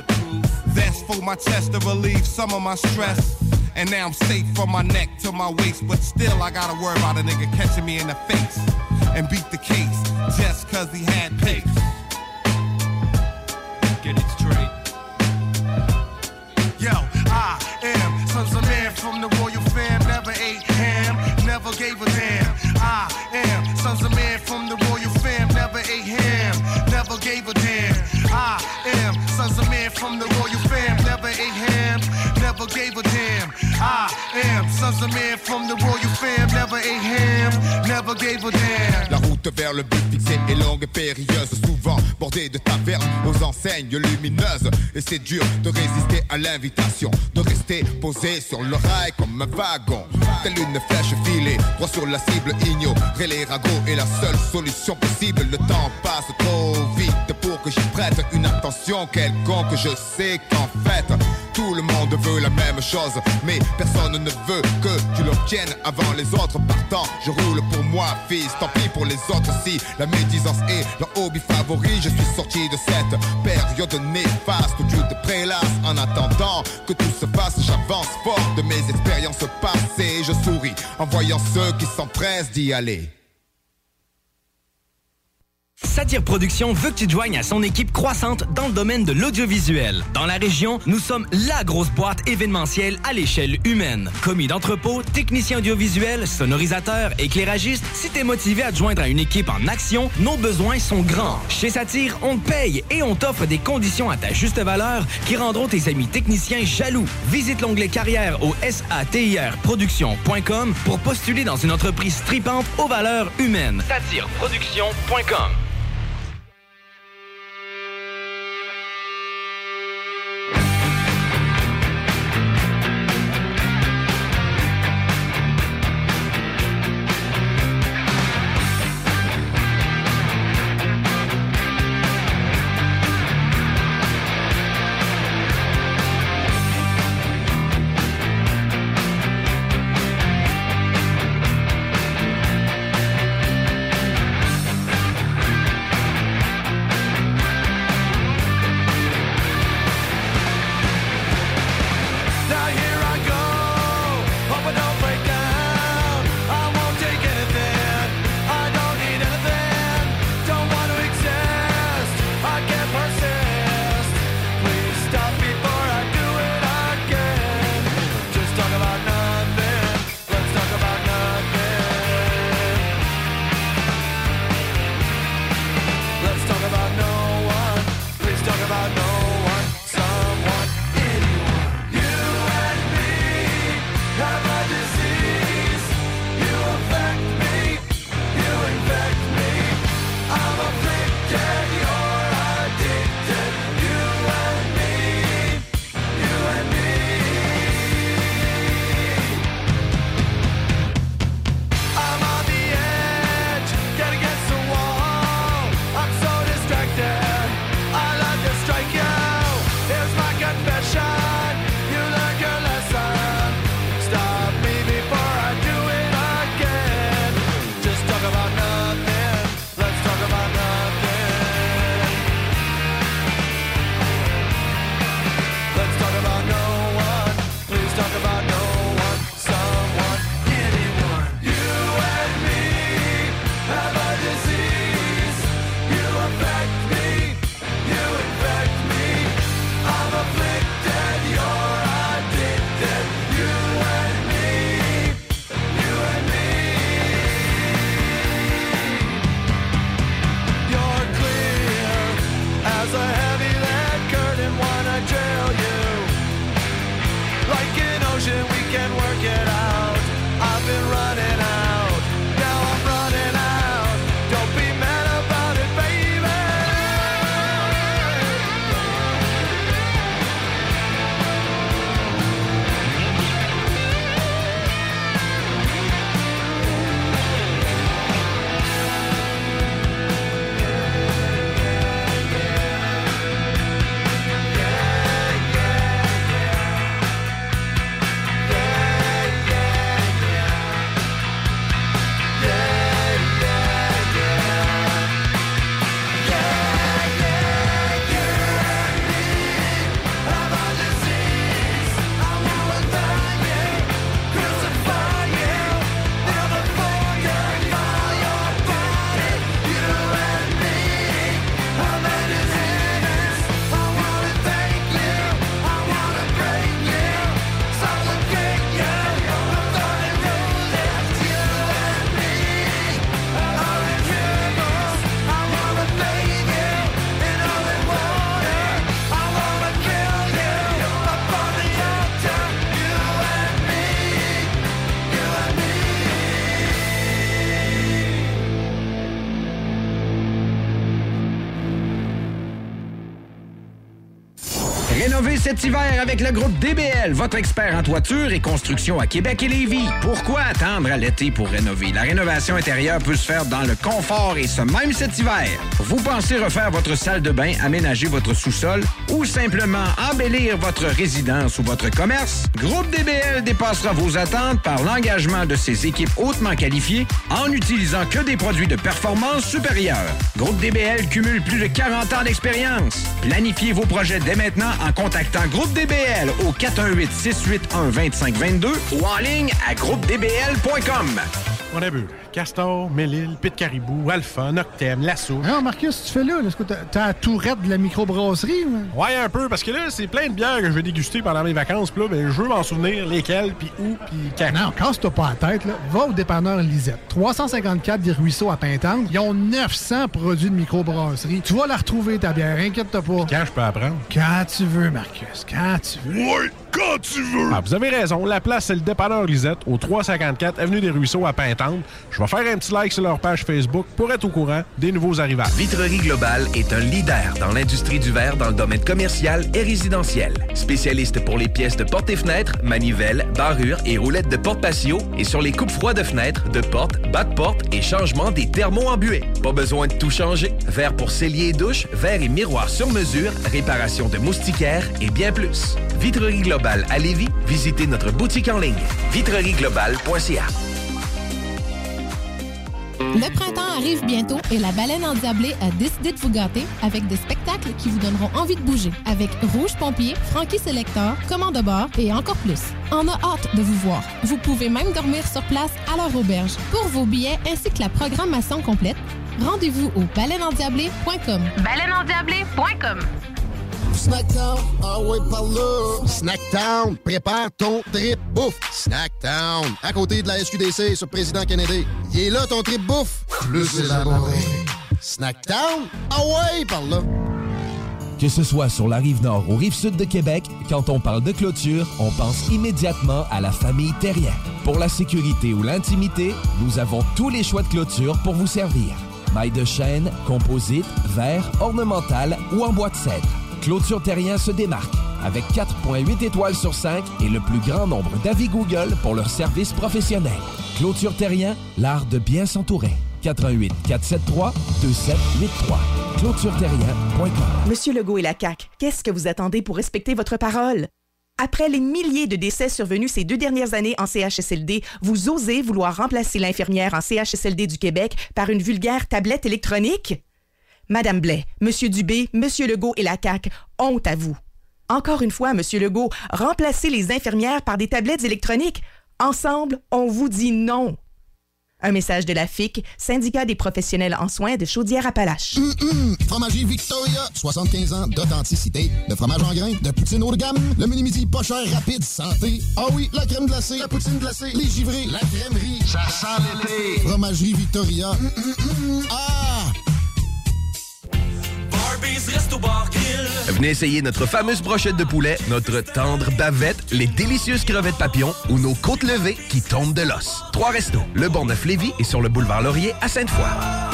That's for my chest to relieve some of my stress. And now I'm safe from my neck to my waist. But still I gotta worry about a nigga catching me in the face and beat the case just cause he had pace. Get it straight. Yo, I am Sons of Man from the Royal Fam. Never ate ham, never gave a damn. I am Sons of Man from the Royal Fam. Never ate ham, never gave a damn. I am Sons of Man from the Royal Fam. Never ate ham, never gave a damn. I am Sons of Man from the Royal Fam. Never ate ham, never gave a damn. La route vers le but fixé est longue et périlleuse, souvent bordée de tavernes aux enseignes lumineuses. Et c'est dur de résister à l'invitation, de rester posé sur le rail comme un wagon. Telle une flèche filée, droit sur la cible, ignorer les ragots est la seule solution possible. Le temps passe trop vite pour que j'y prête une attention quelconque. Je sais qu'en fait, tout le monde veut la même chose, mais personne ne veut que tu l'obtiennes avant les autres. Partant, je roule pour moi, fils, tant pis pour les autres. Si la médisance est leur hobby favori, je suis sorti de cette période néfaste où tu te prélasses. En attendant que tout se fasse, j'avance fort de mes expériences passées. Je souris en voyant ceux qui s'empressent d'y aller. Satire Productions veut que tu te joignes à son équipe croissante dans le domaine de l'audiovisuel. Dans la région, nous sommes la grosse boîte événementielle à l'échelle humaine. Commis d'entrepôt, technicien audiovisuel, sonorisateur, éclairagiste, si t'es motivé à te joindre à une équipe en action, nos besoins sont grands. Chez Satire, on te paye et on t'offre des conditions à ta juste valeur qui rendront tes amis techniciens jaloux. Visite l'onglet carrière au satirproduction.com pour postuler dans une entreprise tripante aux valeurs humaines. Satireproduction.com. Rénovez cet hiver avec le groupe DBL, votre expert en toiture et construction à Québec et Lévis. Pourquoi attendre à l'été pour rénover? La rénovation intérieure peut se faire dans le confort et ce même cet hiver. Vous pensez refaire votre salle de bain, aménager votre sous-sol ou simplement embellir votre résidence ou votre commerce? Groupe DBL dépassera vos attentes par l'engagement de ses équipes hautement qualifiées en n'utilisant que des produits de performance supérieure. Groupe DBL cumule plus de 40 ans d'expérience. Planifiez vos projets dès maintenant en contactant Groupe DBL au 418-681-2522 ou en ligne à groupedbl.com. On a vu. Castor, Mélile, Pit Caribou, Alpha, Noctem, La Souche. Non, Marcus, tu fais là? Est-ce que t'as la tourette de la microbrasserie? Ouais, un peu, parce que là, c'est plein de bières que je vais déguster pendant mes vacances. Puis là, ben, je veux m'en souvenir lesquelles, puis où, puis quand. Non, casse-toi pas la tête, là. Va au dépanneur Lisette. 354 des Ruisseaux à Pintante. Ils ont 900 produits de microbrasserie. Tu vas la retrouver, ta bière. Inquiète-toi pas. Quand je peux apprendre? Quand tu veux, Marcus. Quand tu veux. Ouais, quand tu veux. Ah, vous avez raison. La place, c'est le dépanneur Lisette, au 354 Avenue des Ruisseaux à Pintante. Je vais faire un petit like sur leur page Facebook pour être au courant des nouveaux arrivages. Vitrerie Globale est un leader dans l'industrie du verre dans le domaine commercial et résidentiel. Spécialiste pour les pièces de portes et fenêtres, manivelles, barrures et roulettes de porte patio et sur les coupes froides de fenêtres, de portes, bas de porte et changement des thermos en buée. Pas besoin de tout changer. Verre pour cellier et douche, verre et miroir sur mesure, réparation de moustiquaires et bien plus. Vitrerie Globale à Lévis, visitez notre boutique en ligne vitrerieglobale.ca. Le printemps arrive bientôt et la Baleine Endiablée a décidé de vous gâter avec des spectacles qui vous donneront envie de bouger. Avec Rouge Pompier, Frankie Selector, Commande de bord et encore plus. On a hâte de vous voir. Vous pouvez même dormir sur place à leur auberge. Pour vos billets ainsi que la programmation complète, rendez-vous au baleineendiablée.com. baleineendiablée.com. Snackdown, ah ouais, par là. Snackdown, prépare ton trip bouffe. Snackdown, à côté de la SQDC sur Président Kennedy. Il est là ton trip bouffe, plus élaboré. Snackdown, ah ouais, par là. Que ce soit sur la Rive-Nord ou Rive-Sud de Québec, quand on parle de clôture, on pense immédiatement à la famille Terrien. Pour la sécurité ou l'intimité, nous avons tous les choix de clôture pour vous servir. Mailles de chêne, composite, verre, ornemental ou en bois de cèdre. Clôture Terrien se démarque avec 4,8 étoiles sur 5 et le plus grand nombre d'avis Google pour leur service professionnel. Clôture Terrien, l'art de bien s'entourer. 88 473 2783. ClôtureTerrien.com. Monsieur Legault et la CAQ, qu'est-ce que vous attendez pour respecter votre parole? Après les milliers de décès survenus ces 2 dernières années en CHSLD, vous osez vouloir remplacer l'infirmière en CHSLD du Québec par une vulgaire tablette électronique? Madame Blais, Monsieur Dubé, Monsieur Legault et la CAQ, honte à vous. Encore une fois, Monsieur Legault, remplacez les infirmières par des tablettes électroniques. Ensemble, on vous dit non. Un message de la FIC, Syndicat des professionnels en soins de Chaudière-Appalaches. Fromagerie Victoria, 75 ans d'authenticité, de fromage en grains, de poutine haut de gamme, le mini-midi pas cher, rapide, santé. Ah oui, la crème glacée, la poutine glacée, les givrés, la crèmerie, ça sent l'été. Fromagerie Victoria. Ah! Venez essayer notre fameuse brochette de poulet, notre tendre bavette, les délicieuses crevettes papillons ou nos côtes levées qui tombent de l'os. 3 restos, le Bonneuf-Lévis et sur le boulevard Laurier à Sainte-Foy.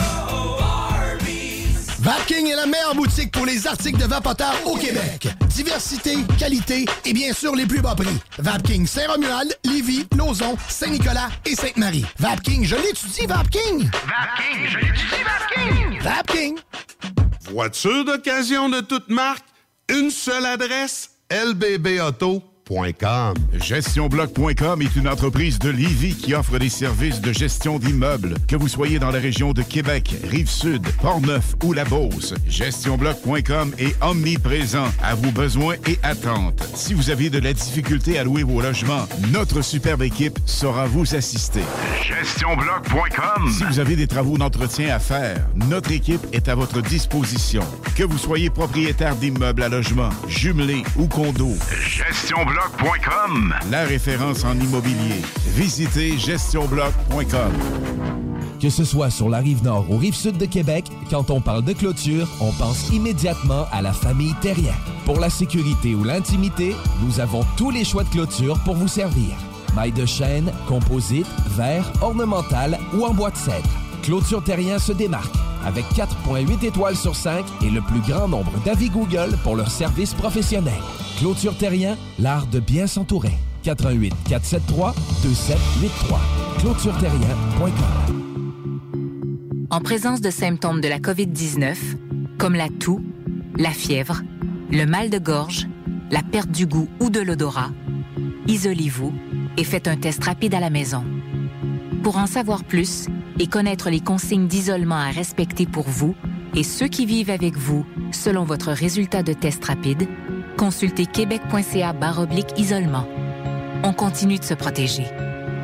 Vapking est la meilleure boutique pour les articles de vapoteurs au Québec. Diversité, qualité et bien sûr les plus bas prix. Vapking Saint-Romuald, Lévis, Lauson, Saint-Nicolas et Sainte-Marie. Vapking, je l'étudie, Vapking! Vapking, je l'étudie, Vapking! Vapking! Voiture d'occasion de toute marque, une seule adresse, lbbauto.com. GestionBloc.com est une entreprise de Lévis qui offre des services de gestion d'immeubles. Que vous soyez dans la région de Québec, Rive-Sud, Portneuf ou la Beauce, GestionBloc.com est omniprésent à vos besoins et attentes. Si vous avez de la difficulté à louer vos logements, notre superbe équipe saura vous assister. GestionBloc.com. Si vous avez des travaux d'entretien à faire, notre équipe est à votre disposition. Que vous soyez propriétaire d'immeubles à logement, jumelés ou condos, GestionBloc.com. La référence en immobilier. Visitez gestionbloc.com. Que ce soit sur la Rive-Nord ou Rive-Sud de Québec, quand on parle de clôture, on pense immédiatement à la famille Terrien. Pour la sécurité ou l'intimité, nous avons tous les choix de clôture pour vous servir. Mailles de chêne, composite, verre, ornemental ou en bois de cèdre. Clôture Terrien se démarque avec 4,8 étoiles sur 5 et le plus grand nombre d'avis Google pour leur service professionnel. Clôture Terrien, l'art de bien s'entourer. 88 473 2783. ClôtureTerrien.com. En présence de symptômes de la COVID-19, comme la toux, la fièvre, le mal de gorge, la perte du goût ou de l'odorat, isolez-vous et faites un test rapide à la maison. Pour en savoir plus et connaître les consignes d'isolement à respecter pour vous et ceux qui vivent avec vous selon votre résultat de test rapide, consultez québec.ca/isolement. On continue de se protéger.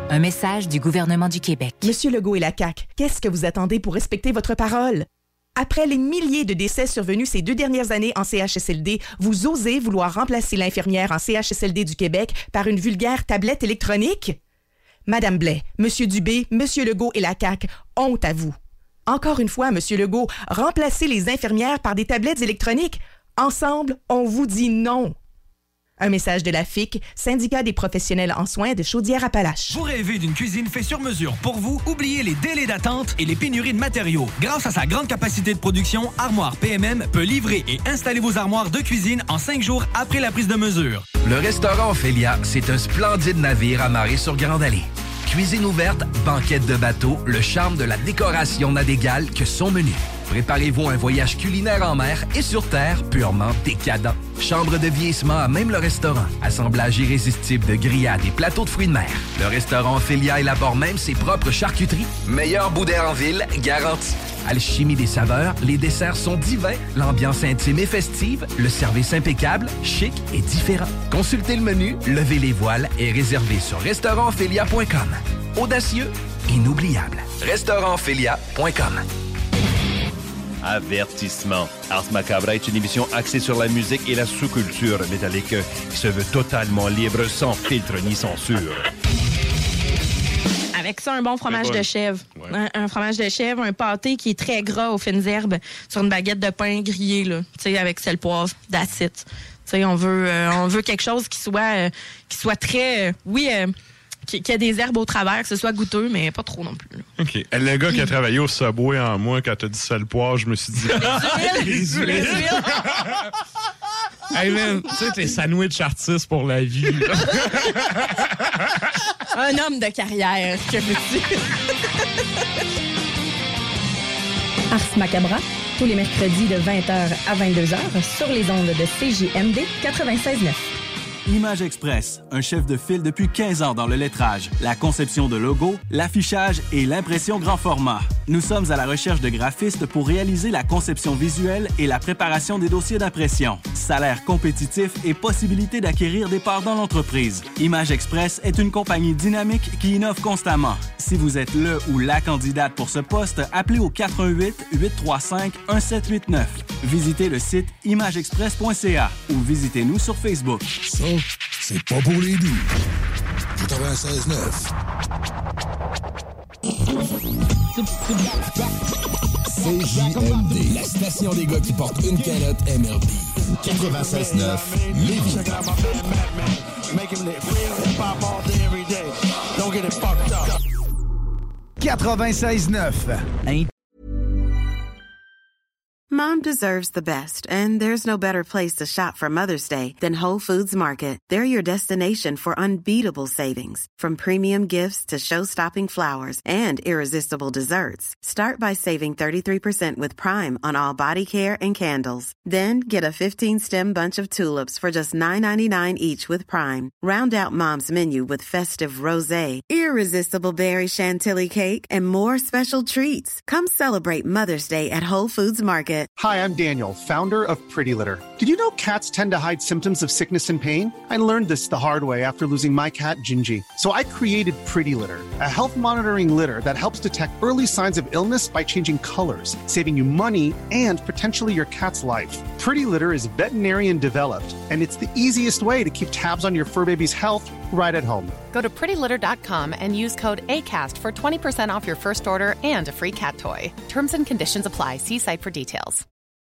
Un message du gouvernement du Québec. Monsieur Legault et la CAQ, qu'est-ce que vous attendez pour respecter votre parole? Après les milliers de décès survenus ces 2 dernières années en CHSLD, vous osez vouloir remplacer l'infirmière en CHSLD du Québec par une vulgaire tablette électronique? Madame Blais, Monsieur Dubé, Monsieur Legault et la CAQ, honte à vous. Encore une fois, Monsieur Legault, remplacez les infirmières par des tablettes électroniques. Ensemble, on vous dit non. Un message de la FIC, syndicat des professionnels en soins de Chaudière-Appalaches. Vous rêvez d'une cuisine faite sur mesure pour vous? Oubliez les délais d'attente et les pénuries de matériaux. Grâce à sa grande capacité de production, Armoire PMM peut livrer et installer vos armoires de cuisine en 5 jours après la prise de mesure. Le restaurant Ophélia, c'est un splendide navire amarré sur Grande Allée. Cuisine ouverte, banquette de bateau, le charme de la décoration n'a d'égal que son menu. Préparez-vous un voyage culinaire en mer et sur terre purement décadent. Chambre de vieillissement à même le restaurant. Assemblage irrésistible de grillades et plateaux de fruits de mer. Le restaurant Ophélia élabore même ses propres charcuteries. Meilleur boudin en ville, garanti. Alchimie des saveurs, les desserts sont divins, l'ambiance intime et festive, le service impeccable, chic et différent. Consultez le menu, levez les voiles et réservez sur restaurantphilia.com. Audacieux, inoubliable. restaurantphilia.com. Avertissement. Ars Macabra est une émission axée sur la musique et la sous-culture métallique qui se veut totalement libre, sans filtre ni censure. Avec ça, un bon fromage de chèvre. Ouais. Un fromage de chèvre, un pâté qui est très gras aux fines herbes sur une baguette de pain grillé, là, avec sel, poivre, that's it. On veut quelque chose qui soit très... Qu'il y a des herbes au travers, que ce soit goûteux, mais pas trop non plus. Là. OK. Le gars qui a travaillé au Subway en moi, quand t'as dit sel poivre, je me suis dit... Les huiles! Hey man, tu sais, t'es sandwich artiste pour la vie. Un homme de carrière, que veux-tu? Ars Macabra, tous les mercredis de 20h à 22h sur les ondes de CJMD 96.9. Image Express, un chef de file depuis 15 ans dans le lettrage, la conception de logos, l'affichage et l'impression grand format. Nous sommes à la recherche de graphistes pour réaliser la conception visuelle et la préparation des dossiers d'impression. Salaire compétitif et possibilité d'acquérir des parts dans l'entreprise. Image Express est une compagnie dynamique qui innove constamment. Si vous êtes le ou la candidate pour ce poste, appelez au 418-835-1789. Visitez le site imageexpress.ca ou visitez-nous sur Facebook. Ça, c'est pas pour les doux. 96.9. CJMD, la station des gars qui portent une calotte MRB. 96.9, Lévis. 96.9. Mom deserves the best, and there's no better place to shop for Mother's Day than Whole Foods Market. They're your destination for unbeatable savings, from premium gifts to show-stopping flowers and irresistible desserts. Start by saving 33% with Prime on all body care and candles. Then get a 15-stem bunch of tulips for just $9.99 each with Prime. Round out Mom's menu with festive rosé, irresistible berry chantilly cake, and more special treats. Come celebrate Mother's Day at Whole Foods Market. Hi, I'm Daniel, founder of Pretty Litter. Did you know cats tend to hide symptoms of sickness and pain? I learned this the hard way after losing my cat, Gingy. So I created Pretty Litter, a health monitoring litter that helps detect early signs of illness by changing colors, saving you money and potentially your cat's life. Pretty Litter is veterinarian developed, and it's the easiest way to keep tabs on your fur baby's health right at home. Go to prettylitter.com and use code ACAST for 20% off your first order and a free cat toy. Terms and conditions apply. See site for details.